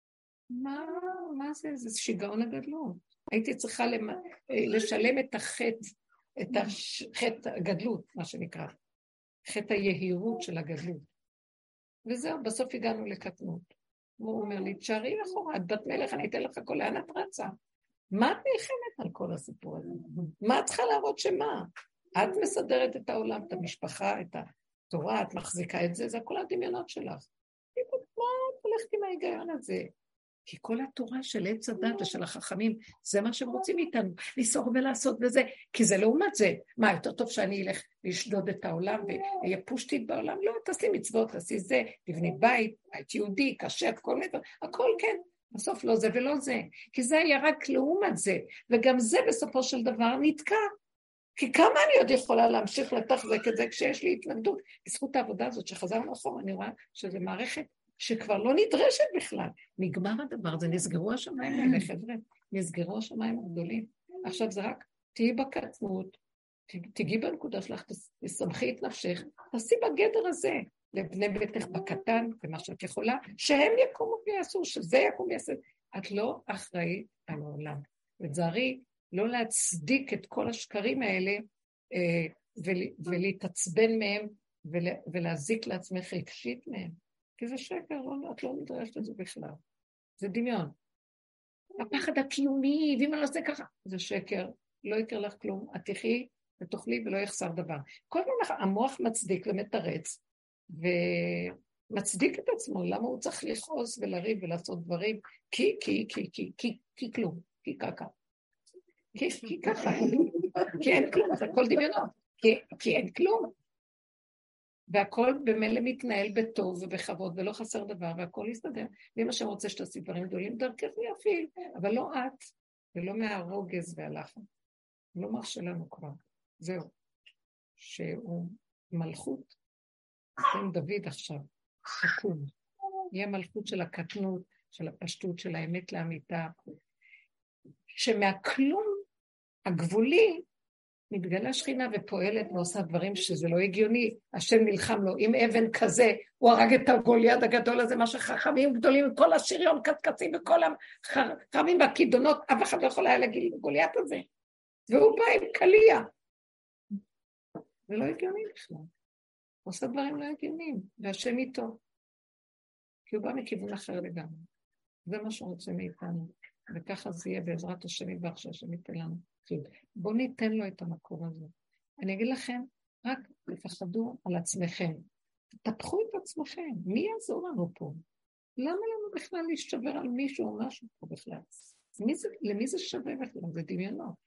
מה, מה זה? זה שיגעון הגדלות. הייתי צריכה למ... לשלם את החטא, את החטא הגדלות, מה שנקרא, חטא היהירות של הגדלות. וזהו, בסוף הגענו לקטנות. הוא אומר לי, תשארי אחורה, את בת מלך, אני אתן לך כל לאן את רצה. מה את נלחמת על כל הסיפור הזה? מה את צריכה להראות שמה? את מסדרת את העולם, את המשפחה, את התורה, את מחזיקה את זה, זה כל הדמיונות שלך. מה את הולכת עם ההיגיון הזה? כי כל התורה של עץ הדת ושל החכמים, זה מה שהם רוצים איתנו, לסור ולעשות וזה, כי זה לעומת זה. מה, יותר טוב שאני אלך לשדוד את העולם ויהיה פושטית בעולם? לא, תעשי מצוות, תעשי זה, תבני בית, בית יהודי, קשה, כל מיני, הכל כן. בסוף לא זה ולא זה, כי זה היה רק לעומת זה, וגם זה בסופו של דבר נתקע. כי כמה אני עוד יכולה להמשיך לתחזק את זה כשיש לי התנגדות? בזכות העבודה הזאת שחזרנו אחורה, אני רואה שזו מערכת שכבר לא נדרשת בכלל. נגמר הדבר הזה, נסגרו השמיים האלה, חבר'ה, נסגרו השמיים הגדולים. עכשיו זה רק, תהיי בקטנות, תגיעי בנקודה שלך, תסמכי את נפשך, תעשי בגדר הזה, לבני ביתך בקטן, ומה שאת יכולה, שהם יקומו ויעשו, שזה יקום ויעשו. את לא אחראית על העולם. וזהרי, לא להצדיק את כל השקרים האלה, אה, ולהתעצבן מהם, ולהזיק לעצמך רגשית מהם. כי זה שקר, לא, את לא נדרשת לזה בכלל. זה דמיון. הפחד הקיומי, ואם אני לא עושה ככה, זה שקר, לא יקר לך כלום, את תחי ותאכלי ולא יחסר דבר. כל פעם המוח מצדיק ומתרץ, ומצדיק את עצמו, למה הוא צריך לכעוס ולריב ולעשות דברים, כי, כי, כי, כי, כי, כי כלום, כי ככה. כי, כי ככה, כי אין כלום, זה הכל דמיונות, כי, כי אין כלום. והכל במילא מתנהל בטוב ובכבוד, ולא חסר דבר, והכל יסתדר. ואם השם רוצה שתעשי דברים גדולים, דרכך ויפיל, אבל לא את, ולא מהרוגז והלחץ. לא מרשה לנו כבר. זהו. שהוא מלכות, עם דוד עכשיו, תקום. יהיה מלכות של הקטנות, של הפשטות, של האמת לאמיתה, שמהכלום הגבולי, מתגלה שכינה ופועלת ועושה דברים שזה לא הגיוני, השם נלחם לו, עם אבן כזה, הוא הרג את הגוליית הגדול הזה, מה שחכמים גדולים, כל השריון קצקצים וכל החכמים והכידונות, אף אחד לא יכול היה להגיד לגוליית הזה, והוא בא עם קליה. זה לא הגיוני בכלל. הוא עושה דברים לא הגיוניים, והשם איתו, כי הוא בא מכיוון אחר לגמרי. זה מה שהוא רוצה מאיתנו, וככה זה יהיה בעזרת השם יברך שהשם ייתן לנו. בואו ניתן לו את המקום הזה. אני אגיד לכם, רק תפחדו על עצמכם. תפחו את עצמכם. מי יעזור לנו פה? למה לנו בכלל להשתבר על מישהו או משהו פה בכלל? מי זה, למי זה שווה בכלל? זה דמיונות.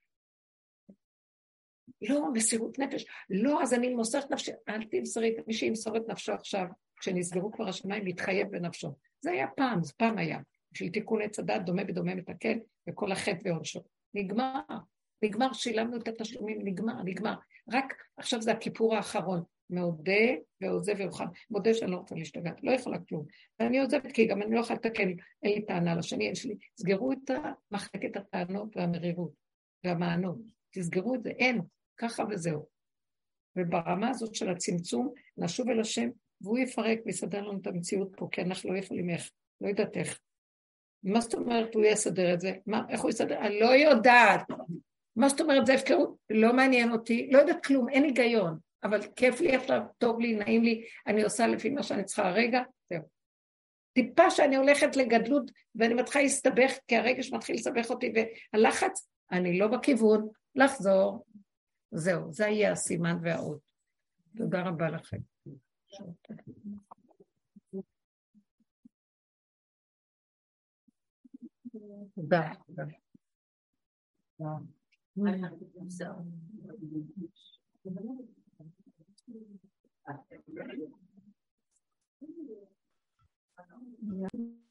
לא, מסירות נפש. לא, אז אני מוסר את נפשי. אל תמסרי, מי שימסור את נפשו עכשיו, כשנסגרו כבר השמיים, מתחייב בנפשו. זה היה פעם, זה פעם היה. בשביל תיקון עץ הדת, דומה בדומה מתקן, וכל החטא ועונשו. נגמר. נגמר, שילמנו את התשלומים, נגמר, נגמר. רק עכשיו זה הכיפור האחרון. מעודה ועוזב ואוכל. מודה שאני לא רוצה להשתגעת, לא יכולה כלום. ואני עוזבת כי גם אני לא יכולה לתקן, אין לי טענה לשני, אין שלי. סגרו את מחלקת הטענות והמרירות והמענות. תסגרו את זה, אין, ככה וזהו. וברמה הזאת של הצמצום, נשוב אל השם, והוא יפרק ויסדר לנו את המציאות פה, כי אנחנו לא יכולים איך, לא יודעת איך. מה זאת אומרת הוא יסדר את זה? מה, איך הוא יסדר? אני לא יודעת. מה זאת אומרת זה הפקרות? לא מעניין אותי, לא יודעת כלום, אין היגיון, אבל כיף לי עכשיו, טוב לי, נעים לי, אני עושה לפי מה שאני צריכה הרגע, זהו. טיפה שאני הולכת לגדלות, ואני מתחילה להסתבך, כי הרגש מתחיל לסבך אותי, והלחץ, אני לא בכיוון, לחזור. זהו, זה יהיה הסימן והאות. תודה רבה לכם. תודה. תודה.